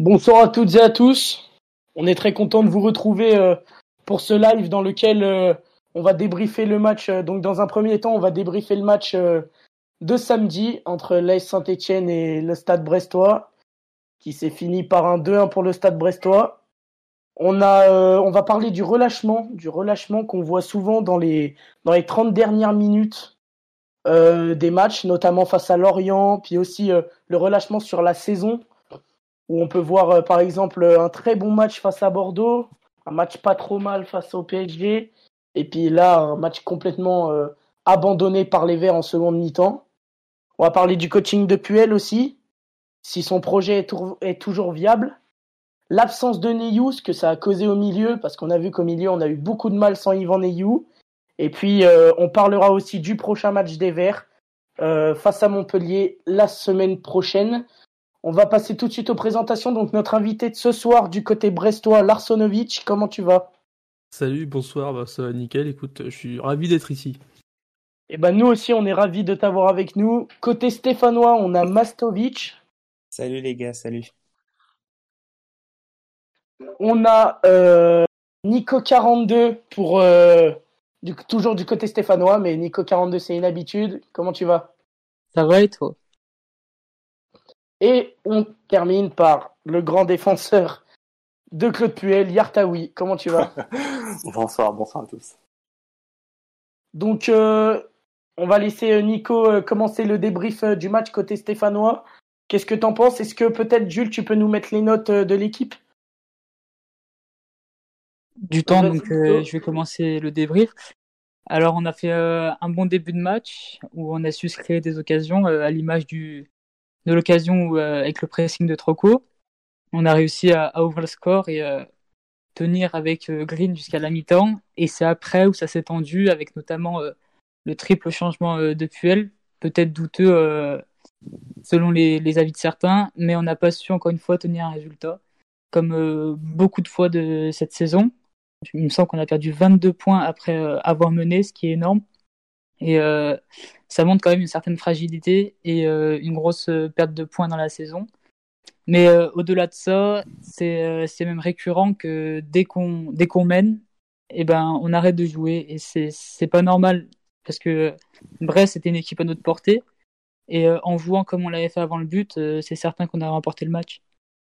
Bonsoir à toutes et à tous. On est très content de vous retrouver pour ce live dans lequel on va débriefer le match. Donc dans un premier temps, on va débriefer le match de samedi entre l'AS Saint-Etienne et le Stade Brestois, qui s'est fini par un 2-1 pour le Stade Brestois. On va parler du relâchement qu'on voit souvent dans les 30 dernières minutes des matchs, notamment face à Lorient, puis aussi le relâchement sur la saison, où on peut voir par exemple un très bon match face à Bordeaux, un match pas trop mal face au PSG, et puis là un match complètement abandonné par les Verts en seconde mi-temps. On va parler du coaching de Puel aussi, si son projet est toujours viable. L'absence de Neyou, ce que ça a causé au milieu, parce qu'on a vu qu'au milieu on a eu beaucoup de mal sans Yvan Neyou. Et puis on parlera aussi du prochain match des Verts face à Montpellier la semaine prochaine. On va passer tout de suite aux présentations. Donc notre invité de ce soir du côté brestois, Larsonovic, comment tu vas ? Salut, bonsoir, ça va nickel, écoute, je suis ravi d'être ici. Eh ben nous aussi on est ravis de t'avoir avec nous. Côté stéphanois, on a Mastovic. Salut les gars, salut. On a Nico42 pour toujours du côté stéphanois, mais Nico42 c'est une habitude. Comment tu vas ? Ça va et toi ? Et on termine par le grand défenseur de Claude Puel, Yartaoui. Comment tu vas ? Bonsoir à tous. Donc, on va laisser Nico commencer le débrief du match côté stéphanois. Qu'est-ce que t'en penses ? Est-ce que peut-être, Jules, tu peux nous mettre les notes de l'équipe ? Du temps, donc je vais commencer le débrief. Alors, on a fait un bon début de match où on a su se créer des occasions à l'image de l'occasion où, avec le pressing de Troco. On a réussi à ouvrir le score et tenir avec Green jusqu'à la mi-temps. Et c'est après où ça s'est tendu avec notamment le triple changement de Puel, peut-être douteux selon les avis de certains, mais on n'a pas su encore une fois tenir un résultat, comme beaucoup de fois de cette saison. Il me semble qu'on a perdu 22 points après avoir mené, ce qui est énorme. Et ça montre quand même une certaine fragilité et une grosse perte de points dans la saison. Mais au-delà de ça, c'est même récurrent que dès qu'on mène, eh ben, on arrête de jouer. Et c'est pas normal, parce que Brest était une équipe à notre portée. Et en jouant comme on l'avait fait avant le but, c'est certain qu'on a remporté le match.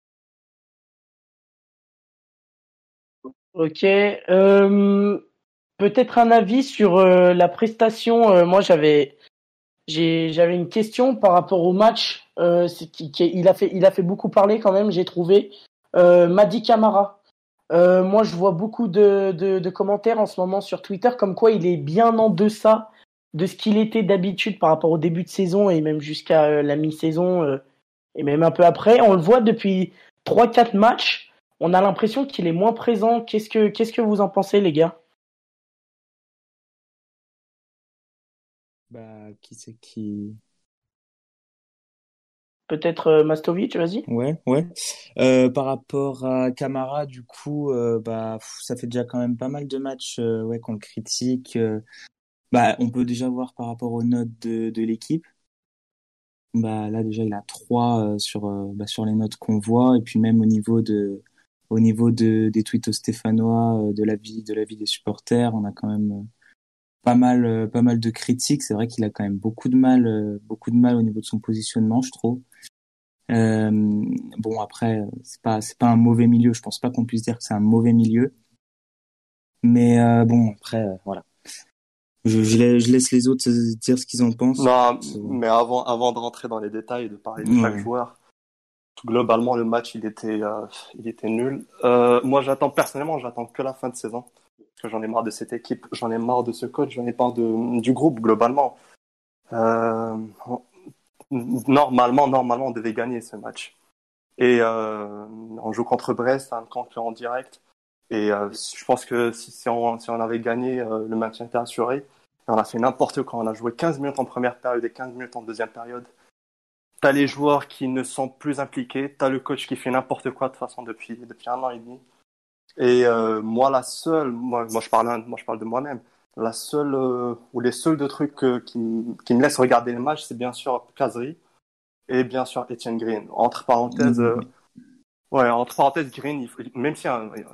Ok. Peut-être un avis sur la prestation. Moi, j'avais une question par rapport au match. Il a fait beaucoup parler quand même, j'ai trouvé. Mady Camara. Moi, je vois beaucoup de commentaires en ce moment sur Twitter comme quoi il est bien en deçà de ce qu'il était d'habitude par rapport au début de saison et même jusqu'à la mi-saison et même un peu après. On le voit depuis 3-4 matchs. On a l'impression qu'il est moins présent. Qu'est-ce que vous en pensez, les gars ? Qui c'est qui... Peut-être Mastovic, vas-y. Ouais. Par rapport à Camara, du coup, ça fait déjà quand même pas mal de matchs qu'on le critique. On peut déjà voir par rapport aux notes de l'équipe. Là déjà il a 3 sur les notes qu'on voit, et puis même au niveau des tweets stéphanois, de l'avis des supporters, on a quand même pas mal de critiques. C'est vrai qu'il a quand même beaucoup de mal au niveau de son positionnement, je trouve. Après, c'est pas un mauvais milieu. Je pense pas qu'on puisse dire que c'est un mauvais milieu. Mais voilà. Je laisse les autres dire ce qu'ils en pensent. Non, mais avant de rentrer dans les détails et de parler de chaque joueur, globalement le match il était nul. Moi j'attends que la fin de saison, parce que j'en ai marre de cette équipe, j'en ai marre de ce coach, j'en ai marre du groupe globalement. Normalement on devait gagner ce match. Et on joue contre Brest, un concurrent en direct. Et je pense que si on avait gagné, le match était assuré. Et on a fait n'importe quoi. On a joué 15 minutes en première période et 15 minutes en deuxième période. T'as les joueurs qui ne sont plus impliqués. T'as le coach qui fait n'importe quoi de toute façon depuis 1 an et demi. Et moi je parle de moi-même. La seule ou les seuls deux trucs qui me laissent regarder le match, c'est bien sûr Kazri et bien sûr Etienne Green. Entre parenthèses, Ouais, entre parenthèses, Green, même si,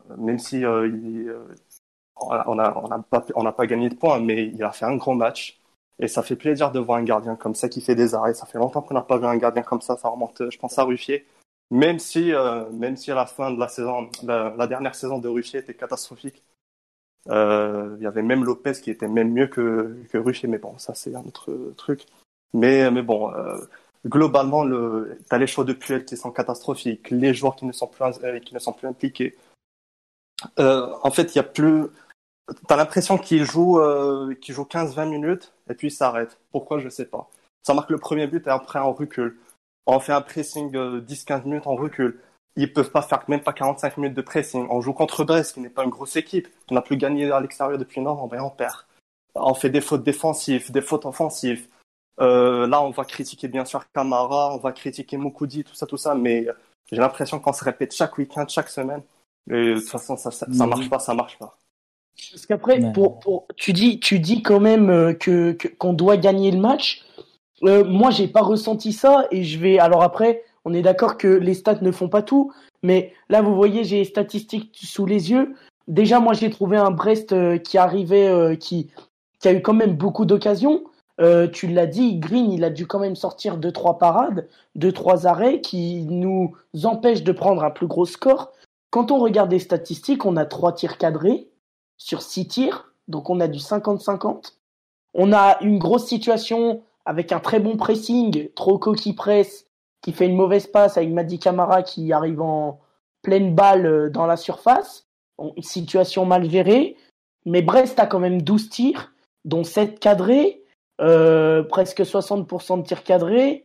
on n'a pas gagné de points, mais il a fait un grand match. Et ça fait plaisir de voir un gardien comme ça qui fait des arrêts. Ça fait longtemps qu'on n'a pas vu un gardien comme ça. Ça remonte, je pense, à Ruffier. Même si à la fin de la saison, la dernière saison de Ruffier était catastrophique. Il y avait même Lopez qui était même mieux que Ruffier. Mais bon, ça, c'est un autre truc. Mais bon, globalement, t'as les choix de Puel qui sont catastrophiques. Les joueurs qui ne sont plus impliqués. En fait, il y a plus. T'as l'impression qu'il joue 15-20 minutes et puis il s'arrête. Pourquoi, je sais pas. Ça marque le premier but et après on recule. On fait un pressing 10-15 minutes, on recule. Ils peuvent pas faire même pas 45 minutes de pressing. On joue contre Brest, qui n'est pas une grosse équipe. On n'a plus gagné à l'extérieur depuis novembre et on perd. On fait des fautes défensives, des fautes offensives. Là, on va critiquer bien sûr Camara, on va critiquer Moukoudi, tout ça, mais j'ai l'impression qu'on se répète chaque week-end, chaque semaine. Et de toute façon, ça marche pas. Parce qu'après, tu dis quand même qu'on doit gagner le match. Moi, j'ai pas ressenti ça et alors après, on est d'accord que les stats ne font pas tout, mais là, vous voyez, j'ai les statistiques sous les yeux. Déjà, moi, j'ai trouvé un Brest qui arrivait, qui a eu quand même beaucoup d'occasions. Tu l'as dit, Green, il a dû quand même sortir 2-3 parades, 2-3 arrêts qui nous empêchent de prendre un plus gros score. Quand on regarde les statistiques, on a 3 tirs cadrés sur 6 tirs, donc on a du 50-50. On a une grosse situation avec un très bon pressing, Troco qui presse, qui fait une mauvaise passe avec Mady Camara qui arrive en pleine balle dans la surface. Une situation mal gérée, mais Brest a quand même 12 tirs, dont 7 cadrés, presque 60% de tirs cadrés.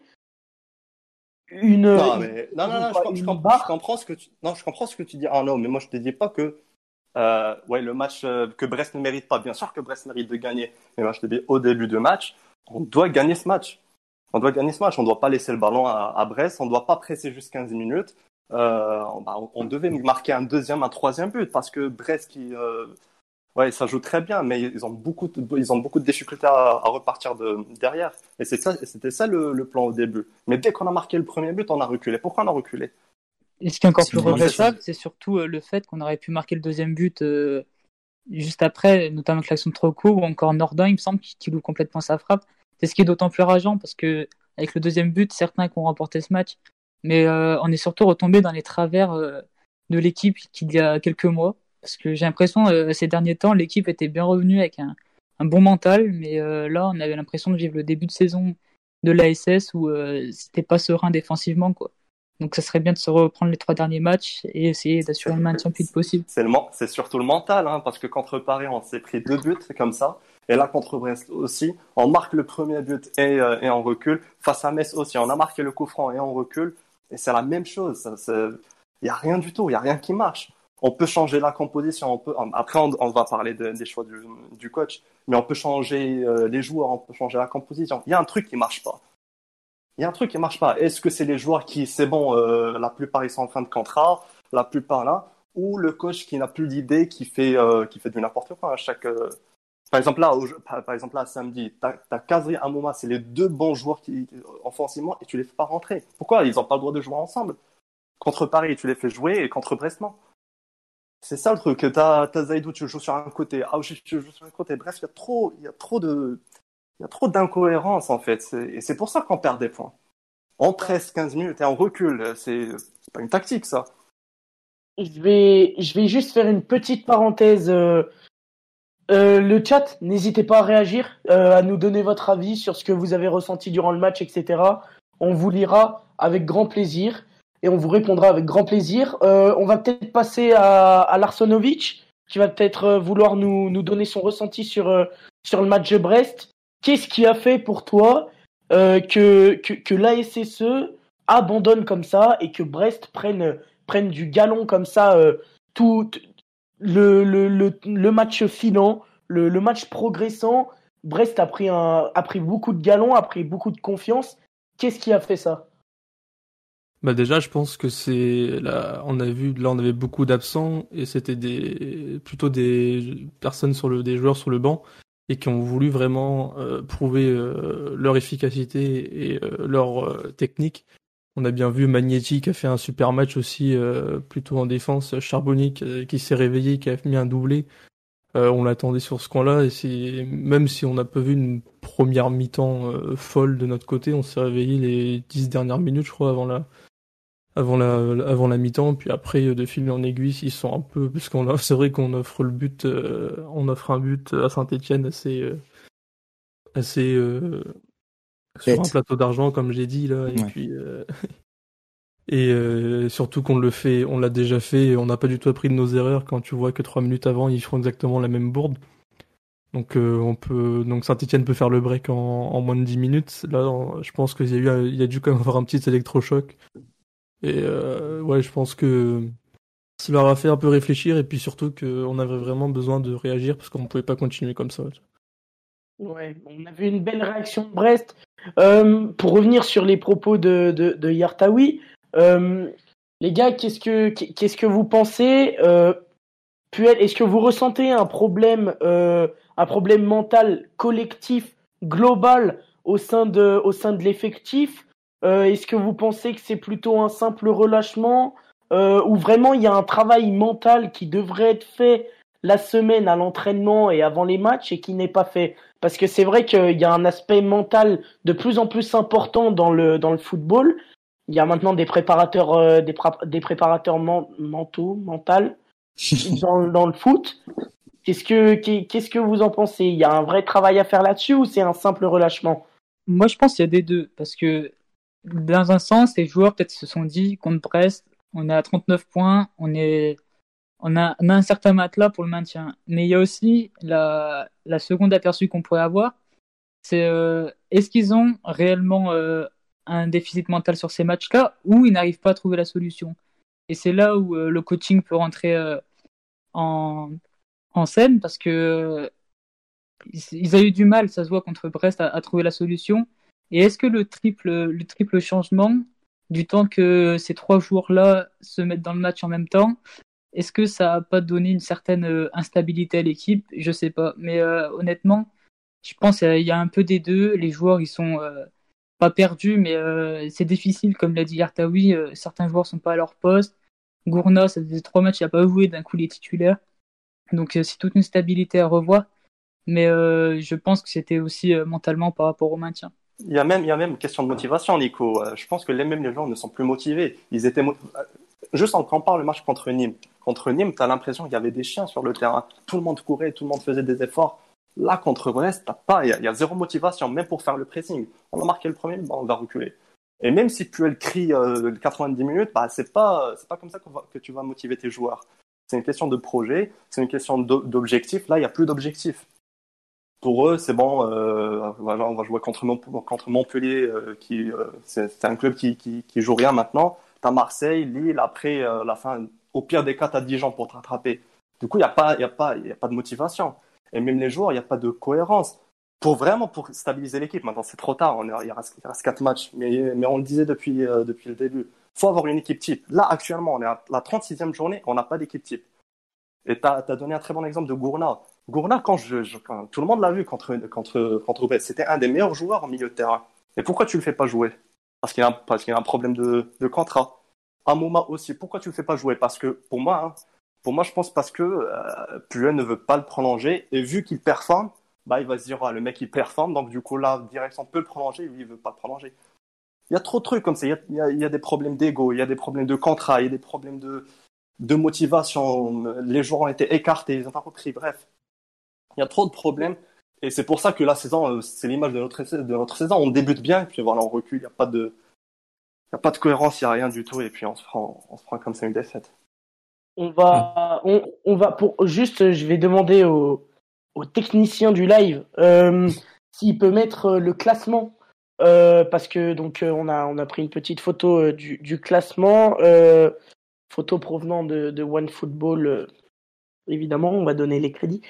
Je comprends ce que tu dis, Arnaud, mais moi je te dis pas que le match que Brest ne mérite pas. Bien sûr que Brest mérite de gagner, mais moi je te dis au début de match, on doit gagner ce match. On ne doit pas laisser le ballon à Brest, on ne doit pas presser juste 15 minutes. On devait marquer un troisième but parce que Brest ça joue très bien, mais ils ont beaucoup de difficultés à repartir derrière. Et c'était ça le plan au début. Mais dès qu'on a marqué le premier but, on a reculé. Pourquoi on a reculé? Et ce qui est encore plus regrettable, c'est surtout le fait qu'on aurait pu marquer le deuxième but juste après, notamment avec l'action de Troco ou encore Nordin, il me semble, qui loue complètement sa frappe. C'est ce qui est d'autant plus rageant parce que avec le deuxième but, certains qui ont remporté ce match, mais on est surtout retombé dans les travers de l'équipe qu'il y a quelques mois. Parce que j'ai l'impression, ces derniers temps, l'équipe était bien revenue avec un bon mental, mais là, on avait l'impression de vivre le début de saison de l'ASS où c'était pas serein défensivement, quoi. Donc ça serait bien de se reprendre les 3 derniers matchs et essayer d'assurer le maintien le plus vite possible. C'est surtout le mental, parce que contre Paris, on s'est pris 2 buts, c'est comme ça. Et là, contre Brest aussi, on marque le premier but et on recule. Face à Metz aussi, on a marqué le coup franc et on recule. Et c'est la même chose. Il n'y a rien du tout, il n'y a rien qui marche. On peut changer la composition. Après, on va parler des choix du coach, mais on peut changer les joueurs, on peut changer la composition. Il y a un truc qui marche pas. Est-ce que c'est les joueurs c'est bon, la plupart ils sont en fin de contrat, la plupart là, ou le coach qui n'a plus d'idée, qui fait du n'importe quoi à chaque. Par exemple là, samedi, t'as Kazri, Amouma, c'est les 2 bons joueurs qui offensivement et tu les fais pas rentrer. Pourquoi? Ils ont pas le droit de jouer ensemble. Contre Paris, tu les fais jouer et contre Brest, non. C'est ça le truc. T'as Zaidou, tu joues sur un côté. Aouchiche, tu joues sur un côté. Bref, il y a trop d'incohérences, en fait. Et c'est pour ça qu'on perd des points. On presse 15 minutes et on recule. C'est pas une tactique, ça. Je vais juste faire une petite parenthèse. Le chat, n'hésitez pas à réagir, à nous donner votre avis sur ce que vous avez ressenti durant le match, etc. On vous lira avec grand plaisir. Et on vous répondra avec grand plaisir. On va peut-être passer à Larsonovic, qui va peut-être vouloir nous donner son ressenti sur le match de Brest. Qu'est-ce qui a fait pour toi que l'ASSE abandonne comme ça et que Brest prenne du galon comme ça tout le match filant, le match progressant? Brest a pris beaucoup de galon, a pris beaucoup de confiance. Qu'est-ce qui a fait ça? Bah déjà, je pense que on avait beaucoup d'absents et c'était plutôt des personnes des joueurs sur le banc et qui ont voulu vraiment prouver leur efficacité et leur technique On a bien vu Magnetti qui a fait un super match aussi, plutôt en défense. Charbonnier qui s'est réveillé, qui a mis un doublé. On l'attendait sur ce camp-là, et même si on n'a pas vu une première mi-temps folle de notre côté, on s'est réveillé les 10 dernières minutes, je crois, avant la mi-temps. Puis après, de fil en aiguille, ils sont un peu, parce c'est vrai qu'on offre on offre un but à Saint-Étienne assez sur un plateau d'argent, comme j'ai dit là, et Ouais. puis surtout qu'on on l'a déjà fait, et on n'a pas du tout appris de nos erreurs quand tu vois que 3 minutes avant ils font exactement la même bourde. Donc donc Saint-Étienne peut faire le break en moins de 10 minutes. Là, je pense qu'il y a dû quand même avoir un petit électrochoc. Et ouais, je pense que ça leur a fait un peu réfléchir, et puis surtout qu'on avait vraiment besoin de réagir parce qu'on pouvait pas continuer comme ça. Ouais, on a vu une belle réaction de Brest. Pour revenir sur les propos de Yartaoui, les gars, qu'est-ce que vous pensez? Puel, est-ce que vous ressentez un problème mental collectif global au sein de l'effectif? Est-ce que vous pensez que c'est plutôt un simple relâchement, ou vraiment il y a un travail mental qui devrait être fait la semaine à l'entraînement et avant les matchs et qui n'est pas fait? Parce que c'est vrai qu'il y a un aspect mental de plus en plus important dans le football. Il y a maintenant des préparateurs mentaux dans le foot. Qu'est-ce que vous en pensez? Il y a un vrai travail à faire là-dessus ou c'est un simple relâchement? Moi, je pense qu'il y a des deux, parce que dans un sens, les joueurs peut-être se sont dit contre Brest, on est à 39 points, on a un certain matelas pour le maintien. Mais il y a aussi la seconde aperçu qu'on pourrait avoir, c'est est-ce qu'ils ont réellement un déficit mental sur ces matchs-là, ou ils n'arrivent pas à trouver la solution. Et c'est là où le coaching peut rentrer en, en scène, parce que ils ont eu du mal, ça se voit contre Brest, à trouver la solution. Et est-ce que le triple changement, du temps que ces 3 joueurs-là se mettent dans le match en même temps, est-ce que ça n'a pas donné une certaine instabilité à l'équipe? Je sais pas. Mais honnêtement, je pense qu'il y a un peu des deux. Les joueurs, ils sont pas perdus, mais c'est difficile, comme l'a dit Yartaoui. Certains joueurs sont pas à leur poste. Gourna, ça faisait 3 matchs, il n'a pas joué, d'un coup il est titulaire. Donc c'est toute une stabilité à revoir. Mais je pense que c'était aussi mentalement par rapport au maintien. Il y a même une question de motivation, Nico. Je pense que même les joueurs ne sont plus motivés. Ils étaient juste en comparant le match contre Nîmes. Contre Nîmes, tu as l'impression qu'il y avait des chiens sur le terrain. Tout le monde courait, tout le monde faisait des efforts. Là, contre Brest, il y a zéro motivation, même pour faire le pressing. On a marqué le premier, on va reculer. Et même si Puel crie 90 minutes, c'est pas comme ça que tu vas motiver tes joueurs. C'est une question de projet, c'est une question d'objectif. Là, il n'y a plus d'objectif. Pour eux, c'est bon, voilà, on va jouer contre Montpellier, c'est un club qui joue rien maintenant. T'as Marseille, Lille, après la fin, au pire des cas, t'as Dijon pour te rattraper. Du coup, il y a pas de motivation. Et même les joueurs, il n'y a pas de cohérence. Pour stabiliser l'équipe, maintenant c'est trop tard, il reste 4 matchs, mais on le disait depuis le début. Faut avoir une équipe type. Là, actuellement, on est à la 36e journée, on n'a pas d'équipe type. Et t'as donné un très bon exemple de Gourna. Gourna, quand tout le monde l'a vu contre Brest, c'était un des meilleurs joueurs en milieu de terrain. Et pourquoi tu le fais pas jouer? Parce qu'il y a un problème de contrat. Amouma aussi, pourquoi tu le fais pas jouer? Parce que pour moi, je pense parce que Puel ne veut pas le prolonger, et vu qu'il performe, il va se dire le mec il performe, donc du coup la direction peut le prolonger, lui il veut pas le prolonger. Il y a trop de trucs comme ça, il y a des problèmes d'ego, il y a des problèmes de contrat, il y a des problèmes de motivation, les joueurs ont été écartés, ils n'ont pas repris, bref. Il y a trop de problèmes, et c'est pour ça que la saison, c'est l'image de notre saison, on débute bien, et puis voilà, on recule, il n'y a pas de cohérence, il n'y a rien du tout, et puis on se prend comme ça une défaite. On va je vais demander au technicien du live s'il peut mettre le classement, parce que donc on a pris une petite photo du classement, photo provenant de OneFootball, évidemment, on va donner les crédits.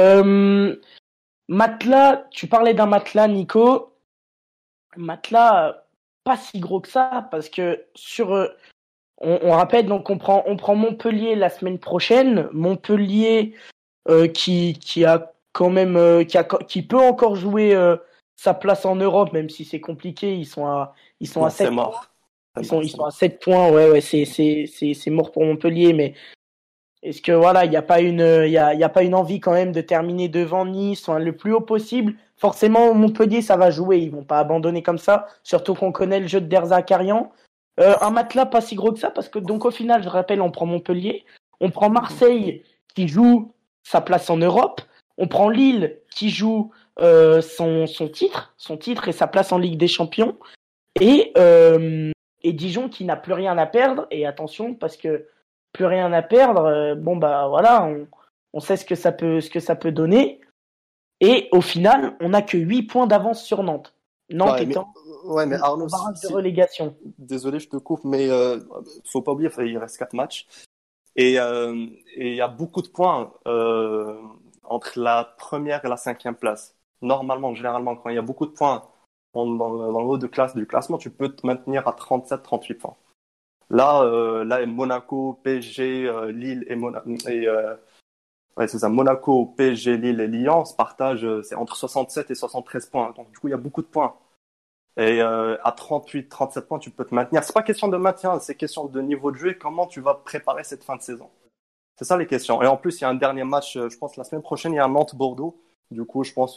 Matelas, tu parlais d'un matelas, Nico. Matelas pas si gros que ça, parce que on rappelle, donc on prend Montpellier la semaine prochaine. Montpellier qui a quand même qui peut encore jouer sa place en Europe, même si c'est compliqué. Ils sont à 7 points. Ils sont à 7 points, ouais, c'est mort pour Montpellier, mais est-ce que voilà, il n'y a pas une envie quand même de terminer devant Nice, le plus haut possible. Forcément, Montpellier, ça va jouer, ils vont pas abandonner comme ça, surtout qu'on connaît le jeu de Derza Karian. Un matelas pas si gros que ça, parce que donc au final, je rappelle, on prend Montpellier, on prend Marseille qui joue sa place en Europe, on prend Lille qui joue son titre et sa place en Ligue des Champions, et Dijon qui n'a plus rien à perdre. Et attention, parce que plus rien à perdre, bon bah voilà, on sait ce que ça peut donner. Et au final, on n'a que 8 points d'avance sur Nantes. Nantes étant mais Arnaud, barrage de relégation. Désolé, je te coupe, mais faut pas oublier, il reste 4 matchs. Et il y a beaucoup de points entre la première et la 5e place. Normalement, généralement, quand il y a beaucoup de points dans le haut du classement, tu peux te maintenir à 37-38 points. Là, Monaco, PSG, Lille c'est ça, Monaco, PSG, Lille et Lyon se partagent, c'est entre 67 et 73 points. Donc, du coup, il y a beaucoup de points. Et à 38, 37 points, tu peux te maintenir. C'est pas question de maintien, c'est question de niveau de jeu et comment tu vas préparer cette fin de saison. C'est ça les questions. Et en plus, il y a un dernier match, je pense, la semaine prochaine, il y a un Nantes-Bordeaux. Du coup, je pense,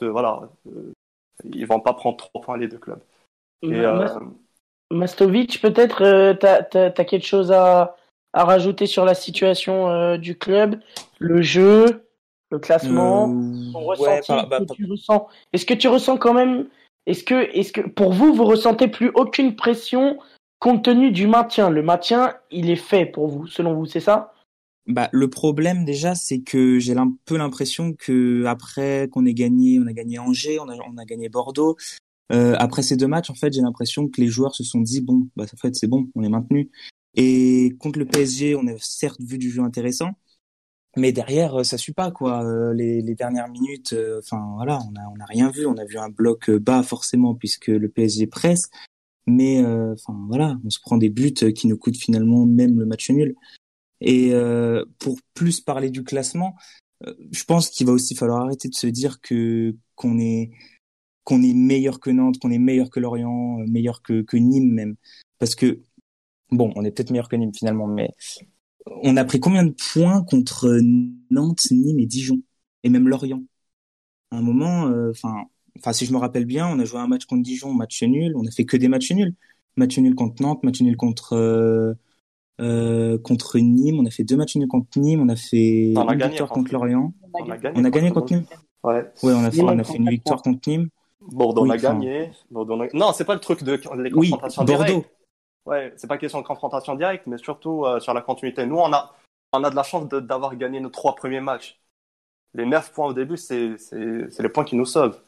ils vont pas prendre 3 points les deux clubs. Et, Mastovic, peut-être, t'as quelque chose à rajouter sur la situation du club, le jeu, le classement, ton ressenti que tu ressens. Est-ce que tu ressens quand même, est-ce que pour vous ressentez plus aucune pression compte tenu du maintien? Le maintien, il est fait pour vous, selon vous, c'est ça? Le problème déjà, c'est que j'ai un peu l'impression que après qu'on ait gagné, on a gagné Angers, on a gagné Bordeaux. Après ces 2 matchs, en fait, j'ai l'impression que les joueurs se sont dit bon, en fait, c'est bon, on est maintenu. Et contre le PSG, on a certes vu du jeu intéressant, mais derrière, ça suit pas quoi. Les dernières minutes, voilà, on a rien vu. On a vu un bloc bas forcément puisque le PSG presse, mais voilà, on se prend des buts qui nous coûtent finalement même le match nul. Et pour plus parler du classement, je pense qu'il va aussi falloir arrêter de se dire qu'on est meilleur que Nantes, qu'on est meilleur que Lorient, meilleur que Nîmes même. Parce que, bon, on est peut-être meilleur que Nîmes finalement, mais on a pris combien de points contre Nantes, Nîmes et Dijon? Et même Lorient. À un moment, si je me rappelle bien, on a joué un match contre Dijon, match nul, on a fait que des matchs nuls. Match nul contre Nantes, match nul contre Nîmes, on a fait 2 matchs nuls contre Nîmes, on a fait une victoire contre Lorient. On a gagné contre Nîmes. Ouais, on a fait une victoire contre Nîmes. Bordeaux, on a gagné. Non, c'est pas le truc de les confrontations directes. Bordeaux. Ouais, c'est pas question de confrontation directe, mais surtout sur la continuité. Nous, on a de la chance d'avoir gagné nos 3 premiers matchs. Les 9 points au début, c'est les points qui nous sauvent.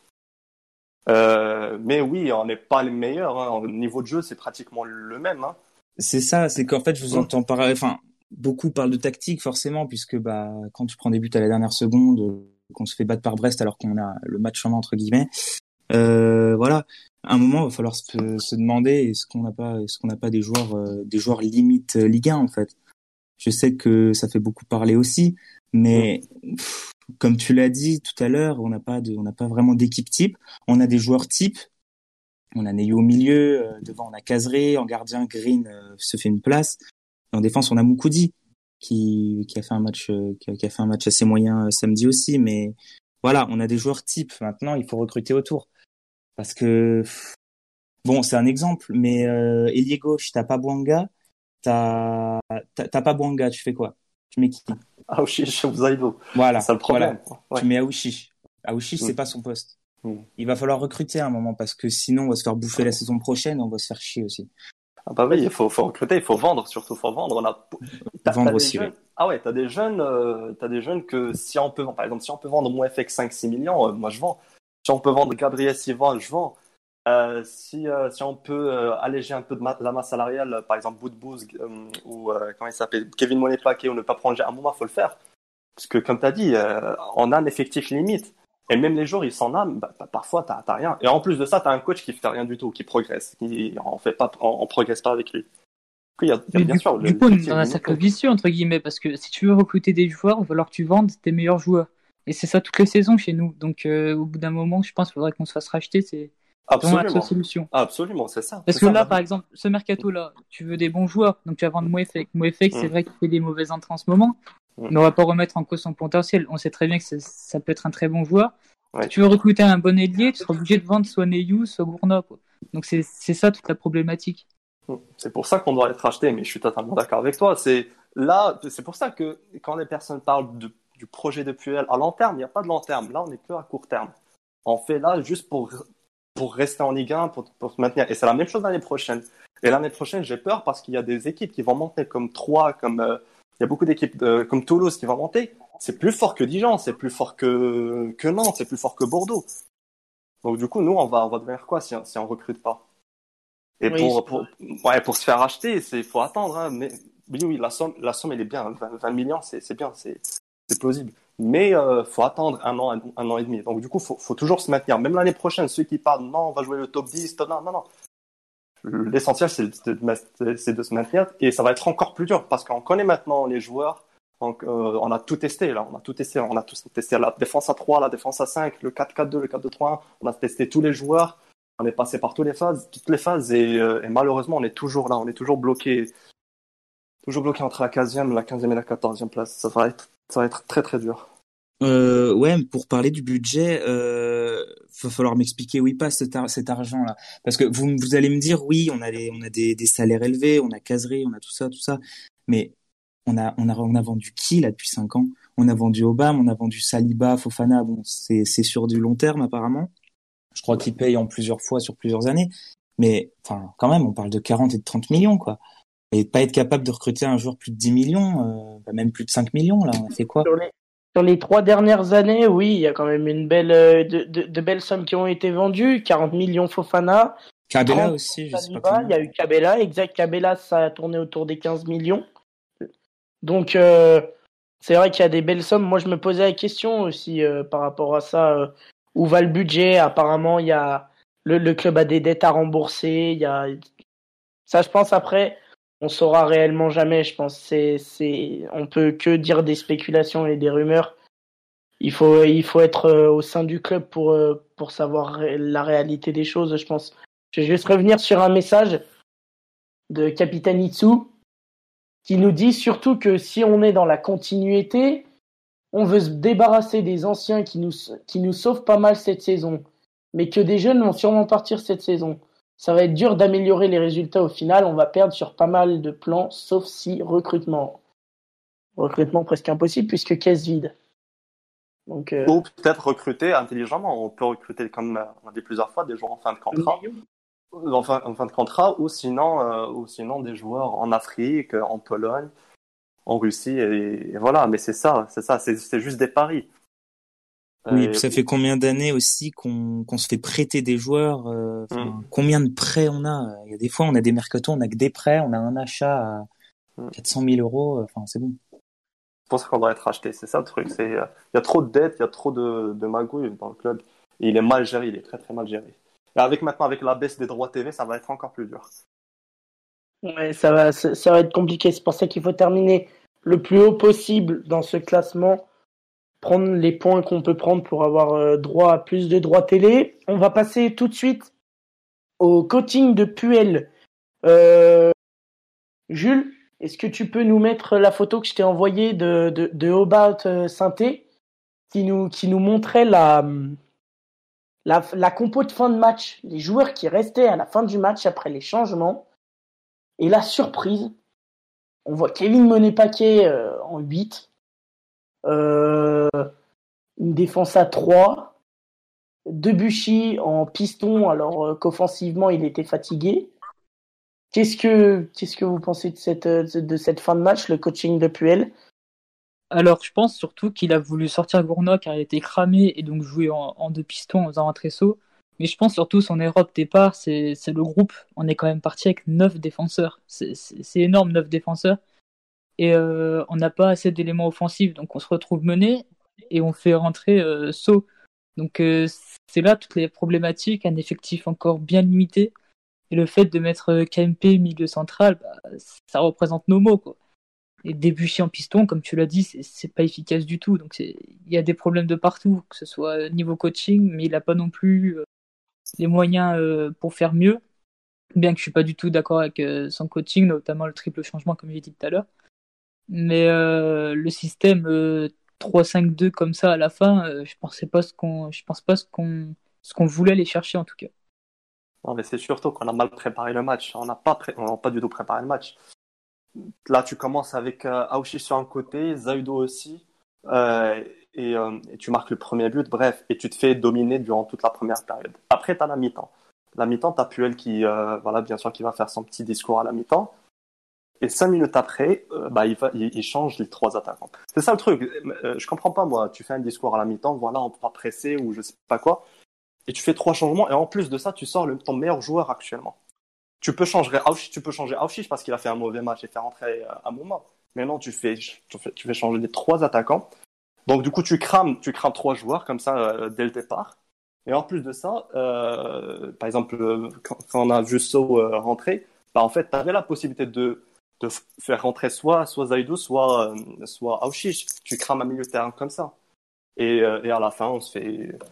Mais oui, on n'est pas les meilleurs. Au niveau de jeu, c'est pratiquement le même. C'est ça, c'est qu'en fait, je vous entends parler. Beaucoup parlent de tactique forcément, puisque quand tu prends des buts à la dernière seconde, qu'on se fait battre par Brest alors qu'on a le match en main entre guillemets. Voilà, à un moment, il va falloir se demander est-ce qu'on n'a pas des joueurs limite Ligue 1 en fait. Je sais que ça fait beaucoup parler aussi, mais comme tu l'as dit tout à l'heure, on n'a pas vraiment d'équipe type. On a des joueurs type. On a Neyo au milieu, devant on a Cazerie, en gardien Green se fait une place. Et en défense on a Moukoudi qui a fait un match assez moyen samedi aussi, mais voilà, on a des joueurs type. Maintenant, il faut recruter autour. Parce que, bon, c'est un exemple, mais ailier gauche, t'as pas Bouanga, t'as pas Bouanga, tu fais quoi? Tu mets qui? Aouchiche ou Zaïdo. Voilà, c'est le problème. Voilà. Ouais. Tu mets Aouchiche. Aouchiche, c'est pas son poste. Il va falloir recruter à un moment parce que sinon, on va se faire bouffer la saison prochaine, on va se faire chier aussi. Ah bah oui, il faut recruter, il faut vendre, surtout faut vendre. Vendre aussi, jeunes... Ah ouais, t'as des jeunes que si on peut vendre mon FX 5-6 millions, moi je vends. Si on peut vendre Gabriel Silva, je vends. Si on peut alléger un peu de la masse salariale, par exemple Boudbouz ou comment il s'appelle, Kevin Monet-Paquet, ou ne pas prendre un moment, faut le faire. Parce que comme tu as dit, on a un effectif limite. Et même les joueurs, ils s'en âment, parfois t'as rien. Et en plus de ça, t'as un coach qui fait rien du tout, qui progresse. On progresse pas avec lui. Il y a bien sûr. Du coup, on a un cercle vicieux, entre guillemets, parce que si tu veux recruter des joueurs, il va falloir que tu vendes tes meilleurs joueurs. Et c'est ça toutes les saisons chez nous. Donc, au bout d'un moment, je pense qu'il faudrait qu'on se fasse racheter. Comment la Absolument. solution. Absolument, c'est ça. Parce C'est que ça. là, par exemple, ce mercato-là, tu veux des bons joueurs, donc tu vas vendre Moefek. Moefek, c'est Mm. vrai qu'il fait des mauvaises entrées en ce moment, mais on va pas remettre en cause son potentiel. On sait très bien que ça peut être un très bon joueur. Ouais. Si tu veux recruter un bon ailier, tu seras obligé de vendre soit Neyou, soit Gourna, quoi. Donc c'est ça toute la problématique. C'est pour ça qu'on doit être acheté, mais je suis totalement d'accord avec toi. C'est pour ça que quand les personnes parlent du projet de Puel à long terme, il n'y a pas de long terme. Là, on n'est que à court terme. On fait là juste pour rester en Ligue 1, pour se maintenir. Et c'est la même chose l'année prochaine. Et l'année prochaine, j'ai peur parce qu'il y a des équipes qui vont monter comme Troyes, il y a beaucoup d'équipes comme Toulouse qui vont monter. C'est plus fort que Dijon, c'est plus fort que Nantes, c'est plus fort que Bordeaux. Donc du coup, nous, on va devenir quoi si on recrute pas? Et Oui, pour se faire acheter, faut attendre, hein. Mais oui, la somme, elle est bien. 20 millions, c'est bien, c'est plausible. Mais faut attendre un an et demi. Donc du coup, faut toujours se maintenir. Même l'année prochaine, ceux qui parlent, non, on va jouer le top 10, non. L'essentiel, c'est de se maintenir. Et ça va être encore plus dur parce qu'on connaît maintenant les joueurs. Donc, on a tout testé, là. On a tous testé la défense à 3, la défense à 5, le 4-4-2, le 4-2-3-1. On a testé tous les joueurs. On est passé par toutes les phases et malheureusement, on est toujours là. On est toujours bloqué entre la 15e et la 14e place. Ça va être très, très dur. Ouais, pour parler du budget, va falloir m'expliquer où il passe cet argent-là. Parce que vous allez me dire, oui, on a des salaires élevés, on a Casery, on a tout ça. Mais on a vendu qui, là, depuis 5 ans? On a vendu Obama, on a vendu Saliba, Fofana. Bon, c'est sur du long terme, apparemment. Je crois qu'ils payent en plusieurs fois sur plusieurs années. Mais, enfin, quand même, on parle de 40 et de 30 millions, quoi. Et pas être capable de recruter un joueur plus de 10 millions, même plus de 5 millions, là, on a fait quoi? Sur les 3 dernières années, oui, il y a quand même une belle, de belles sommes qui ont été vendues. 40 millions Fofana. Cabella aussi, je sais pas Saliba, comment. il y a eu Cabella, exact. Cabella, ça a tourné autour des 15 millions. Donc, c'est vrai qu'il y a des belles sommes. Moi, je me posais la question aussi par rapport à ça. Où va le budget? Apparemment, il y a le club a des dettes à rembourser. Il y a ça, je pense. Après, on saura réellement jamais. Je pense on peut que dire des spéculations et des rumeurs. Il faut être au sein du club pour savoir la réalité des choses. Je pense. Je vais juste revenir sur un message de Capitaine Itsu qui nous dit surtout que si on est dans la continuité, on veut se débarrasser des anciens qui nous sauvent pas mal cette saison, mais que des jeunes vont sûrement partir cette saison. Ça va être dur d'améliorer les résultats au final, on va perdre sur pas mal de plans, sauf si recrutement. Recrutement presque impossible puisque caisse vide. Donc, Ou peut-être recruter intelligemment. On peut recruter, comme on a dit plusieurs fois, des joueurs en fin de contrat. En fin de contrat, ou sinon des joueurs en Afrique, en Pologne, en Russie, et voilà. Mais c'est juste des paris. Oui, et puis ça fait combien d'années aussi qu'on se fait prêter des joueurs, combien de prêts on a? Il y a des fois, on a des mercatos, on a que des prêts, on a un achat à 400 000 euros, enfin, c'est bon. C'est pour ça qu'on doit être acheté, c'est ça le truc. Il y a trop de dettes, il y a trop de magouilles dans le club. Et il est mal géré, il est très très mal géré. Et avec la baisse des droits TV, ça va être encore plus dur. Ouais, ça va être compliqué. C'est pour ça qu'il faut terminer le plus haut possible dans ce classement, prendre les points qu'on peut prendre pour avoir droit à plus de droits télé. On va passer tout de suite au coaching de Puel. Jules, est-ce que tu peux nous mettre la photo que je t'ai envoyée de Hobart Saint-Étienne qui nous montrait la compo de fin de match, les joueurs qui restaient à la fin du match après les changements. Et la surprise, on voit Kevin Monet-Paquet en 8, une défense à 3, Debuchy en piston alors qu'offensivement il était fatigué. Qu'est-ce que vous pensez de cette fin de match, le coaching de Puel? Alors, je pense surtout qu'il a voulu sortir Gourna car il était cramé et donc jouer en 2 pistons en faisant un tresseau. Mais je pense surtout son erreur de départ, c'est le groupe. On est quand même parti avec 9 défenseurs. C'est énorme, 9 défenseurs. Et on n'a pas assez d'éléments offensifs. Donc on se retrouve mené et on fait rentrer Sceaux. Donc c'est là toutes les problématiques, un effectif encore bien limité. Et le fait de mettre KMP milieu central, ça représente nos mots, quoi. Et Debuchy en piston, comme tu l'as dit, c'est pas efficace du tout. Donc il y a des problèmes de partout, que ce soit niveau coaching, mais il a pas non plus les moyens pour faire mieux, bien que je suis pas du tout d'accord avec son coaching, notamment le triple changement comme j'ai dit tout à l'heure. Mais le système 3-5-2 comme ça à la fin, je pense pas ce qu'on voulait aller chercher en tout cas. Non, mais c'est surtout qu'on a mal préparé le match. On n'a pas du tout préparé le match. Là, tu commences avec Aouchi sur un côté, Zaïdo aussi, et tu marques le premier but, bref, et tu te fais dominer durant toute la première période. Après, tu as la mi-temps. La mi-temps, tu as Puel qui, voilà, bien sûr, qui va faire son petit discours à la mi-temps. Et 5 minutes après, il change les 3 attaquants. C'est ça le truc. Je comprends pas, moi. Tu fais un discours à la mi-temps, voilà, on peut pas presser ou je sais pas quoi. Et tu fais 3 changements. Et en plus de ça, tu sors ton meilleur joueur actuellement. Tu peux changer Auchich parce qu'il a fait un mauvais match et faire rentrer un moment. Mais non, tu fais changer les 3 attaquants. Donc du coup, tu crames 3 joueurs comme ça dès le départ. Et en plus de ça, par exemple, quand on a vu So rentrer, en fait, tu avais la possibilité de faire rentrer soit Zaïdou, soit Auchich. Tu crames un milieu de terrain comme ça. Et à la fin, on se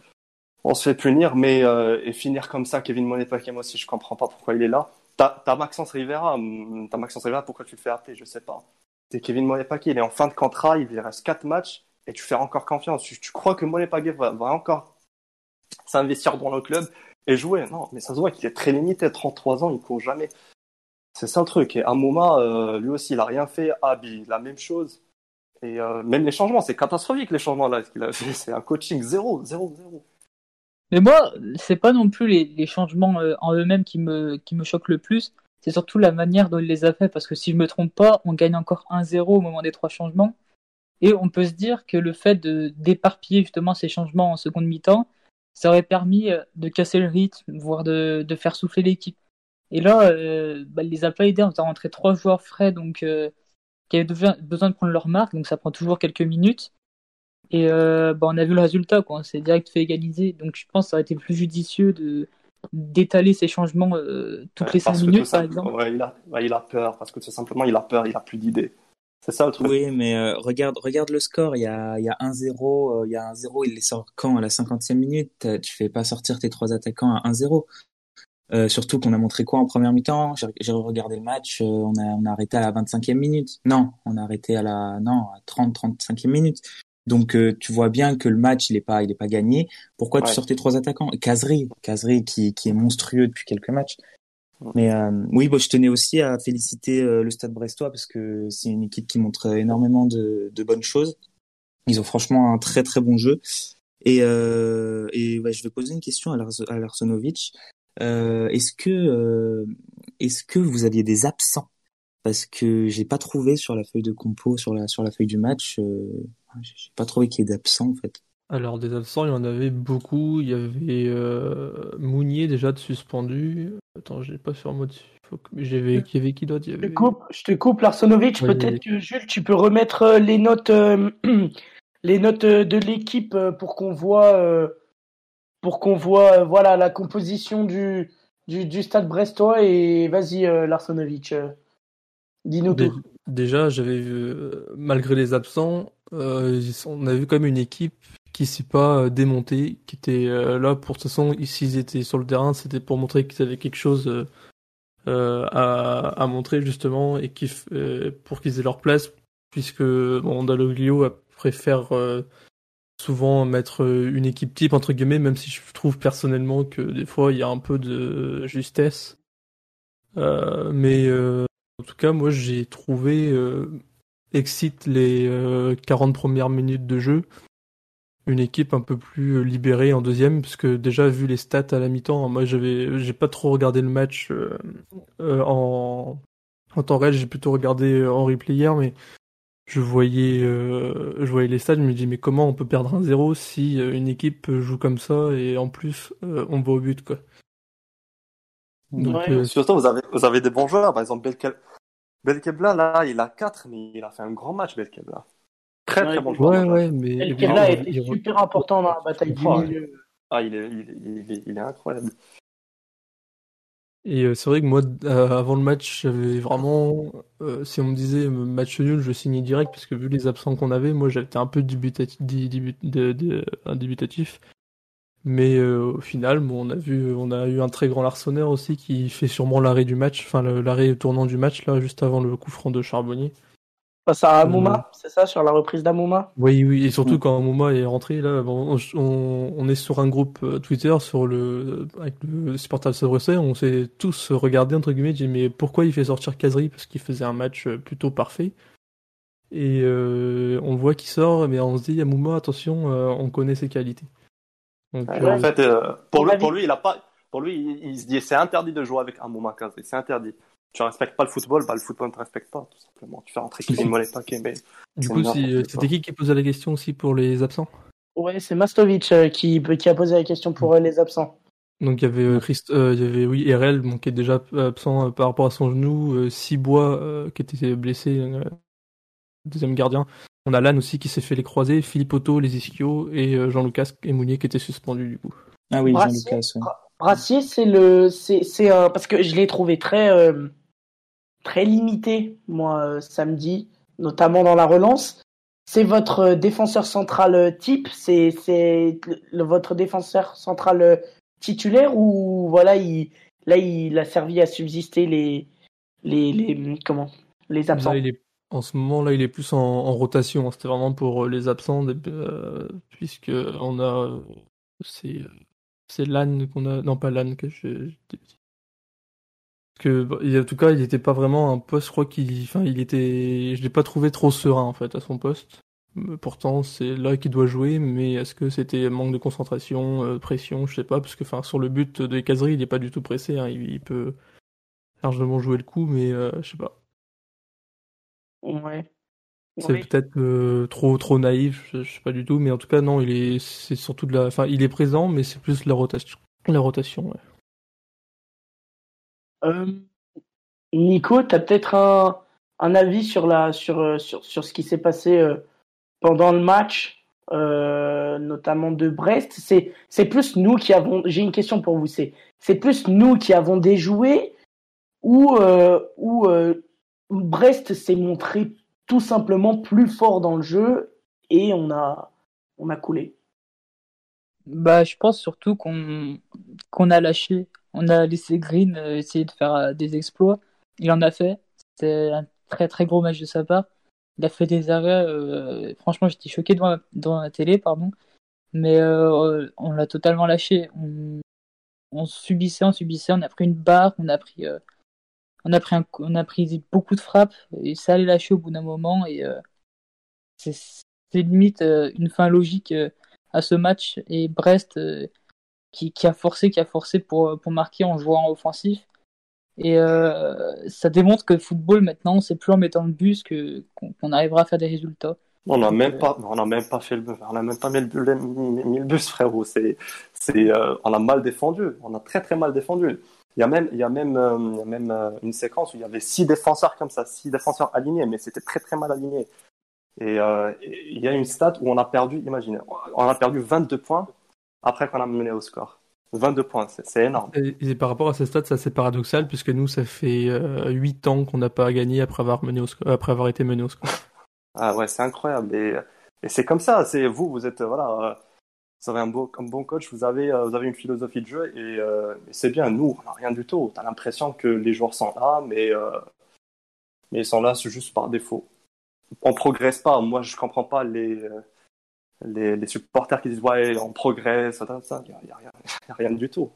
fait punir, mais et finir comme ça, Kevin Monet-Paquet, moi aussi, je comprends pas pourquoi il est là. T'as Maxence Rivera, pourquoi tu le fais appeler, je sais pas. C'est Kevin Monet-Paquet, il est en fin de contrat, il lui reste 4 matchs, et tu fais encore confiance. Tu crois que Monet-Paquet va encore s'investir dans le club et jouer? Non, mais ça se voit qu'il est très limité, 33 ans, il court jamais. C'est ça le truc. Et Amouma, lui aussi, il a rien fait. Abi, la même chose. Et même les changements, c'est catastrophique, les changements là qu'il a fait. C'est un coaching 0. Mais moi, c'est pas non plus les changements en eux-mêmes qui me choquent le plus, c'est surtout la manière dont il les a fait, parce que si je me trompe pas, on gagne encore 1-0 au moment des 3 changements, et on peut se dire que le fait d'éparpiller justement ces changements en seconde mi-temps, ça aurait permis de casser le rythme, voire de faire souffler l'équipe. Et là, il les a pas aidés, on a rentré 3 joueurs frais, donc qui avaient besoin de prendre leur marque, donc ça prend toujours quelques minutes. Et on a vu le résultat, quoi. C'est direct fait égaliser. Donc je pense que ça aurait été plus judicieux d'étaler ces changements toutes les 5 minutes, par exemple. Ouais, il a peur, parce que tout simplement, il a peur, il a plus d'idées. C'est ça le truc. Oui, mais regarde le score. Il y a 1-0. Il y a 1-0. Il les sort quand? À la 50e minute. Tu fais pas sortir tes 3 attaquants à 1-0. Surtout qu'on a montré quoi en première mi-temps? J'ai regardé le match. On a arrêté à la 25e minute. Non, on a arrêté à 35e minute. Donc tu vois bien que le match il est pas gagné. Pourquoi tu sortais 3 attaquants? Kazri qui est monstrueux depuis quelques matchs. Mais oui, je tenais aussi à féliciter le Stade Brestois parce que c'est une équipe qui montre énormément de bonnes choses. Ils ont franchement un très très bon jeu. Et je vais poser une question à Larsonovic. Est-ce que vous aviez des absents? Parce que j'ai pas trouvé sur la feuille de compo, sur la feuille du match, j'ai pas trouvé qu'il y ait d'absents en fait. Alors des absents, il y en avait beaucoup. Il y avait Mounier déjà de suspendu. Attends, j'ai pas sur moi dessus. Il y avait qui d'autre? Je te coupe, Larsonovic. Ouais, peut-être que Jules, tu peux remettre les notes de l'équipe pour qu'on voit voilà la composition du Stade Brestois. Et vas-y, Larsonovic, dis-nous tout. Déjà, j'avais vu, malgré les absents, on a vu quand même une équipe qui s'est pas démontée, qui était là pour de toute façon, s'ils étaient sur le terrain, c'était pour montrer qu'ils avaient quelque chose à montrer justement et pour qu'ils aient leur place, puisque Dalloglio préfère souvent mettre une équipe type entre guillemets, même si je trouve personnellement que des fois il y a un peu de justesse, mais en tout cas moi j'ai trouvé excite les 40 premières minutes de jeu une équipe un peu plus libérée en deuxième, parce que déjà vu les stats à la mi-temps, moi j'ai pas trop regardé le match en temps réel, j'ai plutôt regardé en replay hier, mais je voyais les stats, je me dis mais comment on peut perdre 1-0 si une équipe joue comme ça et en plus on va au but quoi. Donc, surtout vous avez des bons joueurs, par exemple Belkebla là il a 4, mais il a fait un grand match Belkebla. Très bon joueur. Ouais, mais Belkebla a été super important dans la bataille du milieu. Ah, il est incroyable. Et c'est vrai que moi, avant le match, j'avais vraiment... si on me disait match nul, je signais direct, parce que vu les absents qu'on avait, moi j'étais un peu dubitatif. Mais au final, bon, on a eu un très grand Larsonneur aussi qui fait sûrement l'arrêt du match, enfin l'arrêt tournant du match là, juste avant le coup franc de Charbonnier. Face à Amouma, c'est ça, sur la reprise d'Amouma? Oui, et surtout quand Amouma est rentré là, bon, on est sur un groupe Twitter avec le supporter de Bruxelles, on s'est tous regardé entre guillemets, dit mais pourquoi il fait sortir Kazri parce qu'il faisait un match plutôt parfait. Et on voit qu'il sort, mais on se dit Amouma, attention, on connaît ses qualités. Donc, en fait, pour lui, il se dit c'est interdit de jouer avec Amouma Kazri, c'est interdit. Tu respectes pas le football ne te respecte pas, tout simplement. Tu fais rentrer Kevin Molepaké, mais... Du coup, c'était qui posait la question aussi pour les absents? Ouais, c'est Mastovic qui a posé la question pour les absents. Donc il y avait RL, bon, qui est déjà absent par rapport à son genou, Cibois qui était blessé, deuxième gardien. On a Lannes aussi qui s'est fait les croisés, Philippe Otto, les ischios, et Jean-Lucas et Mounier qui étaient suspendus du coup. Ah oui, Jean-Lucas, oui. Brassier, c'est parce que je l'ai trouvé très limité, moi, samedi, notamment dans la relance. C'est votre défenseur central type, c'est votre défenseur central titulaire, ou voilà, il a servi à subsister les absents. Là, en ce moment là, il est plus en rotation. C'était vraiment pour les absents, puisque on a c'est Lannes qu'on a, non pas Lannes que en tout cas, il n'était pas vraiment un poste, je crois je l'ai pas trouvé trop serein en fait à son poste. Pourtant, c'est là qu'il doit jouer, mais est-ce que c'était manque de concentration, pression, je sais pas, parce que sur le but de Kazri, il est pas du tout pressé, hein, il peut largement jouer le coup, mais je sais pas. Ouais. C'est peut-être trop naïf, je sais pas du tout, mais en tout cas non, c'est surtout il est présent, mais c'est plus la rotation. La rotation, ouais. Nico, tu as peut-être un avis sur ce qui s'est passé pendant le match, notamment de Brest. C'est plus nous qui avons. J'ai une question pour vous. C'est plus nous qui avons déjoué ou Brest s'est montré tout simplement plus fort dans le jeu et on a coulé. Bah, je pense surtout qu'on a lâché. On a laissé Green essayer de faire des exploits. Il en a fait. C'était un très très gros match de sa part. Il a fait des arrêts. Franchement, j'étais choqué devant la télé, pardon. Mais on l'a totalement lâché. On subissait. On a pris une barre. On a pris beaucoup de frappes. Et ça allait lâcher au bout d'un moment. Et c'est limite une fin logique à ce match. Et Brest qui a forcé pour marquer en jouant offensif. Et ça démontre que le football maintenant, c'est plus en mettant le bus qu'on arrivera à faire des résultats. On n'a même pas mis le bus, frérot. On a mal défendu. On a très très mal défendu. Il y a même une séquence où il y avait 6 défenseurs comme ça, 6 défenseurs alignés, mais c'était très très mal aligné. Et il y a une stat où on a perdu, imaginez, on a perdu 22 points après qu'on a mené au score. 22 points, c'est énorme. Et par rapport à ces stats, c'est assez paradoxal, puisque nous, ça fait 8 ans qu'on n'a pas gagné après avoir été mené au score. Ah ouais, c'est incroyable. Et c'est comme ça. Vous êtes voilà, vous avez un bon coach, vous avez une philosophie de jeu et c'est bien. Nous, on n'a rien du tout. T'as l'impression que les joueurs sont là, mais ils sont là juste par défaut. On progresse pas. Moi, je comprends pas les supporters qui disent ouais, on progresse, ça. Il y a rien du tout.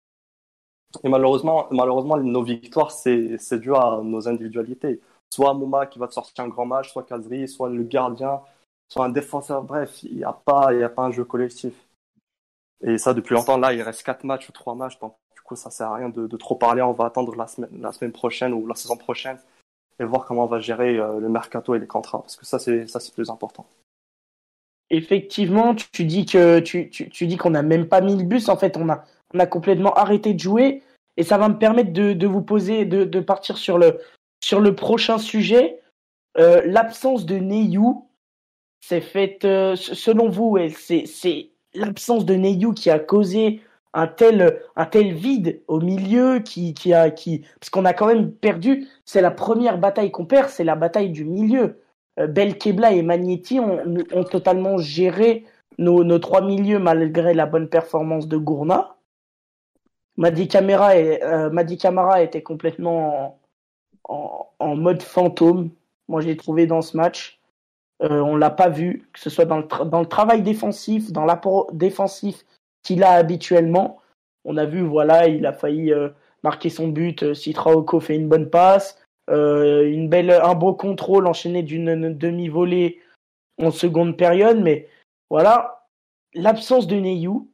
Et malheureusement, nos victoires, c'est dû à nos individualités. Soit Amouma qui va te sortir un grand match, soit Kazri, soit le gardien, soit un défenseur. Bref, il n'y a pas un jeu collectif. Et ça, depuis longtemps, là, il reste 4 matchs ou 3 matchs. Donc, du coup, ça sert à rien de trop parler. On va attendre la semaine prochaine ou la saison prochaine et voir comment on va gérer le mercato et les contrats. Parce que ça, c'est plus important. Effectivement, tu dis qu'on n'a même pas mis le bus. En fait, on a complètement arrêté de jouer. Et ça va me permettre de vous poser, de partir sur le prochain sujet. L'absence de Neyou, c'est faite, selon vous, c'est l'absence de Neyou qui a causé un tel vide au milieu parce qu'on a quand même perdu. C'est la première bataille qu'on perd, c'est la bataille du milieu. Belkebla et Magnetti ont totalement géré nos trois milieux malgré la bonne performance de Gourna. Madi Camara était complètement en mode fantôme. Moi, j'ai trouvé dans ce match. On l'a pas vu, que ce soit dans le travail défensif, dans l'apport défensif qu'il a habituellement. On a vu, voilà, il a failli marquer son but. Citraoco fait une bonne passe. Un beau contrôle enchaîné d'une demi-volée en seconde période. Mais voilà, l'absence de Neyou.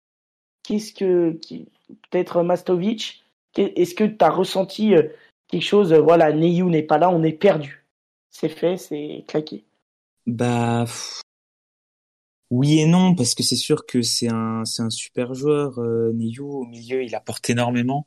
Peut-être Mastovic, est-ce que tu as ressenti quelque chose, voilà, Neyou n'est pas là, on est perdu. C'est fait, c'est claqué. Bah, oui et non, parce que c'est sûr que c'est un super joueur, Neyou, au milieu, il apporte énormément.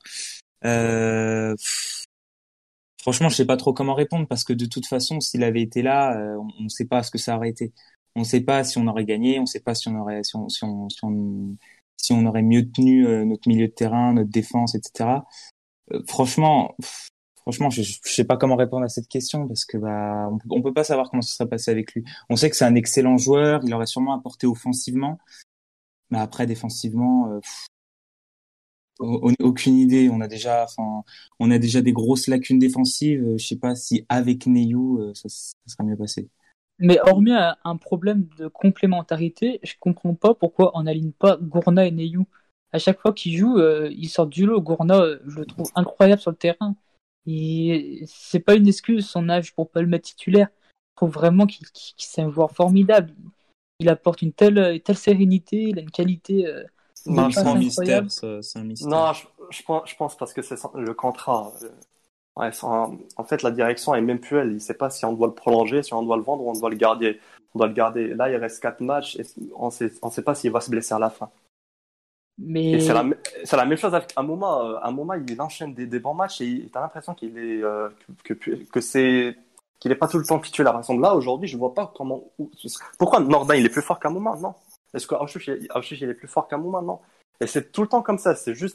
Franchement, je sais pas trop comment répondre, parce que de toute façon, s'il avait été là, on sait pas ce que ça aurait été. On sait pas si on aurait gagné, on sait pas si on aurait, si on aurait mieux tenu notre milieu de terrain, notre défense, etc. Franchement, je sais pas comment répondre à cette question parce que on peut pas savoir comment ça serait passé avec lui. On sait que c'est un excellent joueur, il aurait sûrement apporté offensivement, mais après défensivement, aucune idée. On a déjà des grosses lacunes défensives. Je sais pas si avec Neyou ça serait mieux passé. Mais hormis un problème de complémentarité, je comprends pas pourquoi on n'aligne pas Gourna et Neyou. À chaque fois qu'ils jouent, ils sortent du lot. Gourna, je le trouve incroyable sur le terrain. C'est pas une excuse son âge pour pas le mettre titulaire. Je trouve vraiment qu'il c'est un joueur formidable. Il apporte une telle sérénité, il a une qualité. Non, C'est un mystère, ça, c'est un mystère. Non, je pense parce que c'est le contrat. Ouais, en fait, la direction est même plus elle. Il sait pas si on doit le prolonger, si on doit le vendre ou on doit le garder. On doit le garder. Là, il reste 4 matchs et on sait pas s'il va se blesser à la fin. Mais Et c'est la même chose avec un moment, il enchaîne des bons matchs et t'as l'impression qu'il est, qu'il est pas tout le temps titulaire. Par exemple, là, aujourd'hui, je vois pas pourquoi Nordin, il est plus fort qu'un moment, non? Est-ce que Auchich, il est plus fort qu'un moment, non? Et c'est tout le temps comme ça. C'est juste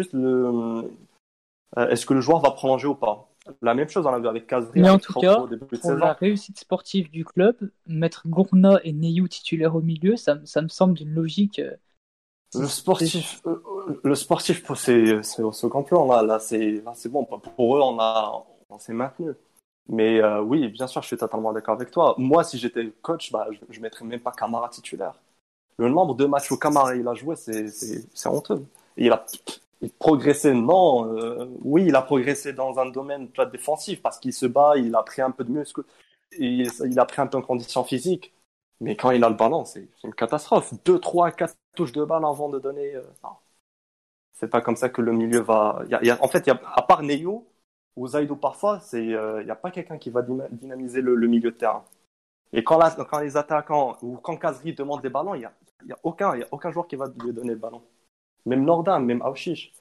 est-ce que le joueur va prolonger ou pas? La même chose, on l'a vu avec Kazri. Mais en tout cas, au début de pour saison. la réussite sportive du club, mettre Gourna et Neyou titulaires au milieu, ça me semble d'une logique. Le sportif, c'est au second plan, là, c'est bon. Pour eux, on s'est maintenu. Mais oui, bien sûr, je suis totalement d'accord avec toi. Moi, si j'étais coach, je mettrais même pas Camara titulaire. Le nombre de matchs où Camara il a joué, c'est honteux. Et il a progressé, non. Oui, il a progressé dans un domaine défensif parce qu'il se bat, il a pris un peu de muscle, il a pris un peu en condition physique. Mais quand il a le ballon, c'est une catastrophe. 2, 3, 4 touches de balle avant de donner. Non. C'est pas comme ça que le milieu va. En fait, à part Neyou ou Zaidou parfois, il y a pas quelqu'un qui va dynamiser le milieu de terrain. Et quand les attaquants ou quand Kazri demande des ballons, il y a aucun joueur qui va lui donner le ballon. Même Nordin, même Auchich.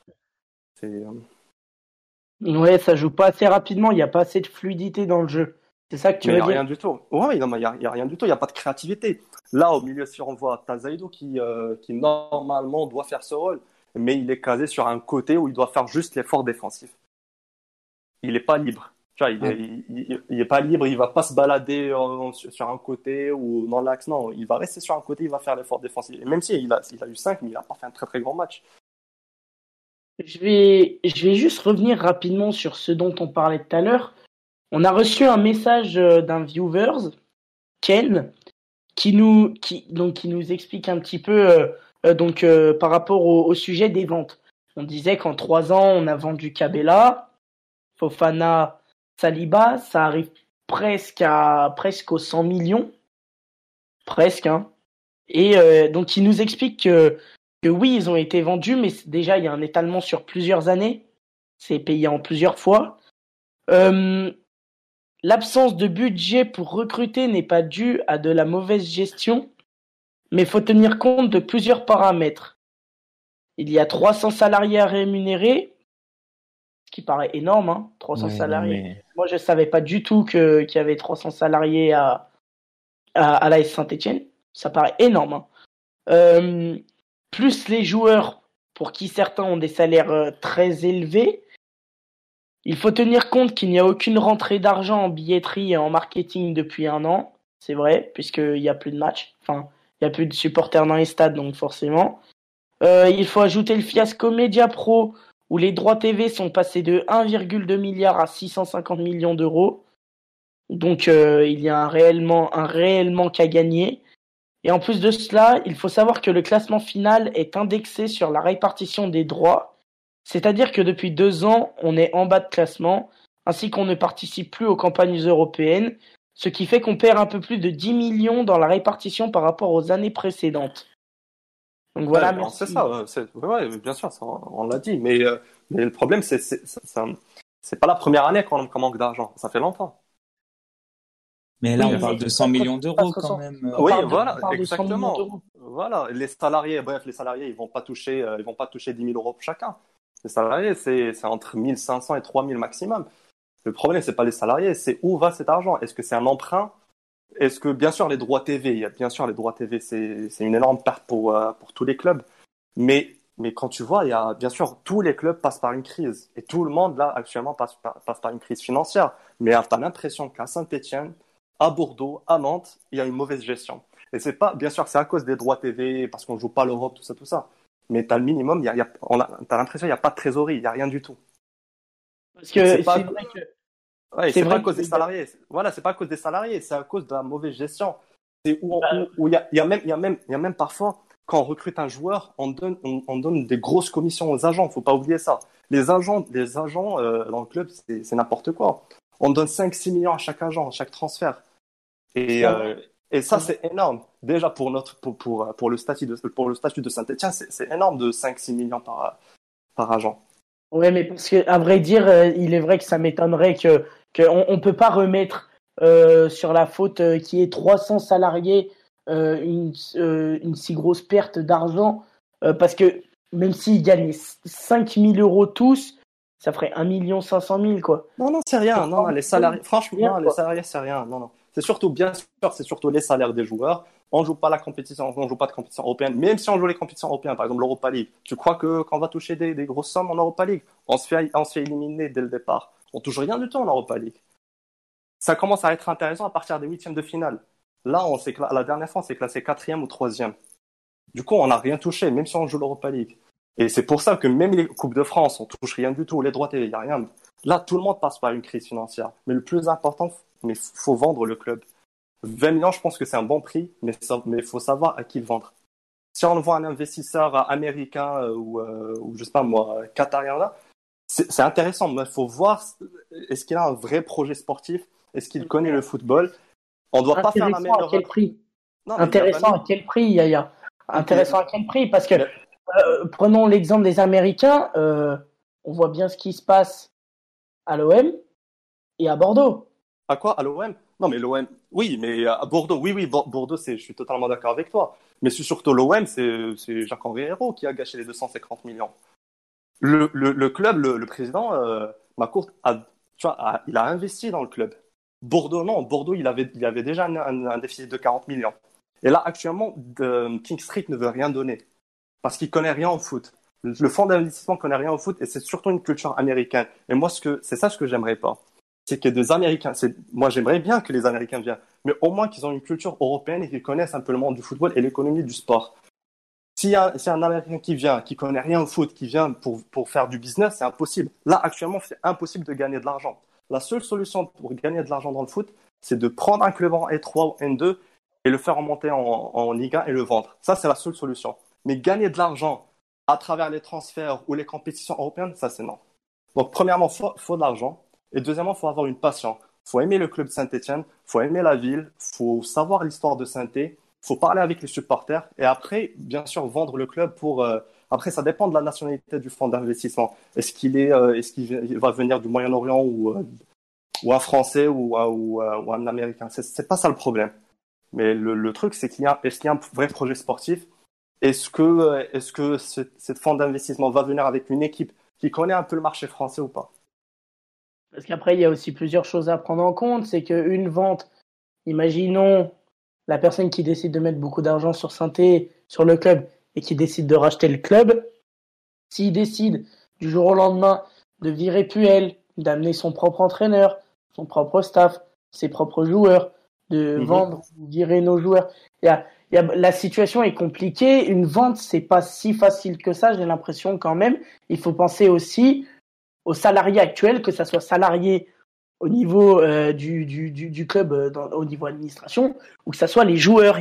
Ouais, ça joue pas assez rapidement, il y a pas assez de fluidité dans le jeu. C'est ça que tu veux dire? Il n'y a rien du tout. Ouais, non, il y a rien du tout. Il n'y a pas de créativité. Là, au milieu, si on voit Zaidou qui normalement doit faire ce rôle, mais il est casé sur un côté où il doit faire juste l'effort défensif. Il n'est pas libre. Tu vois, il est pas libre. Il va pas se balader sur un côté ou dans l'axe. Non, il va rester sur un côté. Il va faire l'effort défensif. Et même s'il a eu 5, mais il n'a pas fait un très très grand match. Je vais juste revenir rapidement sur ce dont on parlait tout à l'heure. On a reçu un message d'un viewer, Ken, qui nous explique un petit peu par rapport au sujet des ventes. On disait qu'en 3 ans, on a vendu Cabella, Fofana, Saliba, ça arrive presque aux 100 millions. Presque, hein. Et donc il nous explique que oui, ils ont été vendus, mais déjà il y a un étalement sur plusieurs années. C'est payé en plusieurs fois. L'absence de budget pour recruter n'est pas due à de la mauvaise gestion, mais il faut tenir compte de plusieurs paramètres. Il y a 300 salariés à rémunérer, ce qui paraît énorme, hein, 300 salariés. Mais... Moi, je ne savais pas du tout qu'il y avait 300 salariés à l'AS Saint-Etienne. Ça paraît énorme. Hein. Plus les joueurs, pour qui certains ont des salaires très élevés. Il faut tenir compte qu'il n'y a aucune rentrée d'argent en billetterie et en marketing depuis 1 an. C'est vrai, puisqu'il n'y a plus de matchs. Enfin, Il n'y a plus de supporters dans les stades, donc forcément. Il faut ajouter le fiasco Mediapro, où les droits TV sont passés de 1,2 milliard à 650 millions d'euros. Donc il y a un réel manque à gagner. Et en plus de cela, il faut savoir que le classement final est indexé sur la répartition des droits. C'est-à-dire que depuis 2 ans, on est en bas de classement, ainsi qu'on ne participe plus aux campagnes européennes, ce qui fait qu'on perd un peu plus de 10 millions dans la répartition par rapport aux années précédentes. Donc voilà, merci. C'est ça, ouais, bien sûr, ça, on l'a dit, mais le problème, c'est pas la première année qu'on manque d'argent, ça fait longtemps. Mais là, on parle de 100 millions d'euros quand même. Oui, voilà, exactement. Voilà, les salariés, ils vont pas toucher 10 000 euros chacun. Les salariés, c'est entre 1 500 et 3 000 maximum. Le problème, c'est pas les salariés, c'est où va cet argent? Est-ce que c'est un emprunt? Est-ce que, bien sûr, les droits TV, c'est une énorme perte pour tous les clubs. Mais quand tu vois, il y a, bien sûr, tous les clubs passent par une crise. Et tout le monde, là, actuellement, passe par une crise financière. Mais tu as l'impression qu'à Saint-Étienne, à Bordeaux, à Nantes, il y a une mauvaise gestion. Et c'est pas, bien sûr, c'est à cause des droits TV, parce qu'on joue pas l'Europe, tout ça. Mais tu as le minimum, t'as l'impression qu'il n'y a pas de trésorerie, il n'y a rien du tout. Parce que c'est vrai que. Ouais, c'est pas à cause des salariés. Voilà, c'est pas à cause des salariés, c'est à cause de la mauvaise gestion. C'est où il y a même parfois, quand on recrute un joueur, on donne des grosses commissions aux agents. Faut pas oublier ça. Les agents dans le club, c'est n'importe quoi. On donne 5-6 millions à chaque agent, à chaque transfert. Et ça, c'est énorme. Déjà pour le statut de Saint-Étienne, c'est énorme de 5-6 millions par agent. Ouais, mais parce que, à vrai dire, il est vrai que ça m'étonnerait qu'on peut pas remettre sur la faute qui est 300 salariés une si grosse perte d'argent parce que même s'ils gagnent 5 000 euros tous, ça ferait 1 500 000 quoi. Non, c'est rien. Non, les salariés, franchement, les salariés, c'est rien. Non. C'est surtout les salaires des joueurs. On joue pas de compétition européenne. Même si on joue les compétitions européennes, par exemple l'Europa League, tu crois qu'on va toucher des grosses sommes en Europa League? On se fait éliminer dès le départ. On touche rien du tout en Europa League. Ça commence à être intéressant à partir des 8e de finale. Là, la dernière fois, on s'est classé 4e ou 3e. Du coup, on n'a rien touché, même si on joue l'Europa League. Et c'est pour ça que même les Coupes de France, on touche rien du tout. Les droits TV, il n'y a rien. Là, tout le monde passe par une crise financière. Mais le plus important, il faut vendre le club. 20 millions, je pense que c'est un bon prix, mais il faut savoir à qui le vendre. Si on voit un investisseur américain ou je sais pas moi, qatarien là, c'est intéressant, mais il faut voir est-ce qu'il a un vrai projet sportif, est-ce qu'il connaît le football. On doit pas faire la même erreur. À quel prix? Intéressant à quel prix, Yaya? Intéressant à quel prix? Parce que prenons l'exemple des Américains, on voit bien ce qui se passe à l'OM et à Bordeaux. À quoi? À l'OM? Non, mais l'OM, oui, mais à Bordeaux, oui, Bordeaux, je suis totalement d'accord avec toi. Mais c'est surtout l'OM, c'est Jacques-Henri Hérault qui a gâché les 250 millions. Le club, le président, Macourt, il a investi dans le club. Bordeaux, non. Bordeaux, il avait déjà un déficit de 40 millions. Et là, actuellement, King Street ne veut rien donner. Parce qu'il connaît rien au foot. Le fonds d'investissement connaît rien au foot et c'est surtout une culture américaine. Et moi, c'est ça ce que j'aimerais pas. C'est que des Américains, moi j'aimerais bien que les Américains viennent, mais au moins qu'ils ont une culture européenne et qu'ils connaissent un peu le monde du football et l'économie du sport. S'il y a un Américain qui vient, qui connaît rien au foot, qui vient pour faire du business, c'est impossible. Là, actuellement, c'est impossible de gagner de l'argent. La seule solution pour gagner de l'argent dans le foot, c'est de prendre un club en N3 ou N2 et le faire remonter en Ligue 1 et le vendre. Ça, c'est la seule solution. Mais gagner de l'argent à travers les transferts ou les compétitions européennes, ça, c'est non. Donc, premièrement, faut de l'argent. Et deuxièmement, il faut avoir une passion. Il faut aimer le club de Saint-Étienne, il faut aimer la ville, il faut savoir l'histoire de Saint-Étienne, il faut parler avec les supporters et après, bien sûr, vendre le club pour... Après, ça dépend de la nationalité du fonds d'investissement. Est-ce qu'il va venir du Moyen-Orient ou un Français ou un Américain? C'est pas ça le problème. Mais le truc, c'est est-ce qu'il y a un vrai projet sportif? Est-ce que ce fonds d'investissement va venir avec une équipe qui connaît un peu le marché français ou pas? Parce qu'après, il y a aussi plusieurs choses à prendre en compte. C'est qu'une vente, imaginons la personne qui décide de mettre beaucoup d'argent sur Saint-Étienne, sur le club, et qui décide de racheter le club, s'il décide du jour au lendemain de virer Puel, d'amener son propre entraîneur, son propre staff, ses propres joueurs, de vendre ou virer nos joueurs. La situation est compliquée. Une vente, c'est pas si facile que ça, j'ai l'impression quand même. Il faut penser aussi aux salariés actuels, que ça soit salariés au niveau du club, au niveau administration, ou que ça soit les joueurs.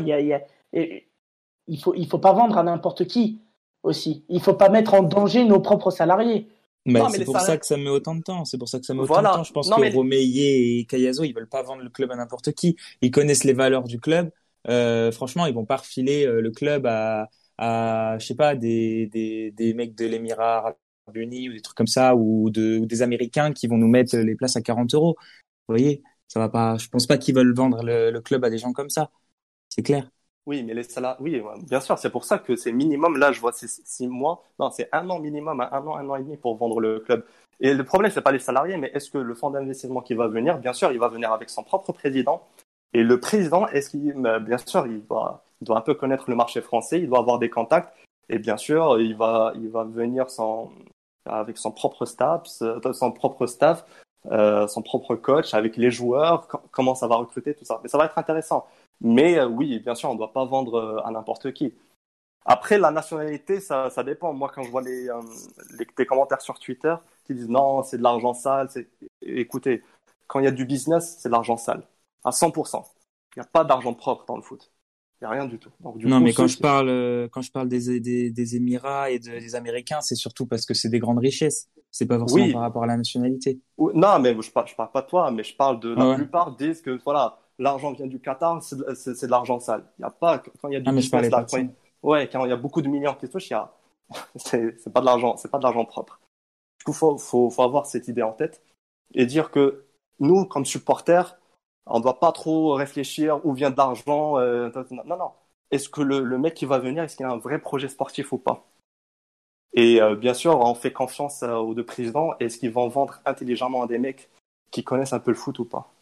Il faut pas vendre à n'importe qui aussi. Il faut pas mettre en danger nos propres salariés. Mais c'est pour ça que ça met autant de temps. C'est pour ça que ça met autant de temps. Je pense que Romeyer et Cayazo, ils veulent pas vendre le club à n'importe qui. Ils connaissent les valeurs du club. Franchement, ils vont pas refiler le club à je sais pas, des mecs de l'Émirat Arabes Unis ou des trucs comme ça, ou des Américains qui vont nous mettre les places à 40 euros. Vous voyez, ça va pas. Je pense pas qu'ils veulent vendre le club à des gens comme ça. C'est clair. Oui, mais les salariés, oui, bien sûr, c'est pour ça que c'est minimum, là, je vois, c'est 6 mois, non, c'est 1 an minimum, 1 an et demi pour vendre le club. Et le problème, c'est pas les salariés, mais est-ce que le fonds d'investissement qui va venir, bien sûr, il va venir avec son propre président. Et le président, bien sûr, il doit un peu connaître le marché français, il doit avoir des contacts, et bien sûr, il va venir avec son propre staff, son propre coach, avec les joueurs, comment ça va recruter, tout ça. Mais ça va être intéressant. Mais oui, bien sûr, on ne doit pas vendre à n'importe qui. Après, la nationalité, ça dépend. Moi, quand je vois les commentaires sur Twitter qui disent non, c'est de l'argent sale. Écoutez, quand il y a du business, c'est de l'argent sale. À 100%. Il n'y a pas d'argent propre dans le foot. Il n'y a rien du tout. Donc, mais quand je parle des Émirats et des Américains, c'est surtout parce que c'est des grandes richesses. C'est pas forcément par rapport à la nationalité. Non, mais je parle pas de toi, mais je parle de la plupart disent que voilà, l'argent vient du Qatar, c'est de l'argent sale. Il y a pas quand il y a du business là, quand il y a beaucoup de millions qui touchent, c'est pas de l'argent propre. Du coup, faut avoir cette idée en tête et dire que nous, comme supporters, on doit pas trop réfléchir où vient de l'argent. Non. Est-ce que le mec qui va venir, est-ce qu'il a un vrai projet sportif ou pas? Et bien sûr, on fait confiance aux deux présidents. Est-ce qu'ils vont vendre intelligemment à des mecs qui connaissent un peu le foot ou pas?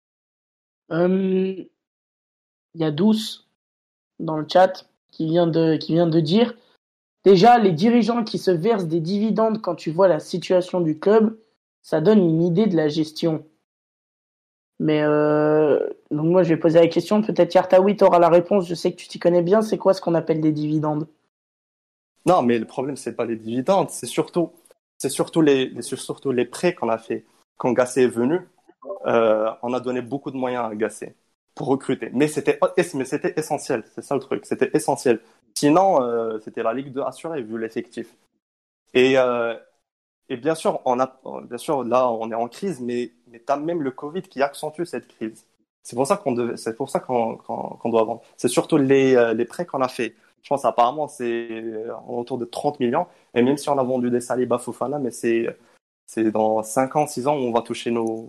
Il y a Douce dans le chat qui vient de dire déjà les dirigeants qui se versent des dividendes quand tu vois la situation du club, ça donne une idée de la gestion. Mais donc moi je vais poser la question, peut-être Yartaoui t'aura la réponse, je sais que tu t'y connais bien, c'est quoi ce qu'on appelle des dividendes? Non, mais le problème c'est pas les dividendes, c'est surtout les prêts qu'on a fait. Quand Gasset est venu, on a donné beaucoup de moyens à Gasset pour recruter. Mais c'était essentiel, c'est ça le truc, c'était essentiel. Sinon, c'était la Ligue 2 assurée vu l'effectif. Et bien sûr, là, on est en crise, mais t'as même le Covid qui accentue cette crise. C'est pour ça qu'on doit vendre. C'est surtout les prêts qu'on a fait. Je pense apparemment c'est autour de 30 millions. Et même si on a vendu des Saliba, Fofana, mais c'est dans 5 ans, 6 ans où on va toucher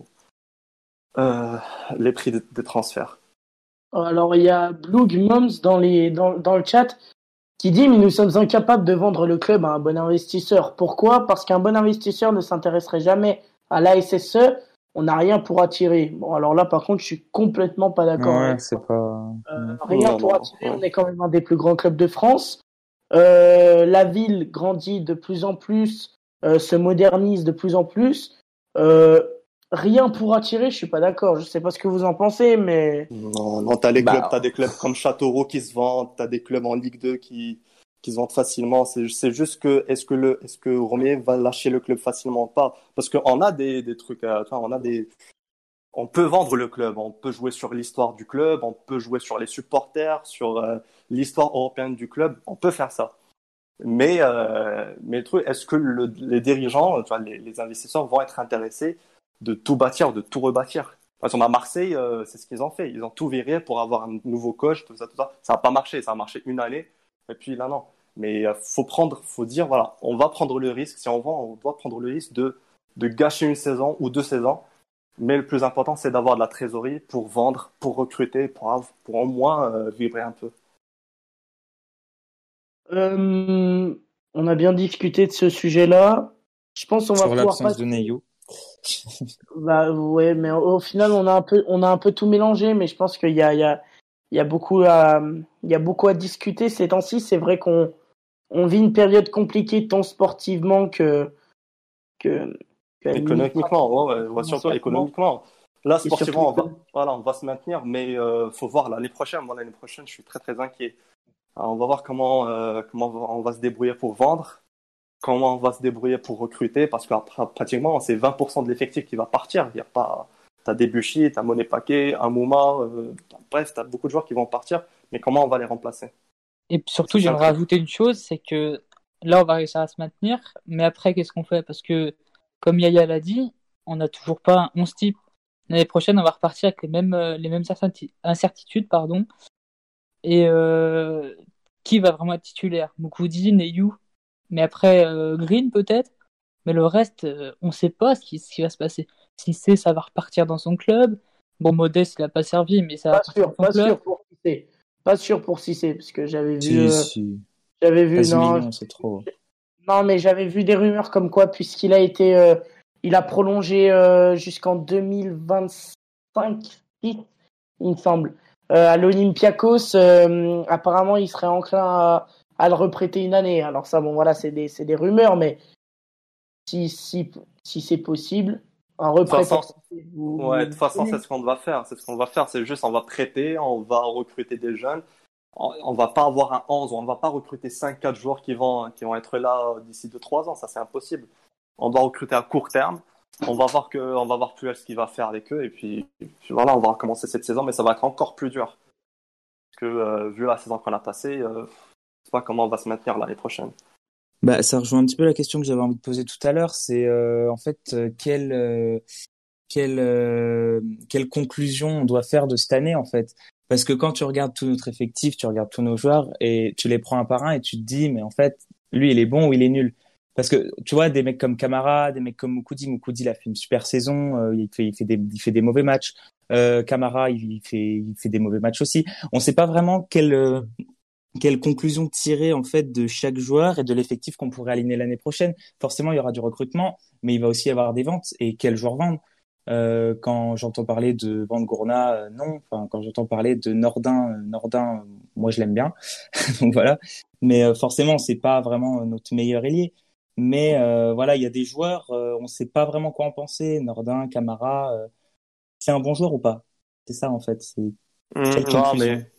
les prix des transferts. Alors il y a Blue Moms dans le chat qui dit mais nous sommes incapables de vendre le club à un bon investisseur. Pourquoi? Parce qu'un bon investisseur ne s'intéresserait jamais à l'ASSE. On n'a rien pour attirer. Bon, alors là, par contre, je suis complètement pas d'accord. Ouais, c'est pas... Rien pour attirer. On est quand même un des plus grands clubs de France. La ville grandit de plus en plus, se modernise de plus en plus. Rien pour attirer, je suis pas d'accord. Je sais pas ce que vous en pensez, mais... Non, t'as des clubs comme Châteauroux qui se vendent, t'as des clubs en Ligue 2 qui se vendent facilement. C'est juste que est-ce que Romier va lâcher le club facilement ou pas? Parce qu'on a des trucs, on peut vendre le club, on peut jouer sur l'histoire du club, on peut jouer sur les supporters, sur l'histoire européenne du club, on peut faire ça. Mais le truc, est-ce que les dirigeants, les investisseurs vont être intéressés de tout bâtir, de tout rebâtir? Parce qu'on a Marseille, c'est ce qu'ils ont fait. Ils ont tout viré pour avoir un nouveau coach, tout ça. Ça n'a pas marché. Ça a marché une année, et puis là, non. Mais faut dire, voilà, on va prendre le risque. Si on vend, on doit prendre le risque de gâcher une saison ou 2 saisons. Mais le plus important, c'est d'avoir de la trésorerie pour vendre, pour recruter, pour au moins vibrer un peu. On a bien discuté de ce sujet-là. Je pense qu'on va pouvoir sur l'absence de Neyo. Bah ouais, mais au final on a un peu tout mélangé, mais je pense qu'il y a beaucoup à discuter ces temps-ci. C'est vrai qu'on vit une période compliquée tant sportivement que économiquement, ouais, surtout économiquement. Là, Et sportivement, surtout, on va se maintenir, mais faut voir l'année prochaine. Moi, l'année prochaine, je suis très très inquiet. Alors, on va voir comment on va se débrouiller pour vendre, comment on va se débrouiller pour recruter, parce que pratiquement, c'est 20% de l'effectif qui va partir. Il y a pas, t'as Debuchy, t'as Monet Paquet, Amouma, bref, t'as beaucoup de joueurs qui vont partir, mais comment on va les remplacer? Et surtout, C'est ça le j'aimerais truc. rajouter une chose, c'est que là, on va réussir à se maintenir, mais après, qu'est-ce qu'on fait? Parce que, comme Yaya l'a dit, on n'a toujours pas un 11 type. L'année prochaine, on va repartir avec les mêmes incertitudes, pardon. Et qui va vraiment être titulaire? Mukudi, Neyu, mais après Green peut-être. Mais le reste, on ne sait pas ce qui va se passer. Si c'est, ça va repartir dans son club. Bon, Modeste, il n'a pas servi, mais ça va repartir dans son pas club. sûr pour Cissé. Pas sûr pour Cissé, parce que Si. j'avais vu, 13 non, millions, c'est trop. non, mais j'avais vu des rumeurs comme quoi, puisqu'il a été, il a prolongé jusqu'en 2025, il me semble, à l'Olympiakos. Apparemment, il serait enclin à le reprêter une année. Alors ça, bon, voilà, c'est des rumeurs, mais si c'est possible, un De toute reprêt façon, pour Cissé, vous ouais, de toute façon, prenez. c'est ce qu'on va faire. C'est ce qu'on va faire. C'est juste, on va prêter, on va recruter des jeunes. On va pas avoir un 11, on va pas recruter 5-4 joueurs qui vont être là d'ici 2-3 ans. Ça, c'est impossible. On doit recruter à court terme. On va voir Puel ce qu'il va faire avec eux. Et puis voilà, on va recommencer cette saison, mais ça va être encore plus dur. Parce que, vu la saison qu'on a passée, je sais pas comment on va se maintenir l'année prochaine. Bah, ça rejoint un petit peu la question que j'avais envie de poser tout à l'heure. C'est en fait quelle conclusion on doit faire de cette année en fait. Parce que quand tu regardes tout notre effectif, tu regardes tous nos joueurs et tu les prends un par un et tu te dis mais en fait lui il est bon ou il est nul. Parce que tu vois des mecs comme Camara, des mecs comme Mukudi, il a fait une super saison, il fait des mauvais matchs. Camara il fait des mauvais matchs aussi. On sait pas vraiment quelle conclusion tirer en fait de chaque joueur et de l'effectif qu'on pourrait aligner l'année prochaine. Forcément, il y aura du recrutement, mais il va aussi y avoir des ventes. Et quels joueurs vendre? Quand j'entends parler de Van Gourna, non. Enfin, quand j'entends parler de Nordin, moi je l'aime bien. Donc voilà. Mais forcément, c'est pas vraiment notre meilleur ailier. Mais voilà, il y a des joueurs, on sait pas vraiment quoi en penser. Nordin, Camara, c'est un bon joueur ou pas? C'est ça en fait. C'est quelle Non, conclusion? mais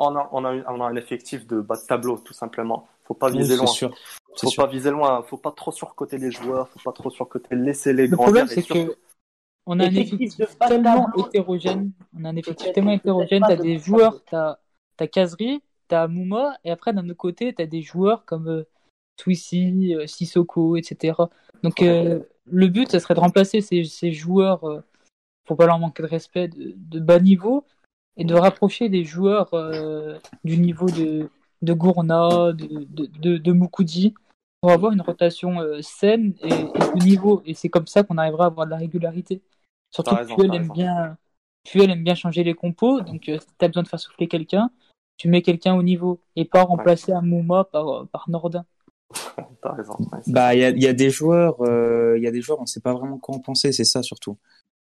on a un effectif de bas de tableau, tout simplement. Faut pas Oui, viser c'est loin. sûr. C'est Faut sûr. pas viser loin. Faut pas trop surcoter les joueurs. Faut pas trop surcoter. Laisser-les Le grandir. problème, Et c'est surtout, que on a un Effectif de effectif bas de tellement tableau, hétérogène. On a un effectif tellement peut-être hétérogène. pas T'as de bas des de tableau. joueurs, t'as Kazri, t'as Mouma, et après d'un autre côté, t'as des joueurs comme Twissi, Sissoko, etc. Donc le but, ça serait de remplacer ces joueurs, pour pas leur manquer de respect, de bas niveau, et de rapprocher les joueurs du niveau de Gourna, de Mukudi, pour avoir une rotation saine et de niveau. Et c'est comme ça qu'on arrivera à avoir de la régularité. Surtout que t'as raison. Puel aime bien changer les compos, donc si tu as besoin de faire souffler quelqu'un, tu mets quelqu'un au niveau, et pas Ouais, remplacer un Mouma par Nordin. t'as raison. Ouais, c'est Bah, ça. il y a des joueurs, on sait pas vraiment quoi en penser, c'est ça surtout.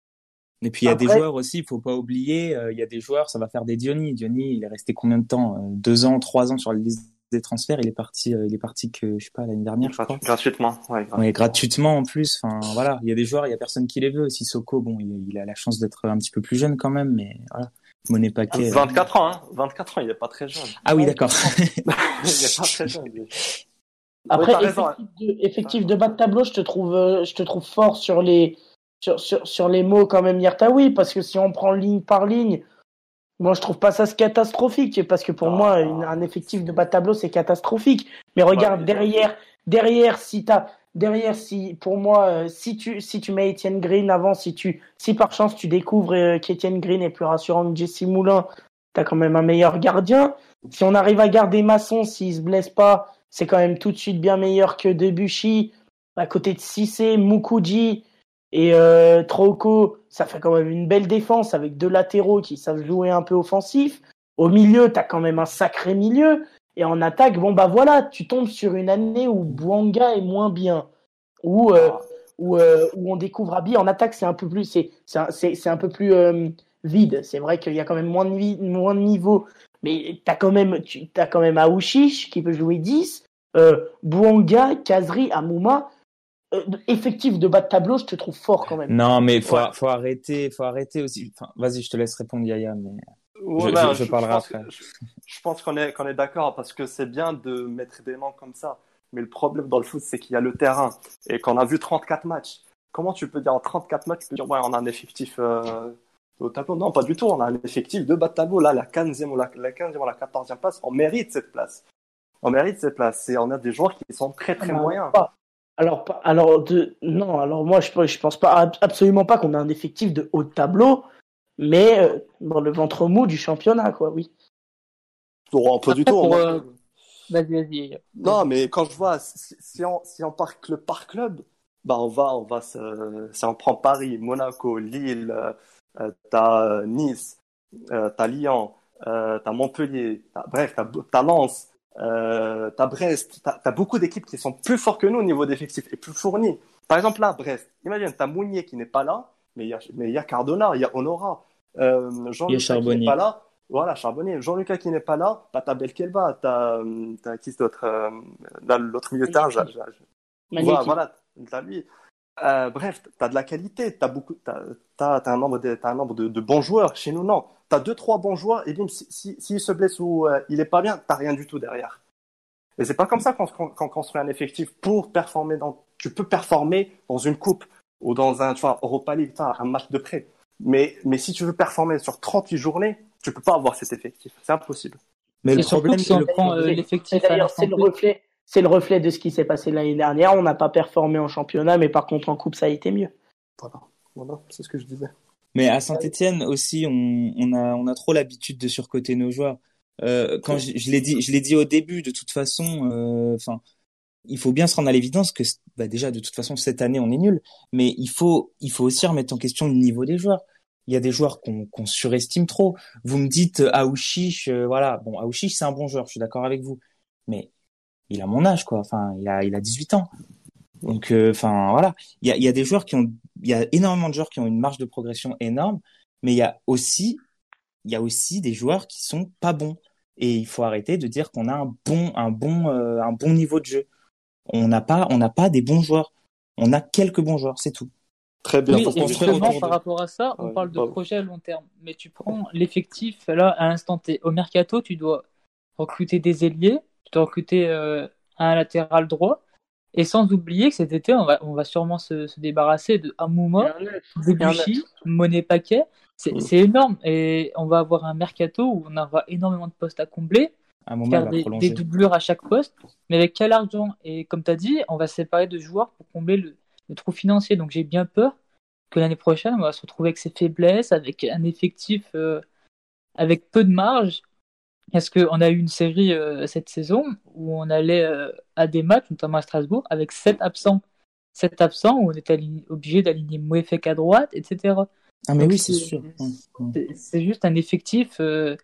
Et puis il y a des Après, joueurs aussi, il faut pas oublier, il y a des joueurs, ça va faire des Diony. Diony, il est resté combien de temps? 2 ans, 3 ans sur la liste des transferts. Il est parti que je sais pas l'année dernière, je crois. Gratuitement. Ouais, Ouais, gratuitement. gratuitement en plus. Enfin voilà, il y a des joueurs, il y a personne qui les veut. Sissoko, bon, il a la chance d'être un petit peu plus jeune quand même, mais voilà. Monet Paquet. 24 ans, hein. 24 ans, il est pas très jeune. Ah oui, d'accord. Il est pas très jeune. Lui. Ouais, après t'as raison. Hein. effectif de bas de tableau, je te trouve fort sur sur les mots quand même Yertaoui, parce que si on prend ligne par ligne, moi je trouve pas ça catastrophique, parce que pour moi un effectif de bas de tableau c'est catastrophique. Mais regarde Ouais, derrière si pour moi si tu mets Étienne Green avant, si par chance tu découvres qu'Étienne Green est plus rassurant que Jesse Moulin, t'as quand même un meilleur gardien. Si on arrive à garder Masson, s'il se blesse pas, c'est quand même tout de suite bien meilleur que Debuchy. À côté de Cissé, Mukudi et Trauco, ça fait quand même une belle défense avec deux latéraux qui savent jouer un peu offensif. Au milieu, t'as quand même un sacré milieu. Et en attaque, bon bah voilà, tu tombes sur une année où Bouanga est moins bien, où où on découvre Abi. En attaque, c'est un peu plus c'est un peu plus vide. C'est vrai qu'il y a quand même moins de niveau, mais t'as quand même Aouchiche qui peut jouer 10, Bouanga, Kazri, Amouma. effectif de bas de tableau, je te trouve fort quand même. Non, mais faut arrêter aussi. Enfin, vas-y, je te laisse répondre, Yaya, mais je parlerai après. Je pense qu'on est d'accord parce que c'est bien de mettre des noms comme ça. Mais le problème dans le foot, c'est qu'il y a le terrain et qu'on a vu 34 matchs. Comment tu peux dire en 34 matchs, tu peux dire ouais, on a un effectif au tableau? Non, pas du tout. On a un effectif de bas de tableau. Là, la 15e ou la 15e ou la 14e place, on mérite cette place. On mérite cette place. Et on a des joueurs qui sont très très moyens. Alors moi je pense pas absolument pas qu'on a un effectif de haut de tableau, mais dans le ventre mou du championnat, quoi, oui. Pas du tout. Vas-y. Non, mais quand je vois si on part club par club, bah si on prend Paris, Monaco, Lille, t'as Nice, t'as Lyon, t'as Montpellier, t'as Lens, t'as Brest, t'as beaucoup d'équipes qui sont plus fortes que nous au niveau d'effectifs et plus fournies. Par exemple là, Brest, imagine, t'as Mounier qui n'est pas là, mais il y a Cardona, il y a Honora, Jean-Lucas qui n'est pas là. Voilà, Charbonnier. Jean-Lucas qui n'est pas là, t'as Belkelba, t'as qui d'autre, là, l'autre milieu de terrain, voilà, t'as lui. Bref, t'as de la qualité, t'as un nombre de bons joueurs. Chez nous, non. T'as 2-3 bons joueurs, et bim, s'il se blesse ou il est pas bien, t'as rien du tout derrière. Et c'est pas comme ça qu'on construit un effectif pour performer tu peux performer dans une coupe ou dans tu vois, Europa League, un match de près. Mais si tu veux performer sur 38 journées, tu peux pas avoir cet effectif. C'est impossible. Mais le problème, c'est l'effectif. D'ailleurs, c'est le reflet de ce qui s'est passé l'année dernière. On n'a pas performé en championnat, mais par contre en coupe, ça a été mieux. Voilà, c'est ce que je disais. Mais à Saint-Etienne aussi, on a trop l'habitude de surcoter nos joueurs. Quand je l'ai dit au début, de toute façon, il faut bien se rendre à l'évidence que déjà de toute façon cette année on est nul, mais il faut aussi remettre en question le niveau des joueurs. Il y a des joueurs qu'on surestime trop. Vous me dites Aouchiche, voilà, bon Aouchiche c'est un bon joueur, je suis d'accord avec vous, mais il a mon âge quoi, enfin il a 18 ans. Donc voilà, il y a des joueurs il y a énormément de joueurs qui ont une marge de progression énorme, mais il y a aussi des joueurs qui sont pas bons. Et il faut arrêter de dire qu'on a un bon niveau de jeu. On n'a pas des bons joueurs. On a quelques bons joueurs, c'est tout. Très bien. Oui, et justement, par rapport à ça, on parle de projet à long terme. Mais tu prends l'effectif, là, à l'instant T. Au mercato, tu dois recruter des ailiers, tu dois recruter un latéral droit. Et sans oublier que cet été, on va sûrement se débarrasser de Amouma, Debuchy, Monet Paquet. C'est énorme. Et on va avoir un mercato où on aura énormément de postes à combler, faire des doublures à chaque poste. Mais avec quel argent? Et comme tu as dit, on va se séparer de joueurs pour combler le trou financier. Donc j'ai bien peur que l'année prochaine, on va se retrouver avec ses faiblesses, avec un effectif avec peu de marge. Parce qu'on a eu une série cette saison où on allait à des matchs, notamment à Strasbourg, avec 7 absents. 7 absents où on était obligé d'aligner Mouefek à droite, etc. Ah mais donc, oui, c'est sûr. C'est juste un effectif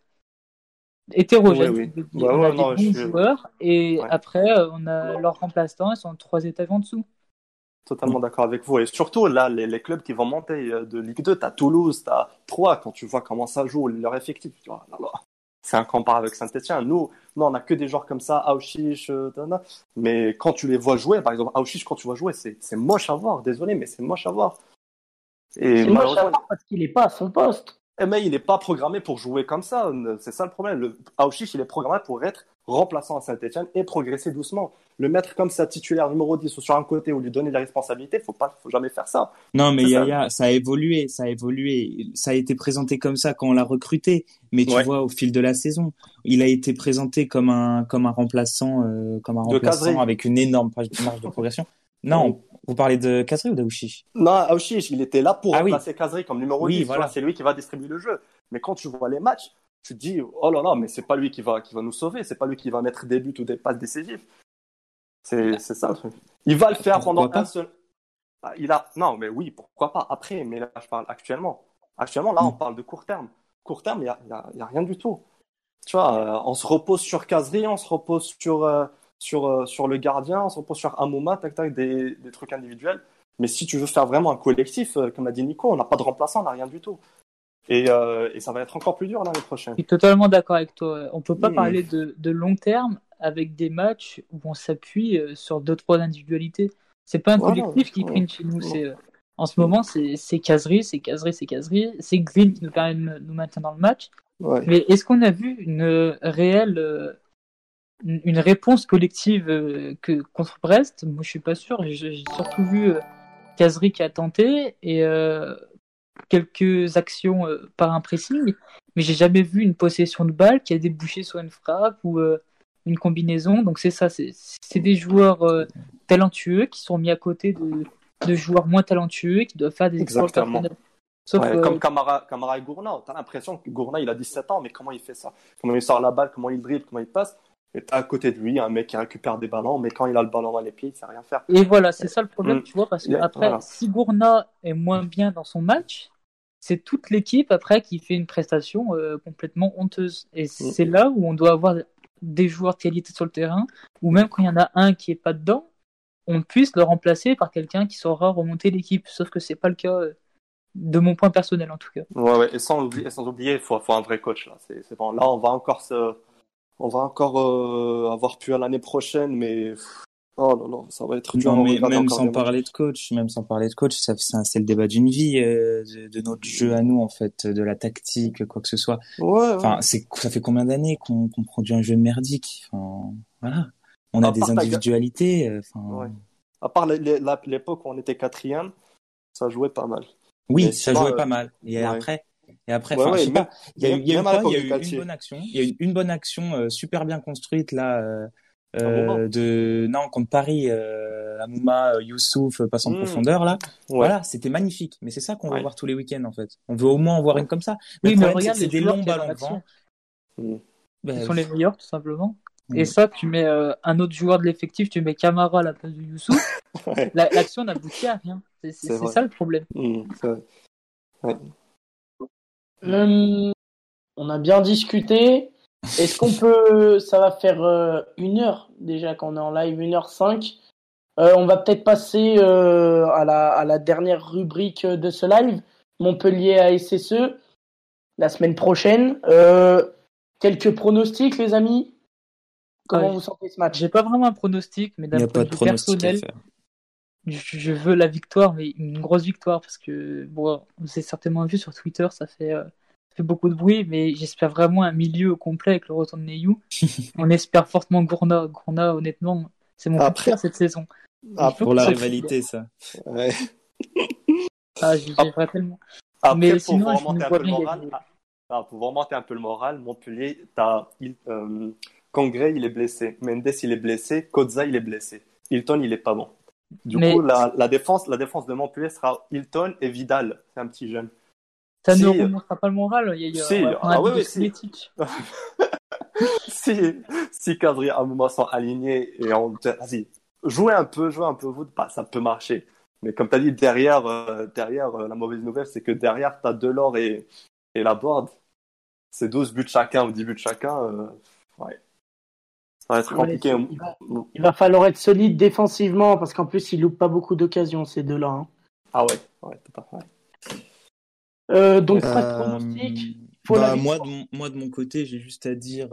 hétérogène. Oui. On a des bons joueurs et après, on a leurs remplaçants, ils sont 3 étages en dessous. Totalement d'accord avec vous. Et surtout, là, les clubs qui vont monter de Ligue 2, t'as Toulouse, t'as 3, quand tu vois comment ça joue, leur effectif, tu vois, là. C'est incomparable avec Saint-Etienne. Nous, on n'a que des joueurs comme ça, Aouchiche, mais quand tu les vois jouer, par exemple, Aouchiche, quand tu vois jouer, c'est moche à voir. Désolé, mais c'est moche à voir. C'est moche à voir parce qu'il n'est pas à son poste. Mais il n'est pas programmé pour jouer comme ça. C'est ça le problème. Aouchiche, il est programmé pour être remplaçant à Saint-Etienne et progresser doucement. Le mettre comme ça titulaire numéro 10 ou sur un côté ou lui donner les responsabilités, faut jamais faire ça. Non, mais Yaya, ça a évolué. Ça a été présenté comme ça quand on l'a recruté. Mais tu vois, au fil de la saison, il a été présenté comme un remplaçant, avec une énorme marge de progression. Non, vous parlez de Kazri ou d'Aouchiche? Non, Aouchiche, il était là pour remplacer Kazri comme numéro 10. Voilà. C'est lui qui va distribuer le jeu. Mais quand tu vois les matchs, tu te dis, oh là là, mais c'est pas lui qui va nous sauver, c'est pas lui qui va mettre des buts ou des passes décisives. C'est ça le truc. Il va le faire pendant un seul. Non, mais oui, pourquoi pas. Après, mais là, je parle actuellement. Actuellement, là, on parle de court terme. Court terme, il y a rien du tout. Tu vois, on se repose sur Kazri, on se repose sur le gardien, on se repose sur Amouma, des trucs individuels. Mais si tu veux faire vraiment un collectif, comme l'a dit Nico, on n'a pas de remplaçant, on n'a rien du tout. Et ça va être encore plus dur l'année prochaine. Je suis totalement d'accord avec toi. On peut pas parler de long terme avec des matchs où on s'appuie sur 2-3 individualités. C'est pas un Voilà, collectif qui ouais. prime chez nous. En ce moment, c'est Kazri, c'est Green qui nous permet de nous maintenir dans le match. Ouais. Mais est-ce qu'on a vu une réelle une réponse collective que contre Brest? Moi, je suis pas sûr. J'ai surtout vu Kazri qui a tenté et quelques actions par un pressing, mais j'ai jamais vu une possession de balle qui a débouché sur une frappe ou une combinaison. Donc c'est ça, c'est des joueurs talentueux qui sont mis à côté de joueurs moins talentueux qui doivent faire des exploits Exactement. personnels. Sauf Ouais, comme Camara et Gourna. T'as l'impression que Gourna, il a 17 ans, mais comment il fait ça? Comment il sort la balle, comment il dribble, comment il passe? Et t'as à côté de lui un mec qui récupère des ballons, mais quand il a le ballon dans les pieds, il sait rien faire. Et voilà, c'est ça le problème, tu vois, parce que après, Voilà. si Gourna est moins bien dans son match, c'est toute l'équipe après qui fait une prestation complètement honteuse. Et c'est là où on doit avoir des joueurs de qualité sur le terrain, ou même quand il y en a un qui est pas dedans, on puisse le remplacer par quelqu'un qui saura remonter l'équipe. Sauf que c'est pas le cas de mon point personnel en tout cas. Ouais. Et sans oublier, il faut un vrai coach là. C'est bon. Là, on va encore avoir pu à l'année prochaine, mais oh là là, ça va être dur. Non, mais même sans parler de coach, c'est le débat d'une vie de notre jeu à nous en fait, de la tactique, quoi que ce soit. Ouais. Enfin, ça fait combien d'années qu'on produit un jeu merdique. Enfin, voilà. On a des individualités. Ouais. À part l'époque où on était 4e, ça jouait pas mal. Oui, ça jouait pas mal. Et après, je sais pas. Il y a eu une bonne action. Il y a eu une bonne action super bien construite là. Contre Paris, Amouma, Youssouf passe en profondeur là. Ouais. Voilà, c'était magnifique. Mais c'est ça qu'on veut voir tous les week-ends en fait. On veut au moins en voir une comme ça. Mais le problème, regarde, c'est des longs ballons devant. Ils sont les meilleurs tout simplement. Et ça, tu mets un autre joueur de l'effectif, tu mets Camara à la place de Youssouf. L'action n'aboutit à rien. C'est ça le problème. C'est vrai. Ouais. On a bien discuté. Est-ce qu'on peut... Ça va faire 1 heure déjà qu'on est en live, 1h05. On va peut-être passer à la dernière rubrique de ce live, Montpellier à SSE, la semaine prochaine. Quelques pronostics, les amis? Comment vous sentez ce match? J'ai pas vraiment un pronostic, mais d'un point de vue personnel, je veux la victoire, mais une grosse victoire, parce que, bon, vous avez certainement vu sur Twitter, ça fait beaucoup de bruit, mais j'espère vraiment un milieu au complet avec le retour de Neyou. On espère fortement Gourna. Gourna, honnêtement, c'est mon coup de cœur cette saison. Pour la rivalité, ça. Ouais. J'aimerais tellement. Après, mais pour sinon, vous remonter un peu le moral, Montpellier, Congré, il est blessé. Mendes, il est blessé. Koza, il est blessé. Hilton, il est pas bon. Du coup, la défense de Montpellier sera Hilton et Vidal. C'est un petit jeune. Ça ne remontera pas le moral. Si Kadri et Amouma sont alignés et vas-y, jouez un peu vous, ça peut marcher. Mais comme tu as dit, derrière, la mauvaise nouvelle, c'est que derrière, tu as Delors et Laborde. C'est 12 buts chacun ou 10 buts chacun. Ouais. Ça va être compliqué. Il va falloir être solide défensivement parce qu'en plus, ils loupent pas beaucoup d'occasions, ces deux-là. Hein. Ah ouais, tout à fait. Donc, pas de pronostic. Moi, de mon côté, j'ai juste à dire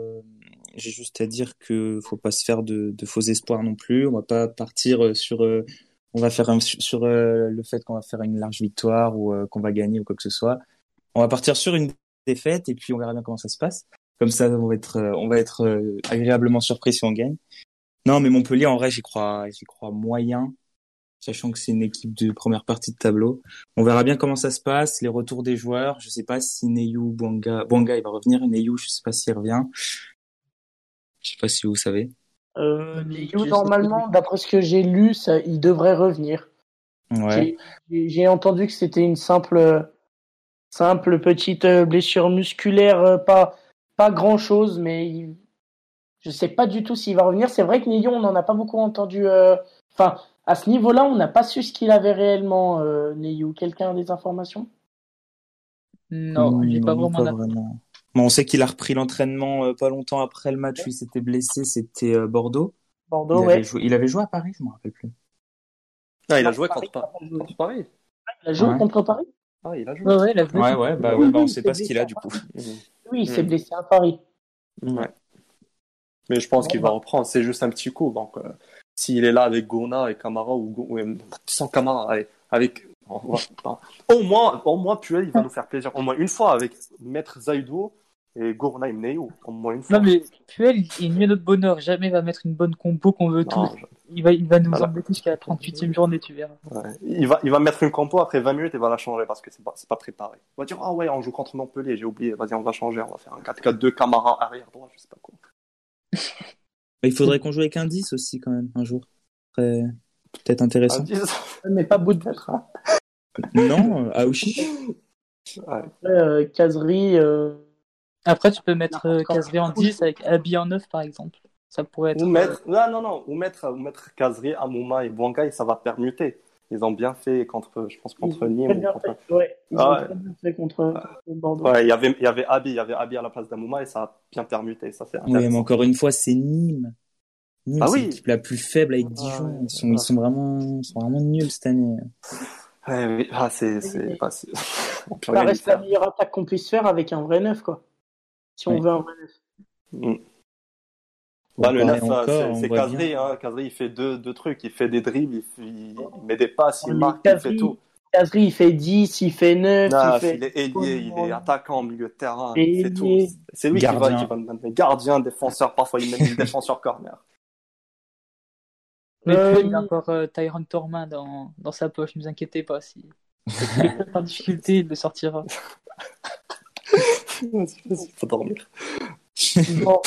que faut pas se faire de faux espoirs non plus. On va pas partir sur le fait qu'on va faire une large victoire ou qu'on va gagner ou quoi que ce soit. On va partir sur une défaite et puis on verra bien comment ça se passe. Comme ça, on va être agréablement surpris si on gagne. Non, mais Montpellier, en vrai, j'y crois moyen, sachant que c'est une équipe de première partie de tableau. On verra bien comment ça se passe, les retours des joueurs. Je sais pas si Neyou, Bouanga, il va revenir. Neyou, je sais pas s'il revient. Je sais pas si vous savez. Neyou, normalement, d'après ce que j'ai lu, il devrait revenir. Ouais. J'ai entendu que c'était une simple petite blessure musculaire, pas grand chose, mais je sais pas du tout s'il va revenir. C'est vrai que Neyou, on n'en a pas beaucoup entendu. À ce niveau-là, on n'a pas su ce qu'il avait réellement, Neyou. Quelqu'un a des informations? Non, j'ai pas vraiment. Bon, on sait qu'il a repris l'entraînement pas longtemps après le match où il s'était blessé. C'était Bordeaux. Il avait joué à Paris, je me rappelle plus. Non, il a joué contre Paris. Il a joué contre Paris? Ah, il a joué. On sait pas ce qu'il a du coup. Oui, il s'est blessé à Paris. Ouais. Mais je pense qu'il va reprendre. C'est juste un petit coup. Donc, s'il est là avec Gourna et Camara sans Camara, allez, avec au moins Puel il va nous faire plaisir au moins une fois avec Maître Zaïdo et Gourna Imneo au moins une fois. Non, mais Puel, il nuit notre bonheur. Jamais il va mettre une bonne compo qu'on veut tous. Non, Il va nous voilà. embêter jusqu'à la 38e journée, tu verras. Ouais. Il va mettre une compo après 20 minutes et va la changer parce que c'est pas préparé. Il va dire ah ouais on joue contre Montpellier, j'ai oublié, vas-y on va changer, on va faire un 4-4-2 Camara arrière droit, je sais pas quoi. Il faudrait qu'on joue avec un 10 aussi quand même un jour. Très peut-être intéressant. Mais pas bout de battre. Hein. Non, Aouchi. Ouais. Casery. Après, tu peux mettre Casery en 10 avec Abi en 9, par exemple. Ça pourrait être. Ou mettre Kazri, Amouma et Bouanga et ça va permuter. Ils ont bien fait contre Nîmes. Ils ont très bien fait contre Bordeaux. Ouais, il y avait Abi à la place d'Amouma et ça a bien permuté. Ça, c'est Oui, mais encore une fois, c'est Nîmes. Nîmes, c'est l'équipe la plus faible avec Dijon. Ils sont vraiment nuls cette année. Ouais, oui. Ça reste la meilleure attaque qu'on puisse faire avec un vrai neuf, quoi. Si on veut un vrai neuf. Le neuf, c'est Kazri. Kazri, il fait deux trucs. Il fait des dribbles, il met des passes, il marque, il fait tout. Kazri, il fait 10, il fait 9. Il est ailier, il est attaquant au milieu de terrain, il fait tout. C'est lui qui va mettre gardien, défenseur, parfois il met le défenseur corner. Mais il a encore Tyrone Torma dans sa poche, ne vous inquiétez pas. Si il est en difficulté, il le sortira. Vas-y, faut dormir. Bon.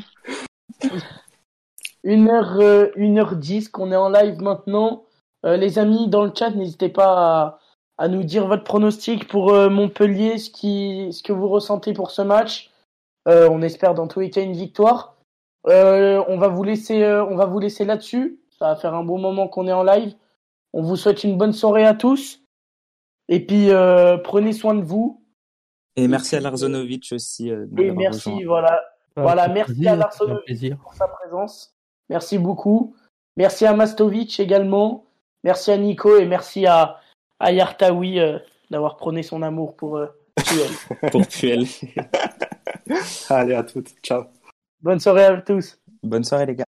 1h10 qu'on est en live maintenant. Les amis, dans le chat, n'hésitez pas à nous dire votre pronostic pour Montpellier, ce que vous ressentez pour ce match. On espère dans tous les cas une victoire. On va vous laisser là-dessus. Ça va faire un bon moment qu'on est en live. On vous souhaite une bonne soirée à tous. Et puis, prenez soin de vous. Et merci à Larzonovic aussi. Et merci, rejoint. Voilà, merci à Larzonovic pour sa présence. Merci beaucoup. Merci à Mastovic également. Merci à Nico et merci à Yartaoui d'avoir prôné son amour pour Puel. Pour Puel. Allez, à toutes. Ciao. Bonne soirée à tous. Bonne soirée, les gars.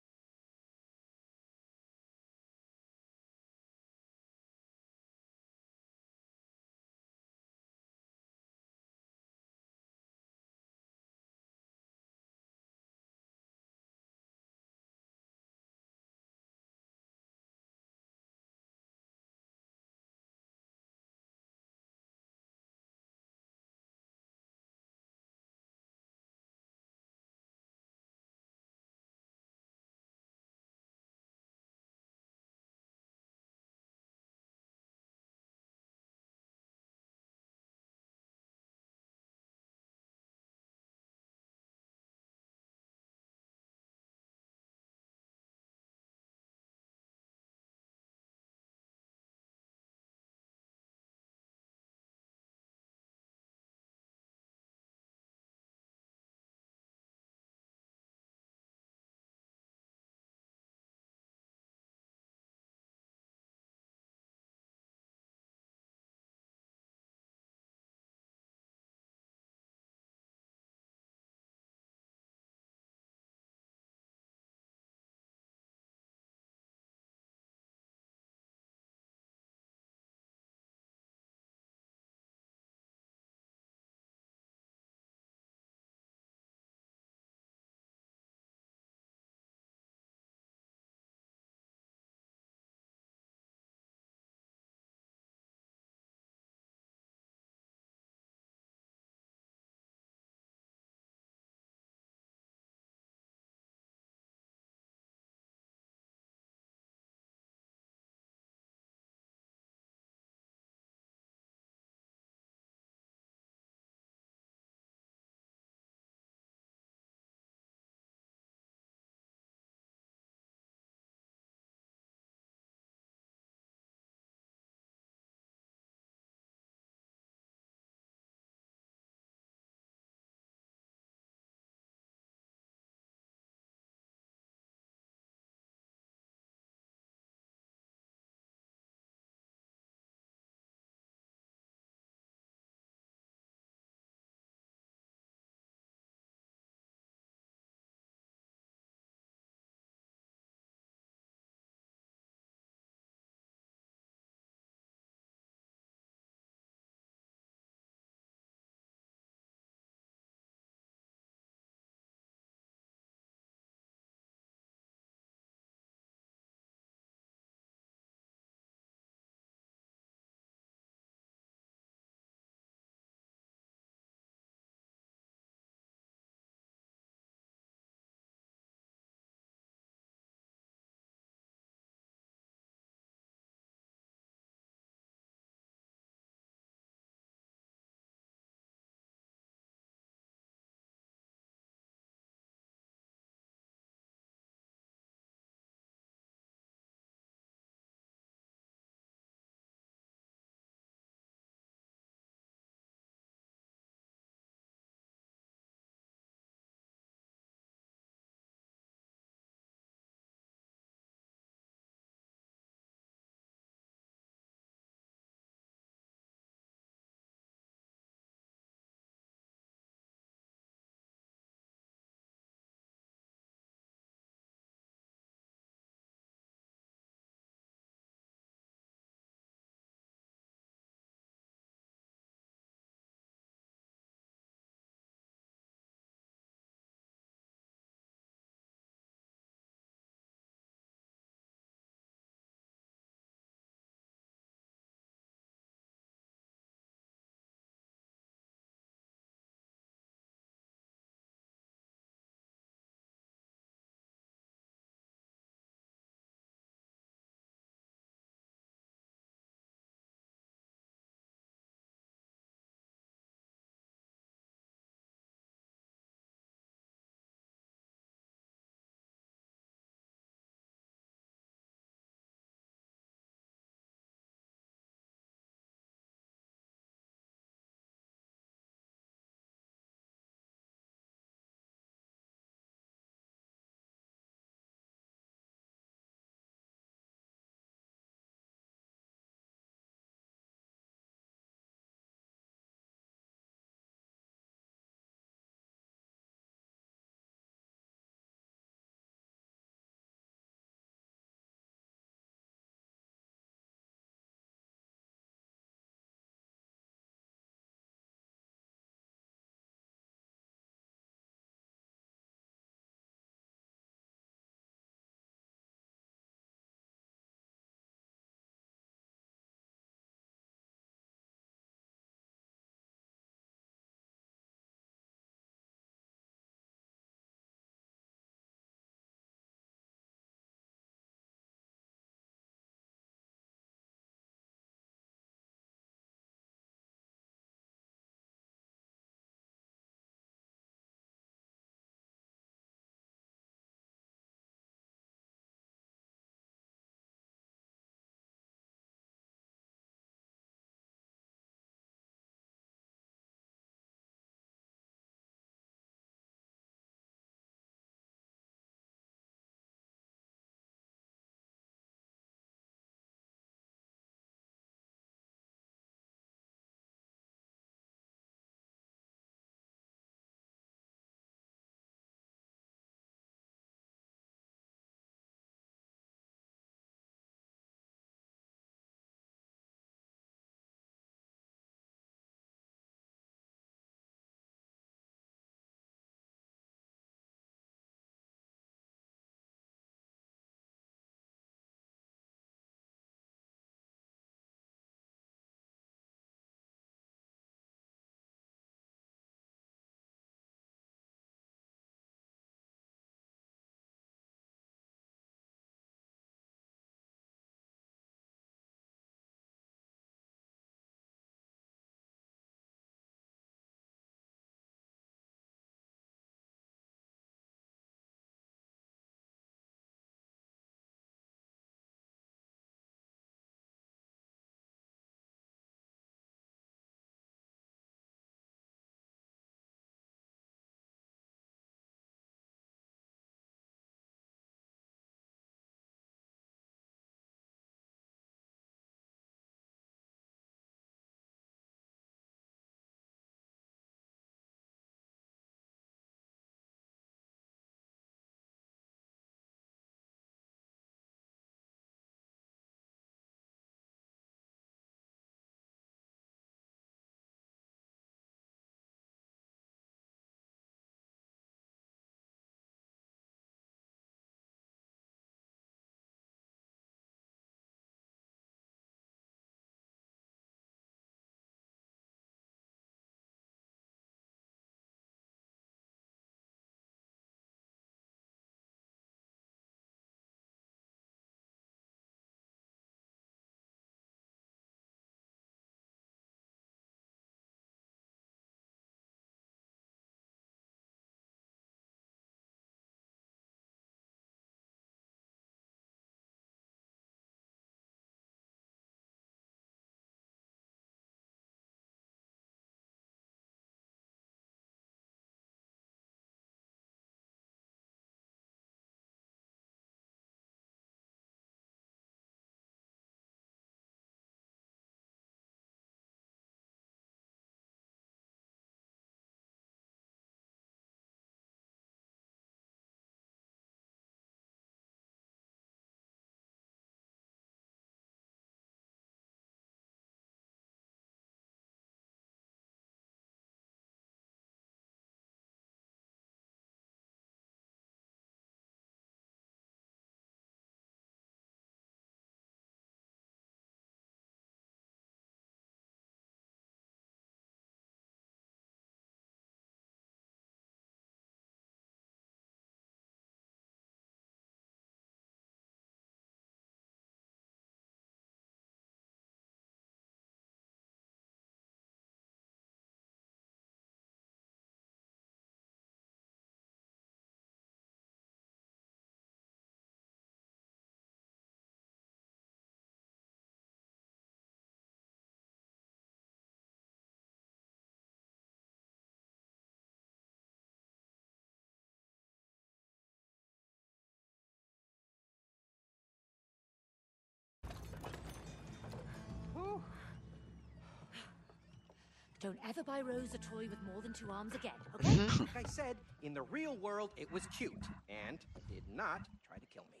Don't ever buy Rose a toy with more than 2 arms again, okay? Like I said, in the real world, it was cute and did not try to kill me.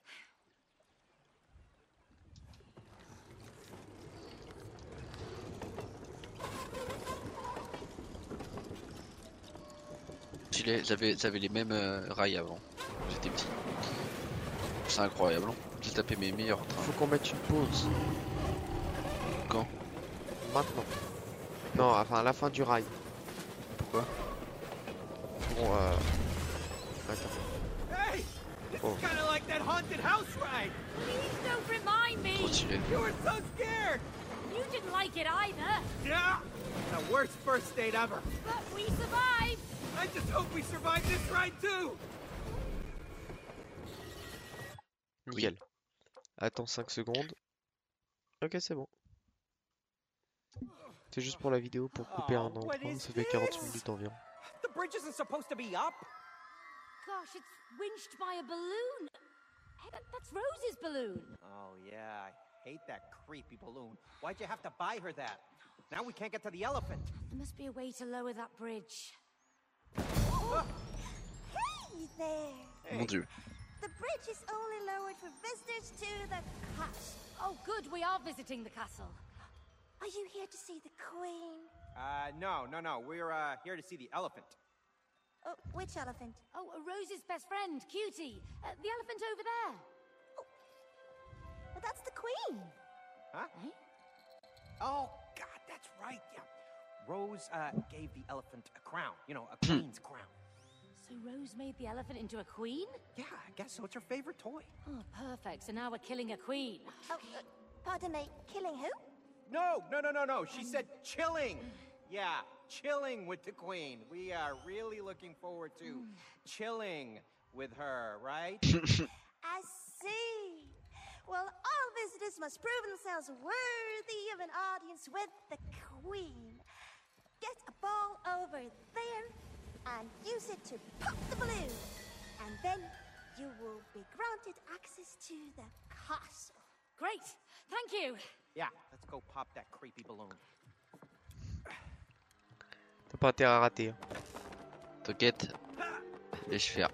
J'avais les mêmes rails avant. J'étais petit. C'est incroyable. Hein. J'ai tapé mes meilleurs trains. Faut qu'on mette une pause. Quand? Maintenant. Non, enfin à la fin du rail. Pourquoi? Bon, attends. Hey! This is kind of like that haunted house ride! Please don't remind me! Trop stylé. You were so scared! You didn't like it either! Yeah! The worst first date ever! But we survived! I just hope we survive this ride too! Nickel. Attends 5 secondes. Ok, c'est bon. C'est juste pour la vidéo, pour couper un endroit. Ça fait 40 minutes environ. The bridge isn't supposed to be up! Gosh, it's winched by a balloon! Hey, that's Rose's balloon! Oh yeah, I hate that creepy balloon. Why'd you have to buy her that? Now we can't get to the elephant. There must be a way to lower that bridge. Hey there! Mon Dieu. The bridge is only lowered for visitors to the castle. Oh, good, we are visiting the castle. Are you here to see the Queen? No. We're here to see the elephant. Oh, which elephant? Oh, Rose's best friend, Cutie. The elephant over there. Well, that's the Queen. Huh? Eh? Oh, God, that's right, yeah. Rose gave the elephant a crown. You know, a queen's crown. So Rose made the elephant into a queen? Yeah, I guess so. It's her favorite toy. Oh, perfect. So now we're killing a queen. Oh, pardon me, killing who? No. She said chilling. Yeah, chilling with the queen. We are really looking forward to chilling with her, right? I see. Well, all visitors must prove themselves worthy of an audience with the Queen. Get a ball over there and use it to pop the balloon. And then you will be granted access to the castle. Great. Thank you. Yeah, let's go pop that creepy balloon. T'as pas intérêt à rater. Hein. T'inquiète. Laisse faire.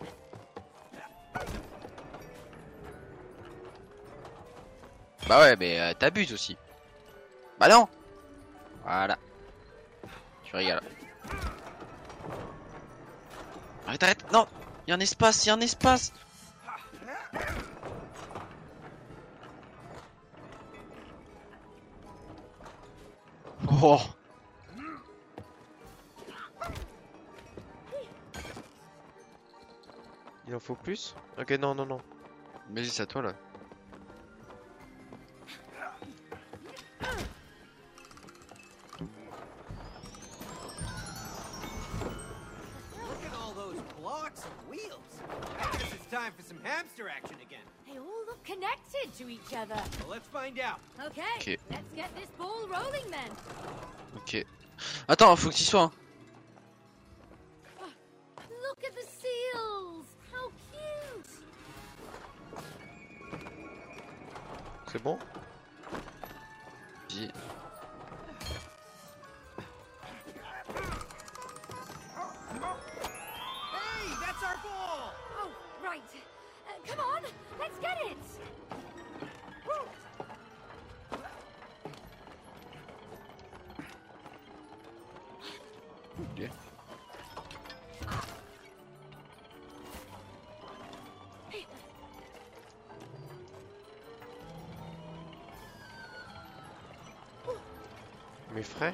Bah ouais, mais t'abuses aussi. Bah non. Voilà. Tu régales. Arrête. Non. Il y a un espace. Oh. Il en faut plus? Ok, non. Vas-y, c'est à toi là. Look at all those blocks and wheels. I guess it's time for some hamster action again. They all look connected to each other. Well, let's find out. Okay, let's get this ball rolling then. Ok. Attends, faut que tu y sois. Hein. Look at the seals. How cute. C'est bon? Vas-y. Hey, that's our ball. Oh, right. Come on, let's get it. Ok. Mes frères?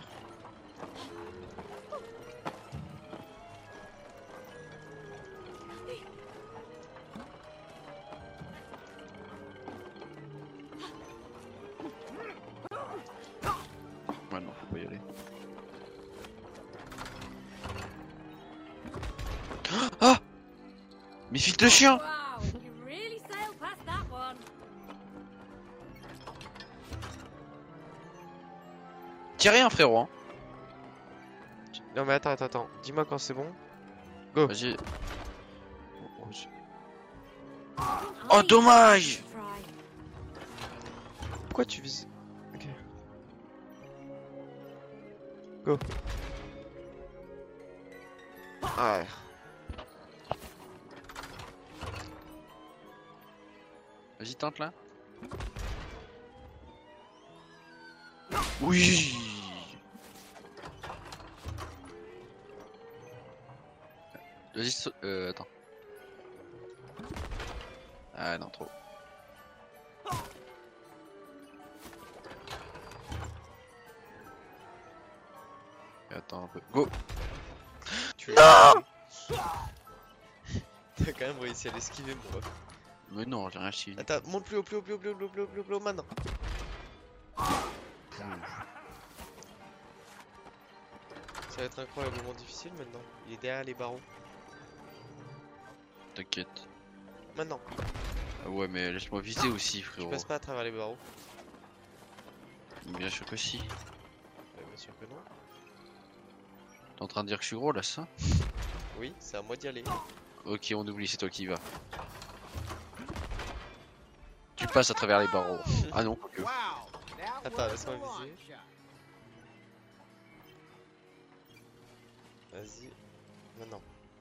Ouais, non, faut pas y aller. Ah! Mes fils de chien! Wow, you really sailed past that one. Tiens rien, frérot. Hein. Non mais attends. Dis-moi quand c'est bon. Go. Vas-y. Oh, dommage! Pourquoi tu vises? Ok. Go. Ah. Vas-y, tente là. Oui. Vas-y, attends. Ah non, trop. Attends un peu. Go. Tu non. T'as quand même réussi à l'esquiver, mon pote. Mais non, j'ai rien chié. Attends, monte plus haut, plus haut, plus haut, plus haut, plus haut, plus haut, plus haut, maintenant. Ça va être incroyablement difficile maintenant. Il est derrière les barreaux. T'inquiète. Maintenant. Ah ouais, mais laisse-moi viser aussi, Tu frérot. passes pas à travers les barreaux. Bien sûr que si. Bien sûr que non. T'es en train de dire que je suis gros là, ça? Oui, c'est à moi d'y aller. Ok, on oublie, c'est toi qui y vas. Tu passes à travers les barreaux. Ah non, quoique. Attends, laisse-moi viser. Vas-y. Maintenant.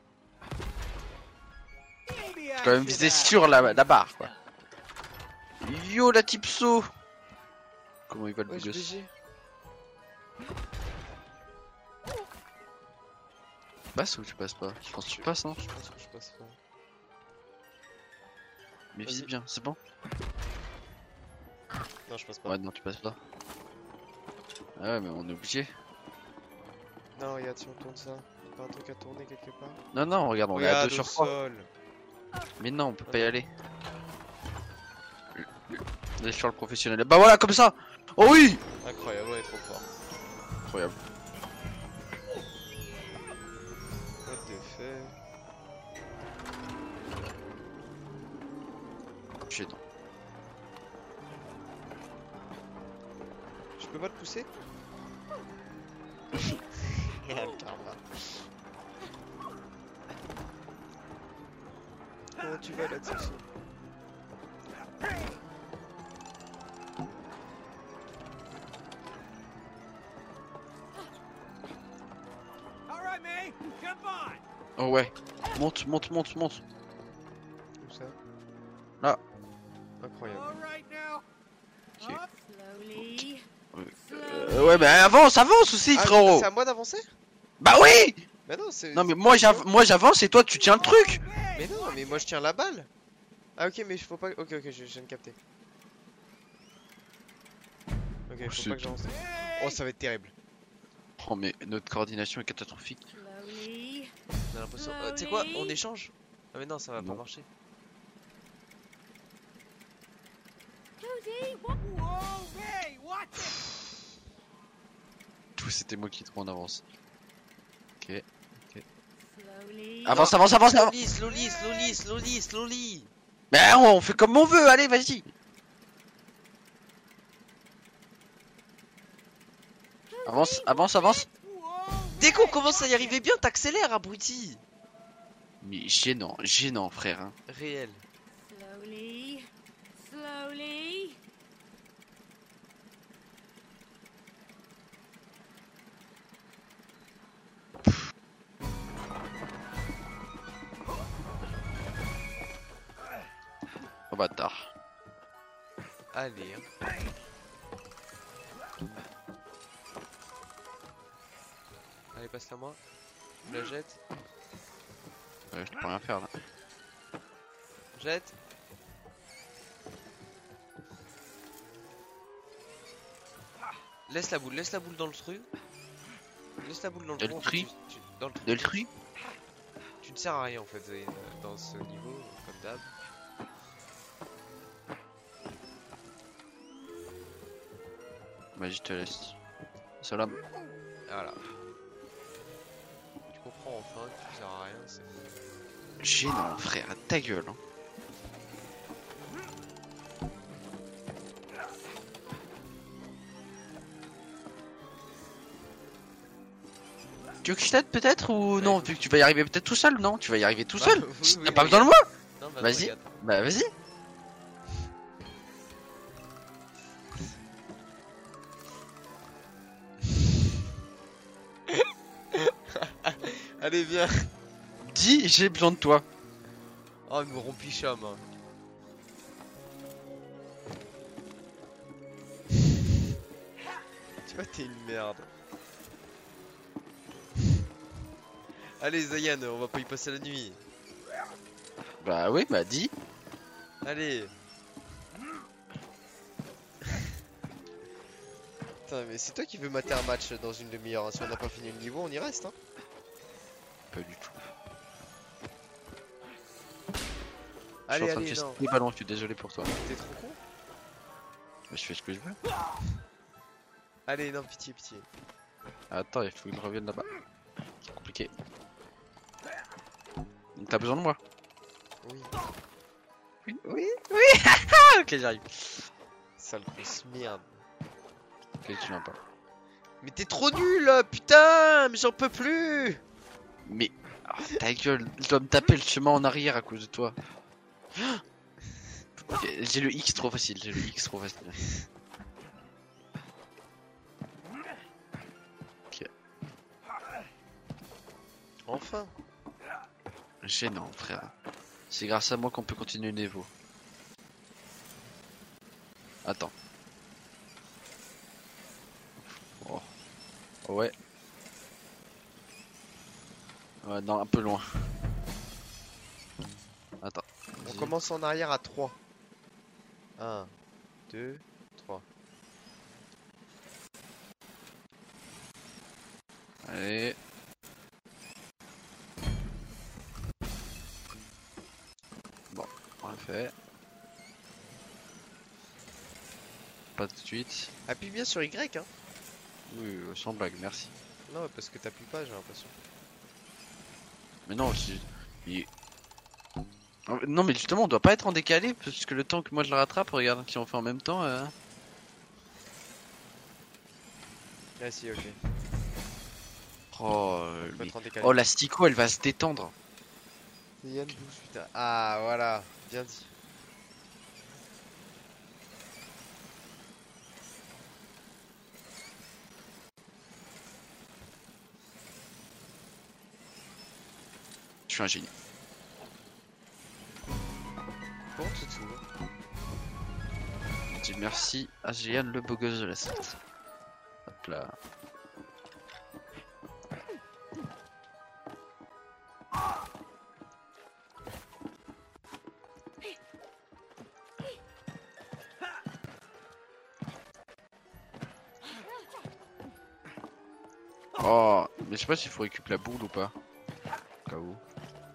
Quand même viser sur la barre, quoi. Yo, la tipso. Comment il va le Ouais, gosse? BG. Tu passes ou tu passes pas? Je pense que tu passes, non? Je pense que je passe pas. Mais vise bien, c'est bon? Non, je passe pas. Ouais, non, tu passes pas. Ah ouais, mais on est obligé. Non, regarde, si on tourne ça. Pas un truc à tourner quelque part. Non, non, regarde, on est à Regarde 2 au sur 3. sol. Mais non, on peut pas y aller. Laisse sur le professionnel. Bah voilà, comme ça! Oh oui! Incroyable, on est trop fort. Incroyable. What the fuck? Gênant. Je peux pas le pousser? Le karma. Comment tu vas là-dessus? Oh ouais. Monte, monte, monte, monte. Où ça? Là. Incroyable. Ok. Slowly. Ouais, mais avance, avance aussi, Ah, frérot! c'est à moi d'avancer? Bah oui! Mais non, c'est. Non, mais moi j'avance et toi tu tiens le truc! Mais non, mais moi je tiens la balle! Ah, ok, mais il faut pas. Ok, ok, je viens de capter. Ok, faut C'est pas que j'avance. Oh, ça va être terrible. Oh, mais notre coordination est catastrophique. Slowly. On a l'impression. Tu sais quoi? On échange? Ah, mais non, ça va Non. pas marcher. Cody, what? Tout c'était moi qui est trop en avance. Ok. Slowly. Avance, avance, avance, avance! Slowly, slowly, slowly, slowly, slowly! Mais on fait comme on veut, allez, vas-y! Avance, avance, avance! Dès qu'on commence à y arriver bien, t'accélères, abruti! Mais gênant, gênant, frère. Hein. Réel. Slowly. Slowly. Oh bâtard. Allez. Hein. Allez, passe-la moi. Je la jette. Je peux rien faire là. Jette. Laisse la boule dans le truc. Laisse la boule dans le Dans le trou. tri. Dans le trou. Deltruy? Tu ne sers à rien en fait dans ce niveau, comme d'hab. Vas-y, je te laisse. Salam. Voilà. Tu comprends enfin que tu sers à rien, c'est. Gênant, frère, ta gueule. Hein. Tu veux que je t'aide peut-être ou non? Vu que tu vas y arriver peut-être tout seul, non? Tu vas y arriver tout seul? oui, T'as pas besoin de moi? Non, bah, Vas-y. regarde. Bah vas-y. Allez, viens. Dis, j'ai besoin de toi. Oh, ils me rompicham. Hein. Tu vois, t'es une merde. Allez, Zayan, on va pas y passer la nuit. Bah oui, bah dis. Allez. Putain, mais c'est toi qui veux mater un match dans une demi-heure. Hein. Si on n'a pas fini le niveau, on y reste. Hein. Pas du tout. Allez, je suis en train de allez, tester non. les ballons, je suis désolé pour toi. T'es trop con. Mais je fais ce que je veux. Allez, non, pitié, pitié. Attends, il faut que je revienne là-bas. C'est compliqué. T'as besoin de moi? Oui. Oui, oui, oui. Ok, j'arrive. Sale grosse merde. Ok, tu viens pas. Mais t'es trop nul, putain, mais j'en peux plus. Mais oh, ta gueule, je dois me taper le chemin en arrière à cause de toi. Ok, j'ai le X trop facile, j'ai le X trop facile. Ok. Enfin. Gênant, frère. C'est grâce à moi qu'on peut continuer le niveau. Attends. Oh. Ouais. Ouais, non, un peu loin. Attends. On commence en arrière à 3. 1, 2, 3. Allez. Bon, on l'a fait. Pas tout de suite. Appuie bien sur Y, hein. Oui, sans blague, merci. Non, parce que t'appuies pas, j'ai l'impression. Mais non, non, mais justement, on doit pas être en décalé, parce que le temps que moi je le rattrape, regarde, si on fait en même temps. Ah si, ok. Oh, Faut mais... être en décalé. oh, la stico, elle va se détendre. Yann bouge, putain. Ah, voilà, bien dit. Je suis un génie. Bon, c'est tout. Je dis merci à Géan, le beau gosse de la secte. Hop là. Oh, mais je sais pas s'il faut récupérer la boule ou pas. Au cas où.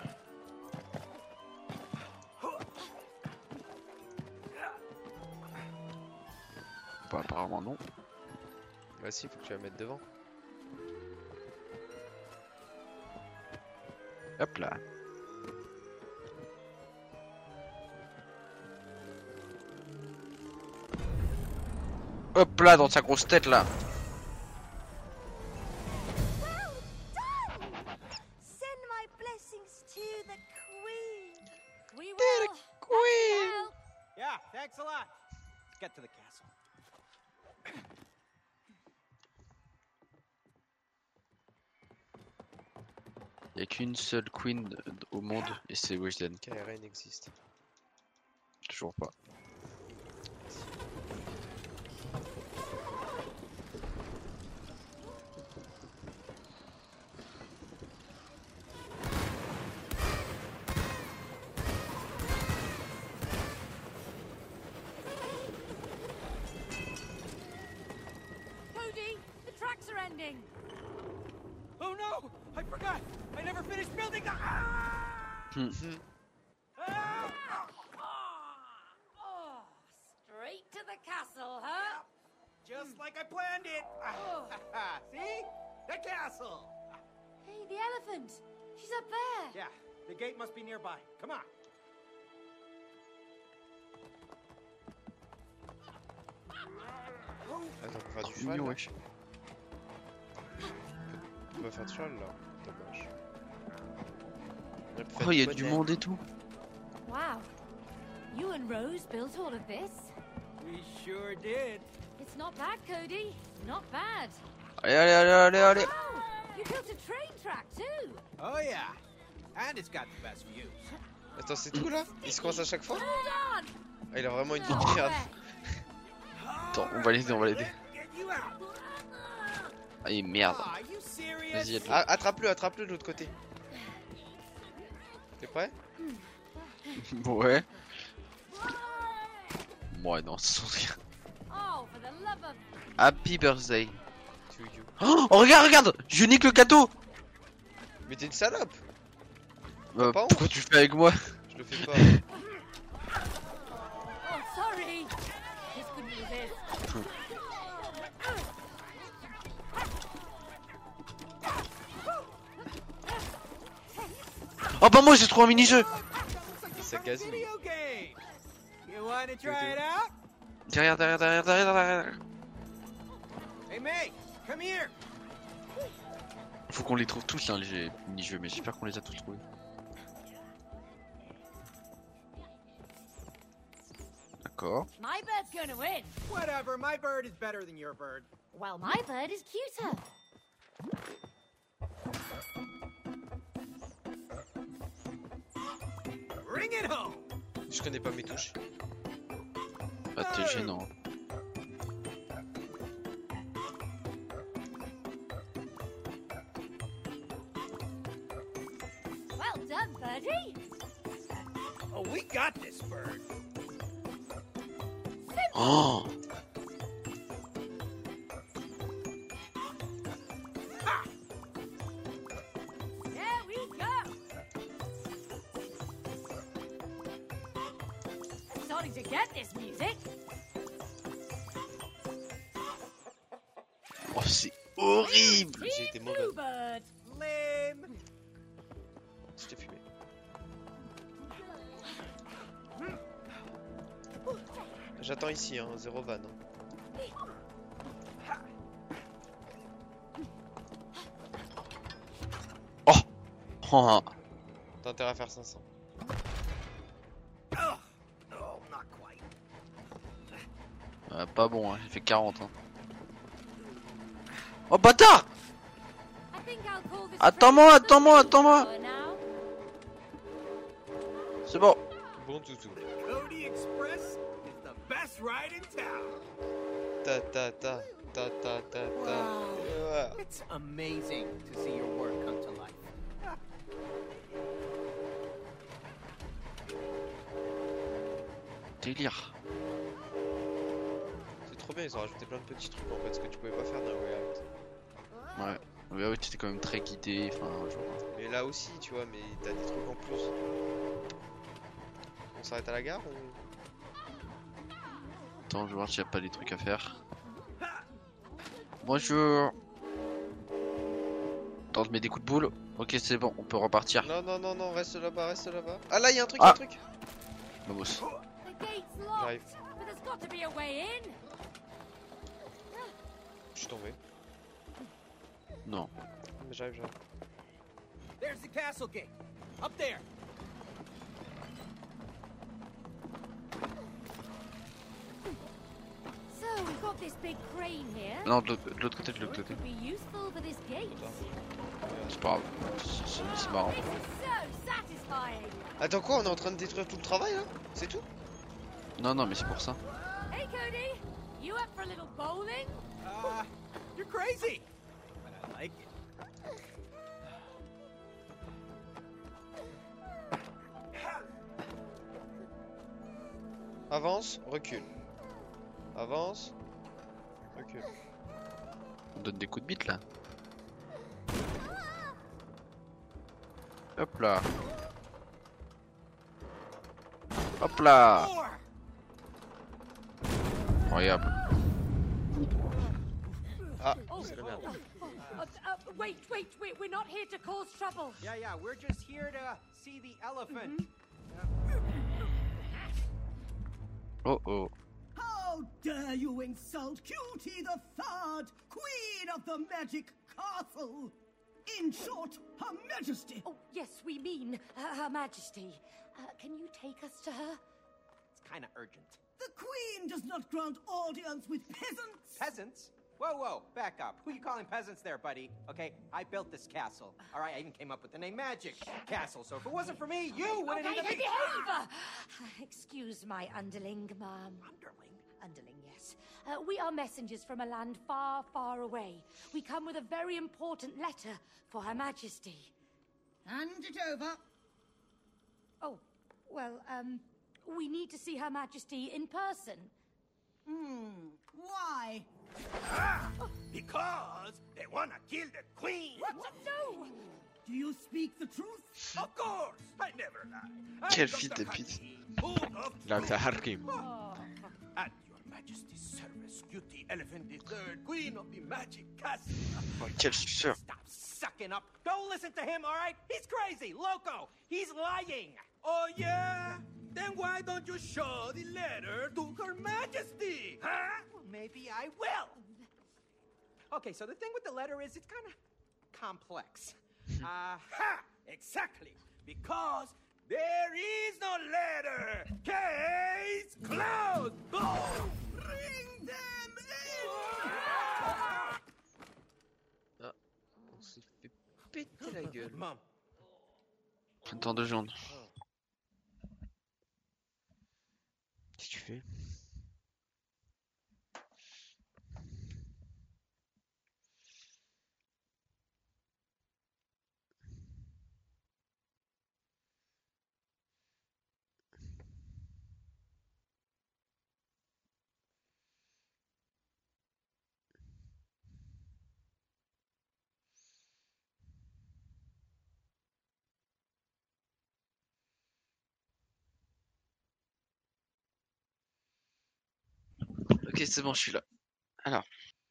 Bah, apparemment non. Bah si, faut que tu la mettes devant. Hop là. Hop là, dans sa grosse tête là. Send my blessings to the Queen. We will. Queen. Yeah, thanks a lot. Let's get to the castle. Il n'y a qu'une seule queen au monde et c'est Wisden. KRN existe. Toujours pas. Cody, the tracks are ending. Oh no! I forgot! I never finished building the. Oh, straight to the castle, huh? Just like I planned it! See? The castle! Hey, the elephant. She's up there. Yeah, the gate must be nearby. Come on. Attends, on va faire du cheval Mignon, là. wesh. On va faire du cheval là. Dommage. Oh, il y a du monde et tout. Wow. You and Rose built all of this? We sure did. It's not bad, Cody. Not bad. Allez, allez, allez, allez, allez. Oh, You built a train track too. Oh yeah, and it's got the best views. Attends, c'est tout là? Il se coince à chaque fois? Hold on. Ah, il a vraiment une vie de merde. Attends, on va l'aider, on va l'aider. Ah, merde. Aw, are you serious? Vas-y, aide-le. Ah, attrape-le de l'autre côté. T'es prêt? Ouais. Ouais, non, c'est son rien. Oh, for the love of... Happy birthday. To you. Oh, regarde! Je nique le gâteau! Mais t'es une salope! Pas honte. Pourquoi tu le fais avec moi? Je le fais pas. Oh, sorry. This couldn't resist. Oh bah moi j'ai trouvé un mini-jeu! Ça gazine. Video game. You wanna try it out? Derrière. Hey mate, come here. Faut qu'on les trouve tous là, les mini-jeux, mais j'espère qu'on les a tous trouvés. D'accord. My bird's gonna win. Whatever, my bird is better than your bird. Well, my bird is cuter. Bring it home. Je connais pas mes touches. Ah, t'es gênant. Well done, birdie. Oh, we got this bird. Oh! There we go. I'm starting to get this music. Oh, c'est horrible! J'ai été mauvais. Bird. Lame. Je t'ai fumé. J'attends ici, hein, 0 van. Oh! T'as intérêt à faire 500. Oh, no, not quite. Pas bon, hein, j'ai fait 40. Hein. Oh bâtard! I think I'll call this Attends-moi! train now. C'est bon. Bon toutou. Cody Express is the best ride in town. Ta. Wow. Ouais. It's amazing to see your work come to life. Délire. C'est trop bien, ils ont rajouté plein de petits trucs en fait, ce que tu pouvais pas faire dans Way Out. Ouais, ouais, tu étais quand même très guidé. Enfin, Mais là aussi, tu vois, mais t'as des trucs en plus. On s'arrête à la gare ou... Attends, je vais voir s'il n'y a pas des trucs à faire. Bonjour. Attends, je mets des coups de boule. Ok, c'est bon, on peut repartir. Non, reste là-bas. Ah là, il y a un truc, Vamos. The gate's locked, J'arrive. but there's got to be a way in. Je suis tombé. Non. Mais j'arrive. There's the castle gate. Up there. So we've got this big crane here. Non, de l'autre côté, It could be useful for this gate. C'est pas grave. C'est marrant. This is so satisfying. Attends quoi, on est en train de détruire tout le travail là? C'est tout? Non, mais c'est pour ça. Hey Cody, you up for a little bowling? You're crazy. But I like it. Avance, recule. Avance, recule. On donne des coups de bite là. Hop là. Hop là. Incroyable. Ah, c'est la merde. Wait, we're not here to cause trouble. Yeah, we're just here to see the elephant. Oh. How dare you insult Cutie the Third, Queen of the Magic Castle? In short, Her Majesty. Oh, yes, we mean Her Majesty. Can you take us to her? It's kind of urgent. The Queen does not grant audience with peasants. Peasants? Whoa, back up. Who you calling peasants there, buddy? Okay, I built this castle. All right, I even came up with the name Magic Castle. So if it wasn't for me, you wouldn't even be... Excuse my underling, ma'am. Underling, yes. We are messengers from a land far, far away. We come with a very important letter for Her Majesty. Hand it over. Oh, well, we need to see Her Majesty in person. Why? Because they want to kill the queen. What? No! Do you speak the truth? Of course, I never lie. Quel fils de pute. Il a accès à Harkim. At your majesty's service, Cutie Elephant III, queen of the magic castle. Oh, quel suceur. Stop sucking up. Don't listen to him, all right? He's crazy, loco. He's lying. Oh, yeah? Then why don't you show the letter to Her Majesty? Huh? Well, maybe I will. Okay, so the thing with the letter is it's kind of complex. Exactly. Because there is no letter. Case closed. Boom. Bring them in. Ah, on s'est fait péter la gueule. Mom. Printemps de jaune. Qu'est-ce que tu fais? Ok, c'est bon, je suis là. Alors.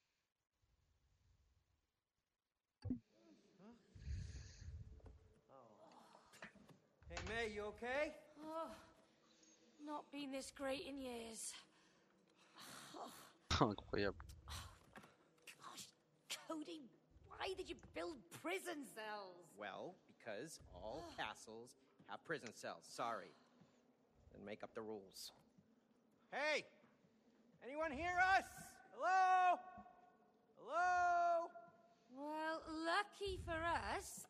Hey, May, you okay? Oh, not been this great in years. Incroyable. Gosh, Cody, why did you build prison cells? Well, because all castles have prison cells. Sorry. Then make up the rules. Hey! Anyone hear us? Hello? Hello? Well, lucky for us.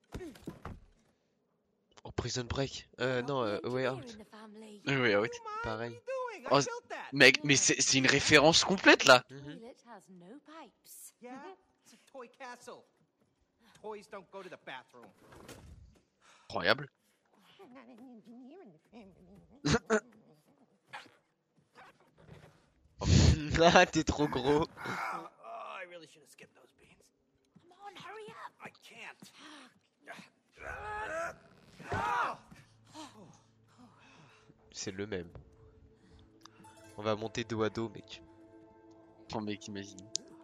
Oh, Prison Break. Non, Way Out. Oui, oui, pareil. Oh, mec, mais c'est une référence complète là. Toilet has no pipes. Yeah? It's a toy castle. Toys don't go to the bathroom. Incroyable. Ah, t'es trop gros. Oh, I really should have skipped those beans. Come on, hurry up. I can't. C'est le même. On va monter dos à dos, mec. Oh mec, imagine.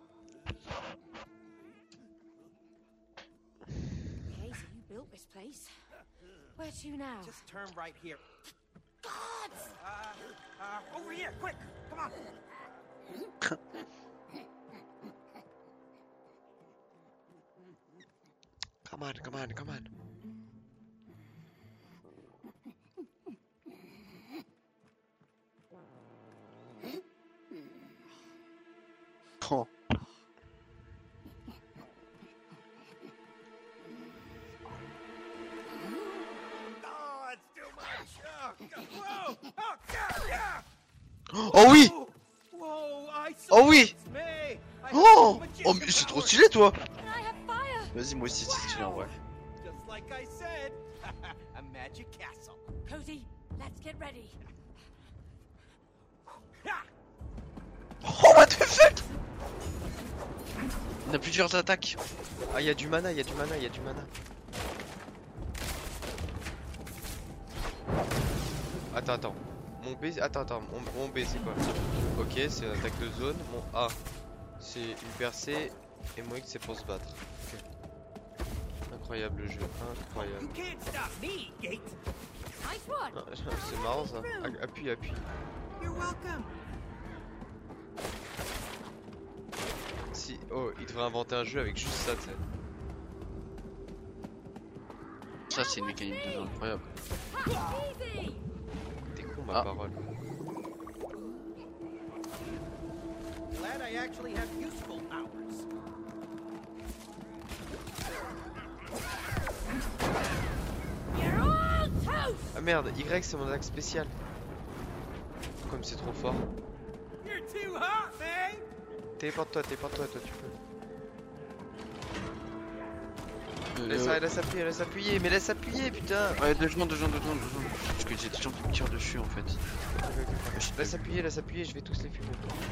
Okay, so you built this place. Where to now? Just turn right here. Guards! Over here, quick! Come on! Come on, come on, come on. Oh. Oh, it's too much! Whoa! Oh, yeah! Oh oui! Whoa, I Oh oui! Oh! Oh mais c'est trop stylé toi! Vas-y, moi aussi c'est stylé en vrai. Just like I said, a magic castle. Cody, let's get ready. Oh what the fuck! On a plusieurs attaques. Ah, y'a du mana, y'a du mana, y'a du mana. Attends. Mon B, attends, mon B c'est quoi? Ok, c'est une attaque de zone. Mon A, c'est une percée. Et mon X, c'est pour se battre. Okay. Incroyable le jeu, incroyable. Ah, c'est marrant ça. Appuie. Si, oh, il devrait inventer un jeu avec juste ça, tu sais. Ça, c'est une mécanique de jeu incroyable. T'es con, ma parole. glad I actually have useful powers. You're all toast! Ah merde, Y c'est mon attaque spéciale. Comme c'est trop fort. You're too hot, man! Téléporte-toi, toi tu peux. Laisse appuyer, mais laisse appuyer, putain! Ouais, deux secondes. Parce que j'ai des gens qui me tirent dessus en fait. Laisse appuyer, je vais tous les fumer.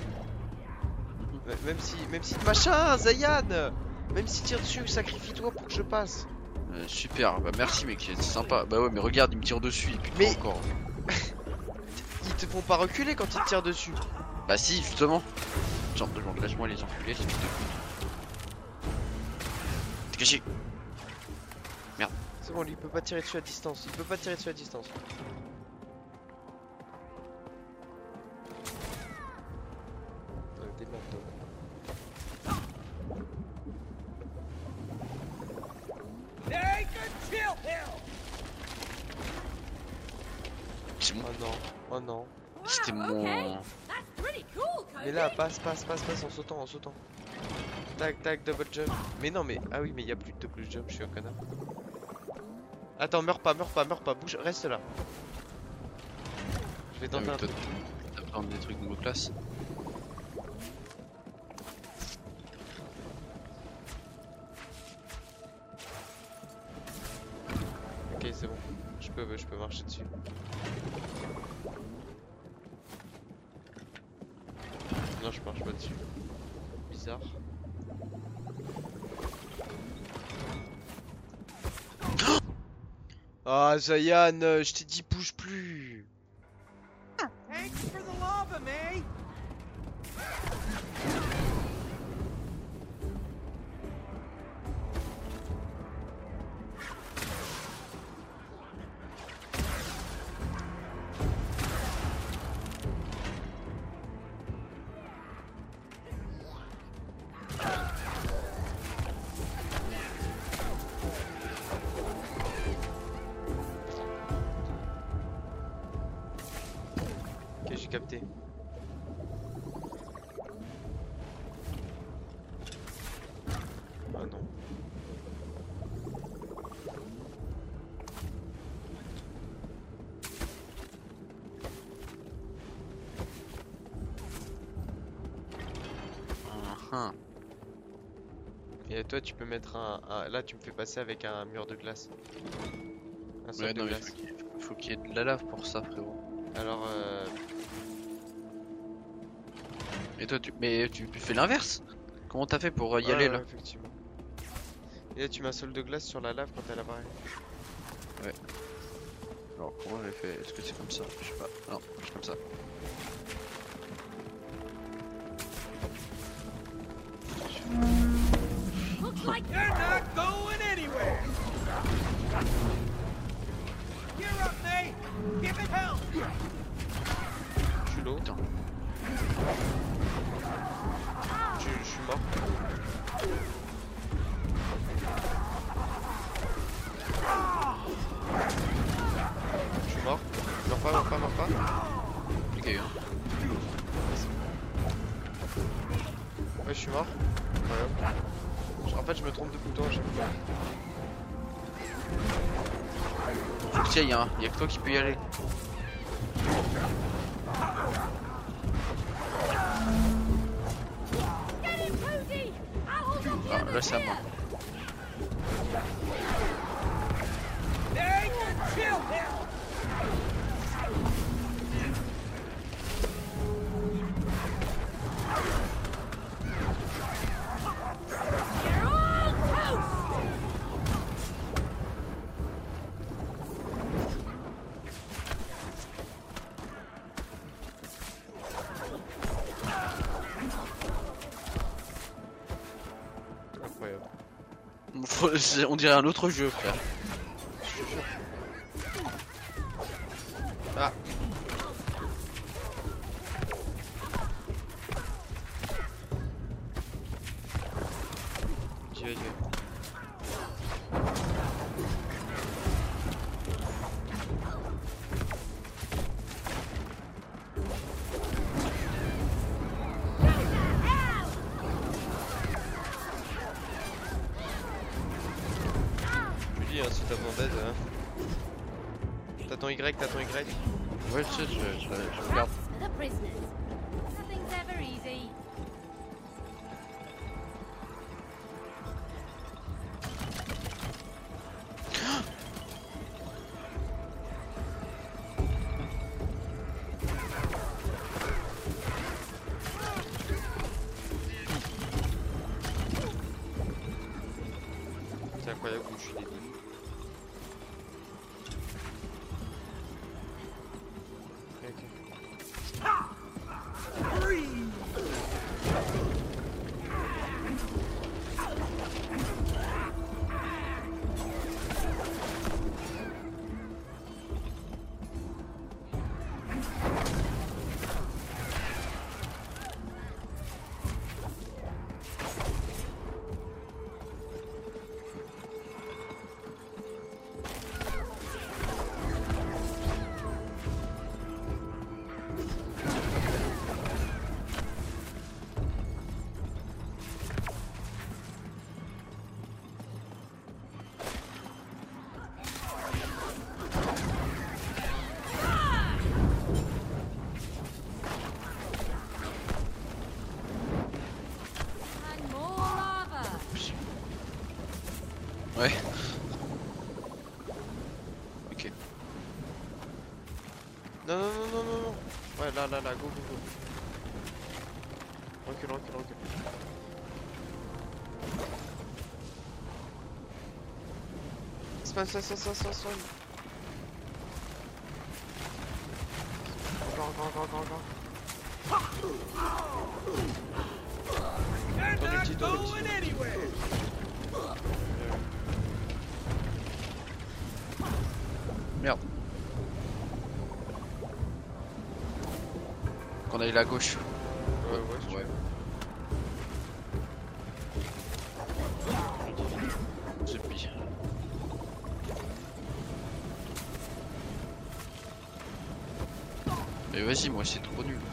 Même si machin, Zayan! Même si tire dessus, sacrifie-toi pour que je passe. Super, bah merci mec, c'est sympa. Bah ouais, mais regarde, il me tire dessus et puis Mais- encore. Ils te font pas reculer quand ils te tirent dessus. Bah si, justement. Genre, deux secondes, lâche-moi les enculés, c'est tout de suite. T'es caché. C'est bon, lui il peut pas tirer dessus à distance. Démerde-toi. Nathan, chill hell! C'est bon. Oh non. C'était Wow, mon... okay. That's pretty cool, Cody. Mais là, passe en sautant. Tac, double jump. Mais non, mais. Ah oui, mais il y a plus de double jump, je suis un connard. Attends, meurs pas, bouge, reste là. Je vais tenter un truc. T'as besoin des trucs de classe. Ok, c'est bon. Je peux marcher dessus. Non, je marche pas dessus. Bizarre. Ah, Zayan, je t'ai dit bouge plus. Thanks for the lava, May! Ok, j'ai capté. Ah non. Et toi, tu peux mettre Là, tu me fais passer avec un mur de glace. Un sol Ouais, de non, mais glace. faut qu'il y ait de la lave pour ça, frérot. Alors, Et toi, tu fais l'inverse. Comment t'as fait pour y ouais, aller ouais, là? effectivement. Et là, tu mets un sol de glace sur la lave quand elle apparaît. Ouais. Alors, comment j'ai fait? Est-ce que c'est comme ça? Je sais pas. Non, c'est comme ça. Looks like You're not going anywhere! You're up, May! Give it hell! Je suis low. Putain. Je suis mort. Je suis mort. Meurs pas. Ok, hein. Ouais, je suis mort. Incroyable. En fait, je me trompe de bouton à chaque fois. Faut que tu y ailles, hein. Y'a que toi qui peux y aller. get him, Cody. I'll hold on to Ah, you. là c'est à moi. Nathan, chill hell! You're all toast. Incroyable. On dirait un autre jeu, frère. Ah. J'y vais. Go to hein, si t'as besoin d'aide. Hein. T'as ton Y, t'as ton Y. Ouais, je sais, je regarde. For the prisoners. Nothing's ever easy. C'est incroyable où je suis dédié. And more lava. Ouais. Ok. Non, non, non, non, non, non. Ouais, là, go, go, go. Recule, recule, recule. Spawn. Encore. They're Dans les not petits dos, going anywhere. Merde. Qu'on aille à gauche. Ouais, si tu veux. C'est pire. Mais vas-y, moi c'est trop nul.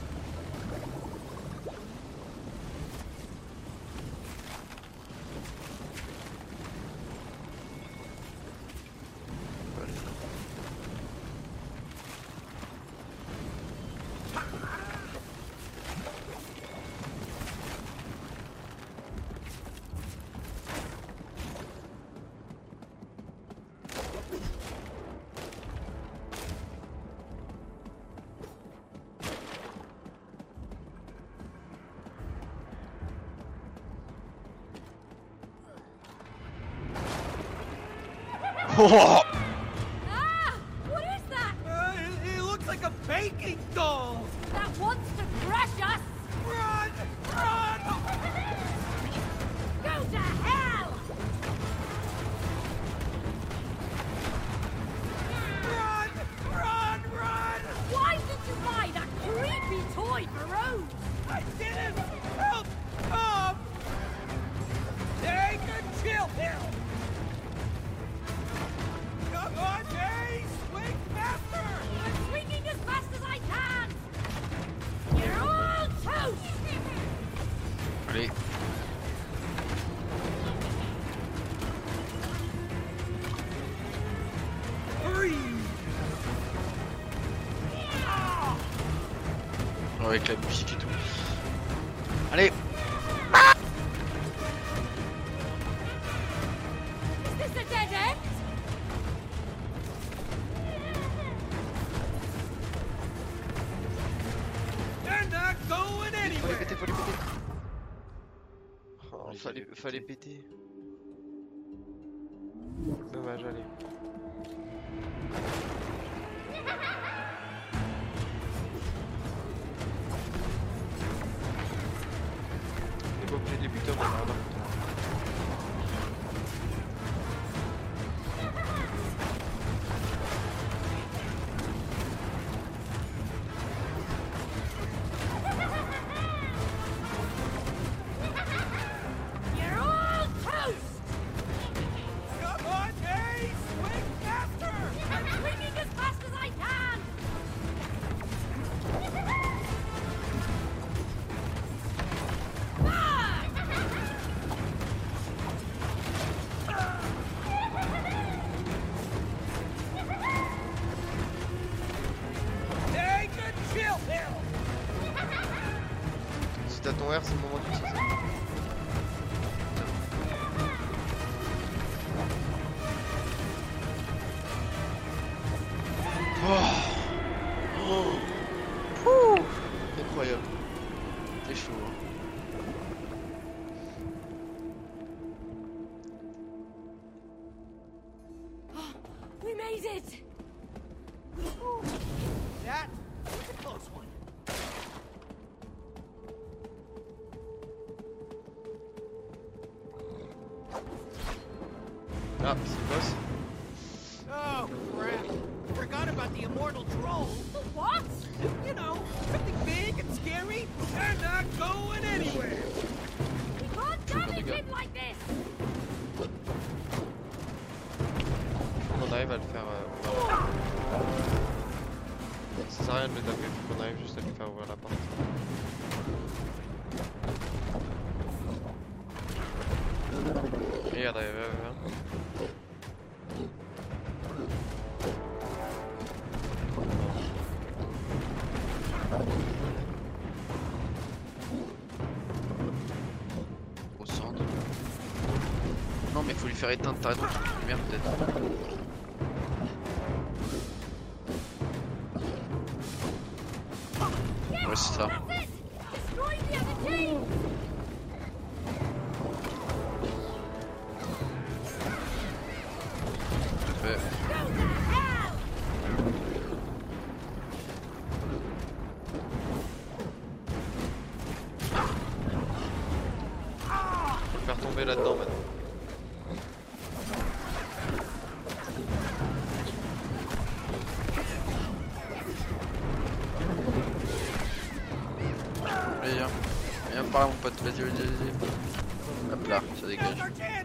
Oh! Ah! What is that? It looks like a baking doll. That wants to crush us! Run! Go to hell! Run! Why did you buy that creepy toy for Rose? I didn't! Help! Come! Take a chill pill! Come on, Jay! Swing faster! I'm swinging as fast as I can! You're all toast! Allez. Avec la musique et tout. Allez. Is this a dead end? They're not going Faut les anywhere! péter. Oh, fallait péter. Dommage, allez. On est pas obligé de les buter, on en a marre. You're all toast! Come on, Jay! Swing faster! I'm swinging as fast as I can! Ah! made it! That was a close one. Ah, c'est le boss. Oh, crap. Forgot about the immortal troll. The what? You know, something big and scary. They're not going anywhere. We can't damage him like this! Faut qu'on arrive à le faire ouvrir. Ça sert à rien de le taper, faut qu'on arrive juste à lui faire ouvrir la porte. Regarde, viens. Au centre. Non mais faut lui faire éteindre, t'as raison, toute lumière peut-être. Ouais c'est ça. Destroy the other team! Fait. Faut le faire tomber là-dedans maintenant. Allez, viens par là mon pote, vas-y. Hop là, ça dégage.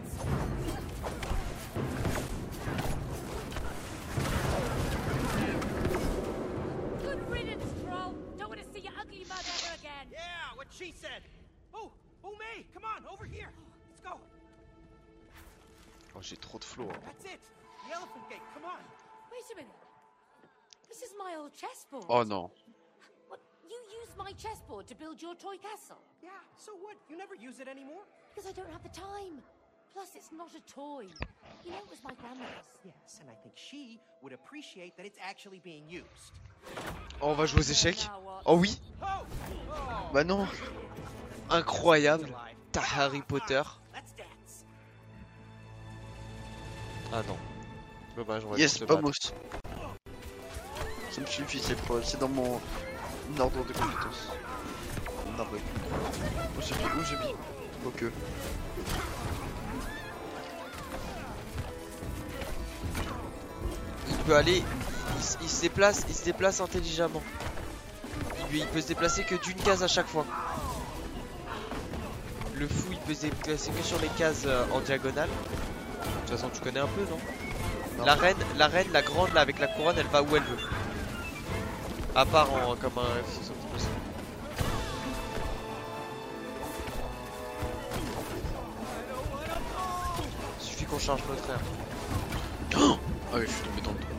Good riddance, troll! Don't want to see your ugly mug ever again! Yeah, what she said. Oh, May, come on, over here. Let's go. Oh, j'ai trop de flow. Hein. That's it. The elephant gate, come on. Wait a minute. This is my old chessboard. Oh non. What? You used my chessboard to build your toy castle? Yeah, so what? You never use it anymore? Because I don't have the time. Plus, it's not a toy. You know, it was my grandmother's. Yes, and I think she would appreciate that it's actually being used. Oh, on va jouer aux échecs. Oh oui. Bah non. Incroyable. T'as Harry Potter. Ah non. Dommage, on va Yes, se pas battre. mousse. Ça me suffit, c'est dans mon ordre de compétence. Non, ouais. Où j'ai mis Ok. Il peut aller. Il se déplace intelligemment. Il peut se déplacer que d'une case à chaque fois. Le fou, il peut se déplacer que sur les cases en diagonale. De toute façon, tu connais un peu, non? La reine, la grande là avec la couronne, elle va où elle veut. À part en comme un F6 possible. Suffit qu'on charge notre air. Oh ah oui, je suis tombé dans le trou.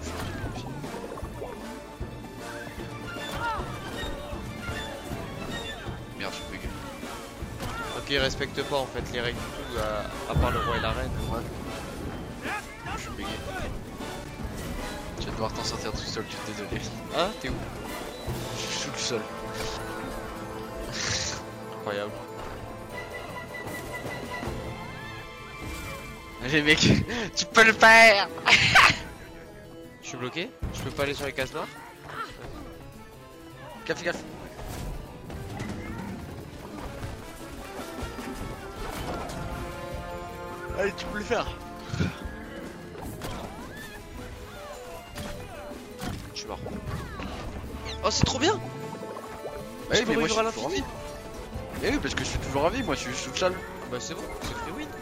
Merde, je suis bugué. Ok, ils respectent pas en fait les règles du tout, à part le roi et la reine. Ouais. Je suis bugué. Tu vas devoir t'en sortir tout seul, je suis désolé. Hein? T'es où? Je suis tout seul. Incroyable. Allez mec, tu peux le faire. Je suis bloqué? Je peux pas aller sur les cases noires? Gaffe, gaffe. Allez, tu peux le faire. Je suis mort. Oh, c'est trop bien. Ouais, mais moi je suis à toujours en vie. Mais oui, parce que je suis toujours en vie, moi je suis chal. Bah c'est bon, c'est free win.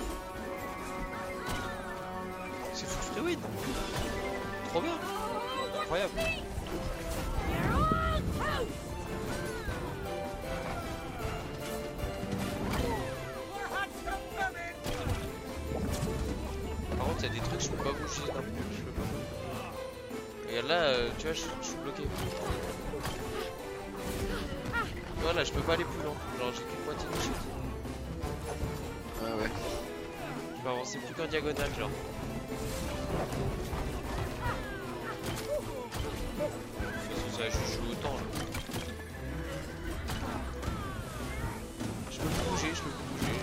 C'est full free win. Trop bien. Incroyable. Par contre, il y a des trucs, je peux pas bouger non plus. Je peux pas. Regarde là, tu vois, je suis bloqué. Voilà, je peux pas aller plus loin. Genre, j'ai qu'une moitié de chute. Ouais. Je peux avancer plus qu'en diagonale, genre. Ça joue autant là. Je peux plus bouger, je peux plus bouger.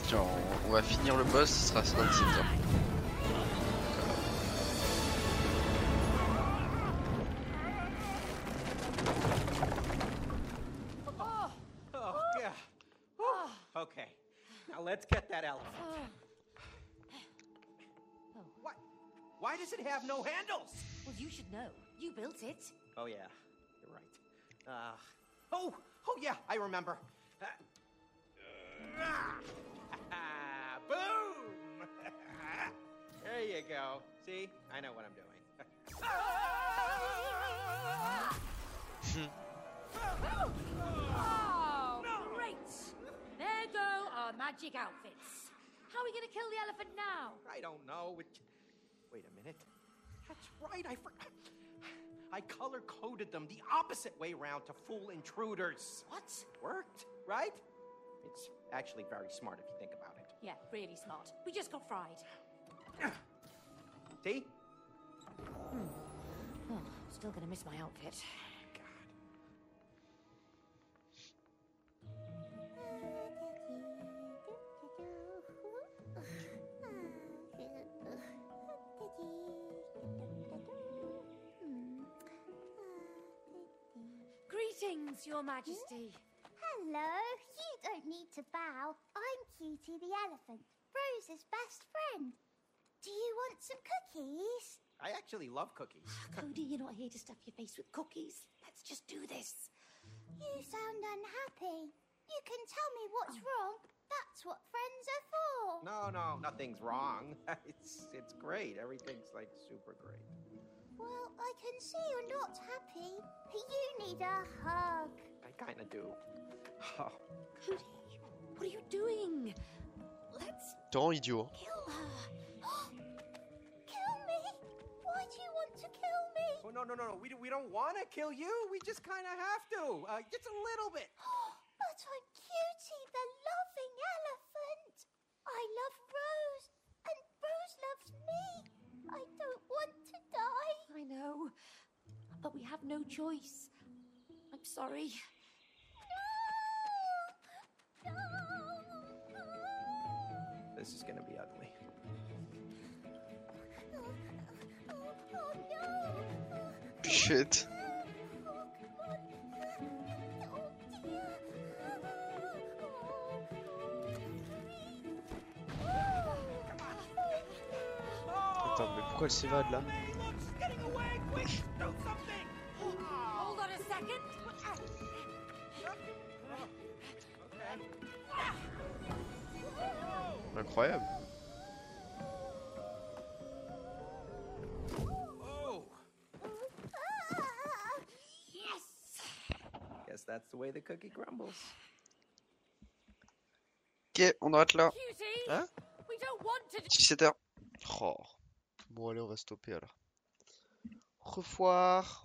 Genre, on va finir le boss, ce sera dans 7 heures. Oh, yeah. Whew. Okay. Now let's get that elephant. Why does it have no handles? Well, you should know. You built it. Oh, yeah. You're right. Oh, yeah, I remember. Boom! There you go. See? I know what I'm doing. Oh, great! There go our magic outfits. How are we going to kill the elephant now? I don't know. Wait a minute. That's right. I color-coded them the opposite way around to fool intruders. What? Worked, right? It's actually very smart if you think about it. Yeah, really smart. We just got fried. See? Oh, still going to miss my outfit. Greetings, Your Majesty. Hello, you don't need to bow. I'm Cutie the elephant, Rose's best friend. Do you want some cookies? I actually love cookies. Cody, you're not here to stuff your face with cookies. Let's just do this. You sound unhappy. You can tell me what's wrong. That's what friends are for. No, nothing's wrong. It's great. Everything's like super great. Well, I can see you're not happy. You need a hug. I kind of do. Oh. Cody, what are you doing? Let's Tant idiot. kill her. Kill me? Why do you want to kill me? Oh, no. We don't want to kill you. We just kind of have to. Just a little bit. But I'm Cutie the loving elephant. I love Rose, and Rose loves me. I don't want to die. I know, but we have no choice. I'm sorry. No! This is gonna be ugly. Oh no! Shit. Attends, mais pourquoi elle s'évade là? Hold on a second. Incroyable. Oh! Yes! Guess that's the way the cookie crumbles. Ok, on arrête là. Cutie, Hein? we don't want to. 17h. Oh. Bon, allez, on va stopper alors. Au revoir.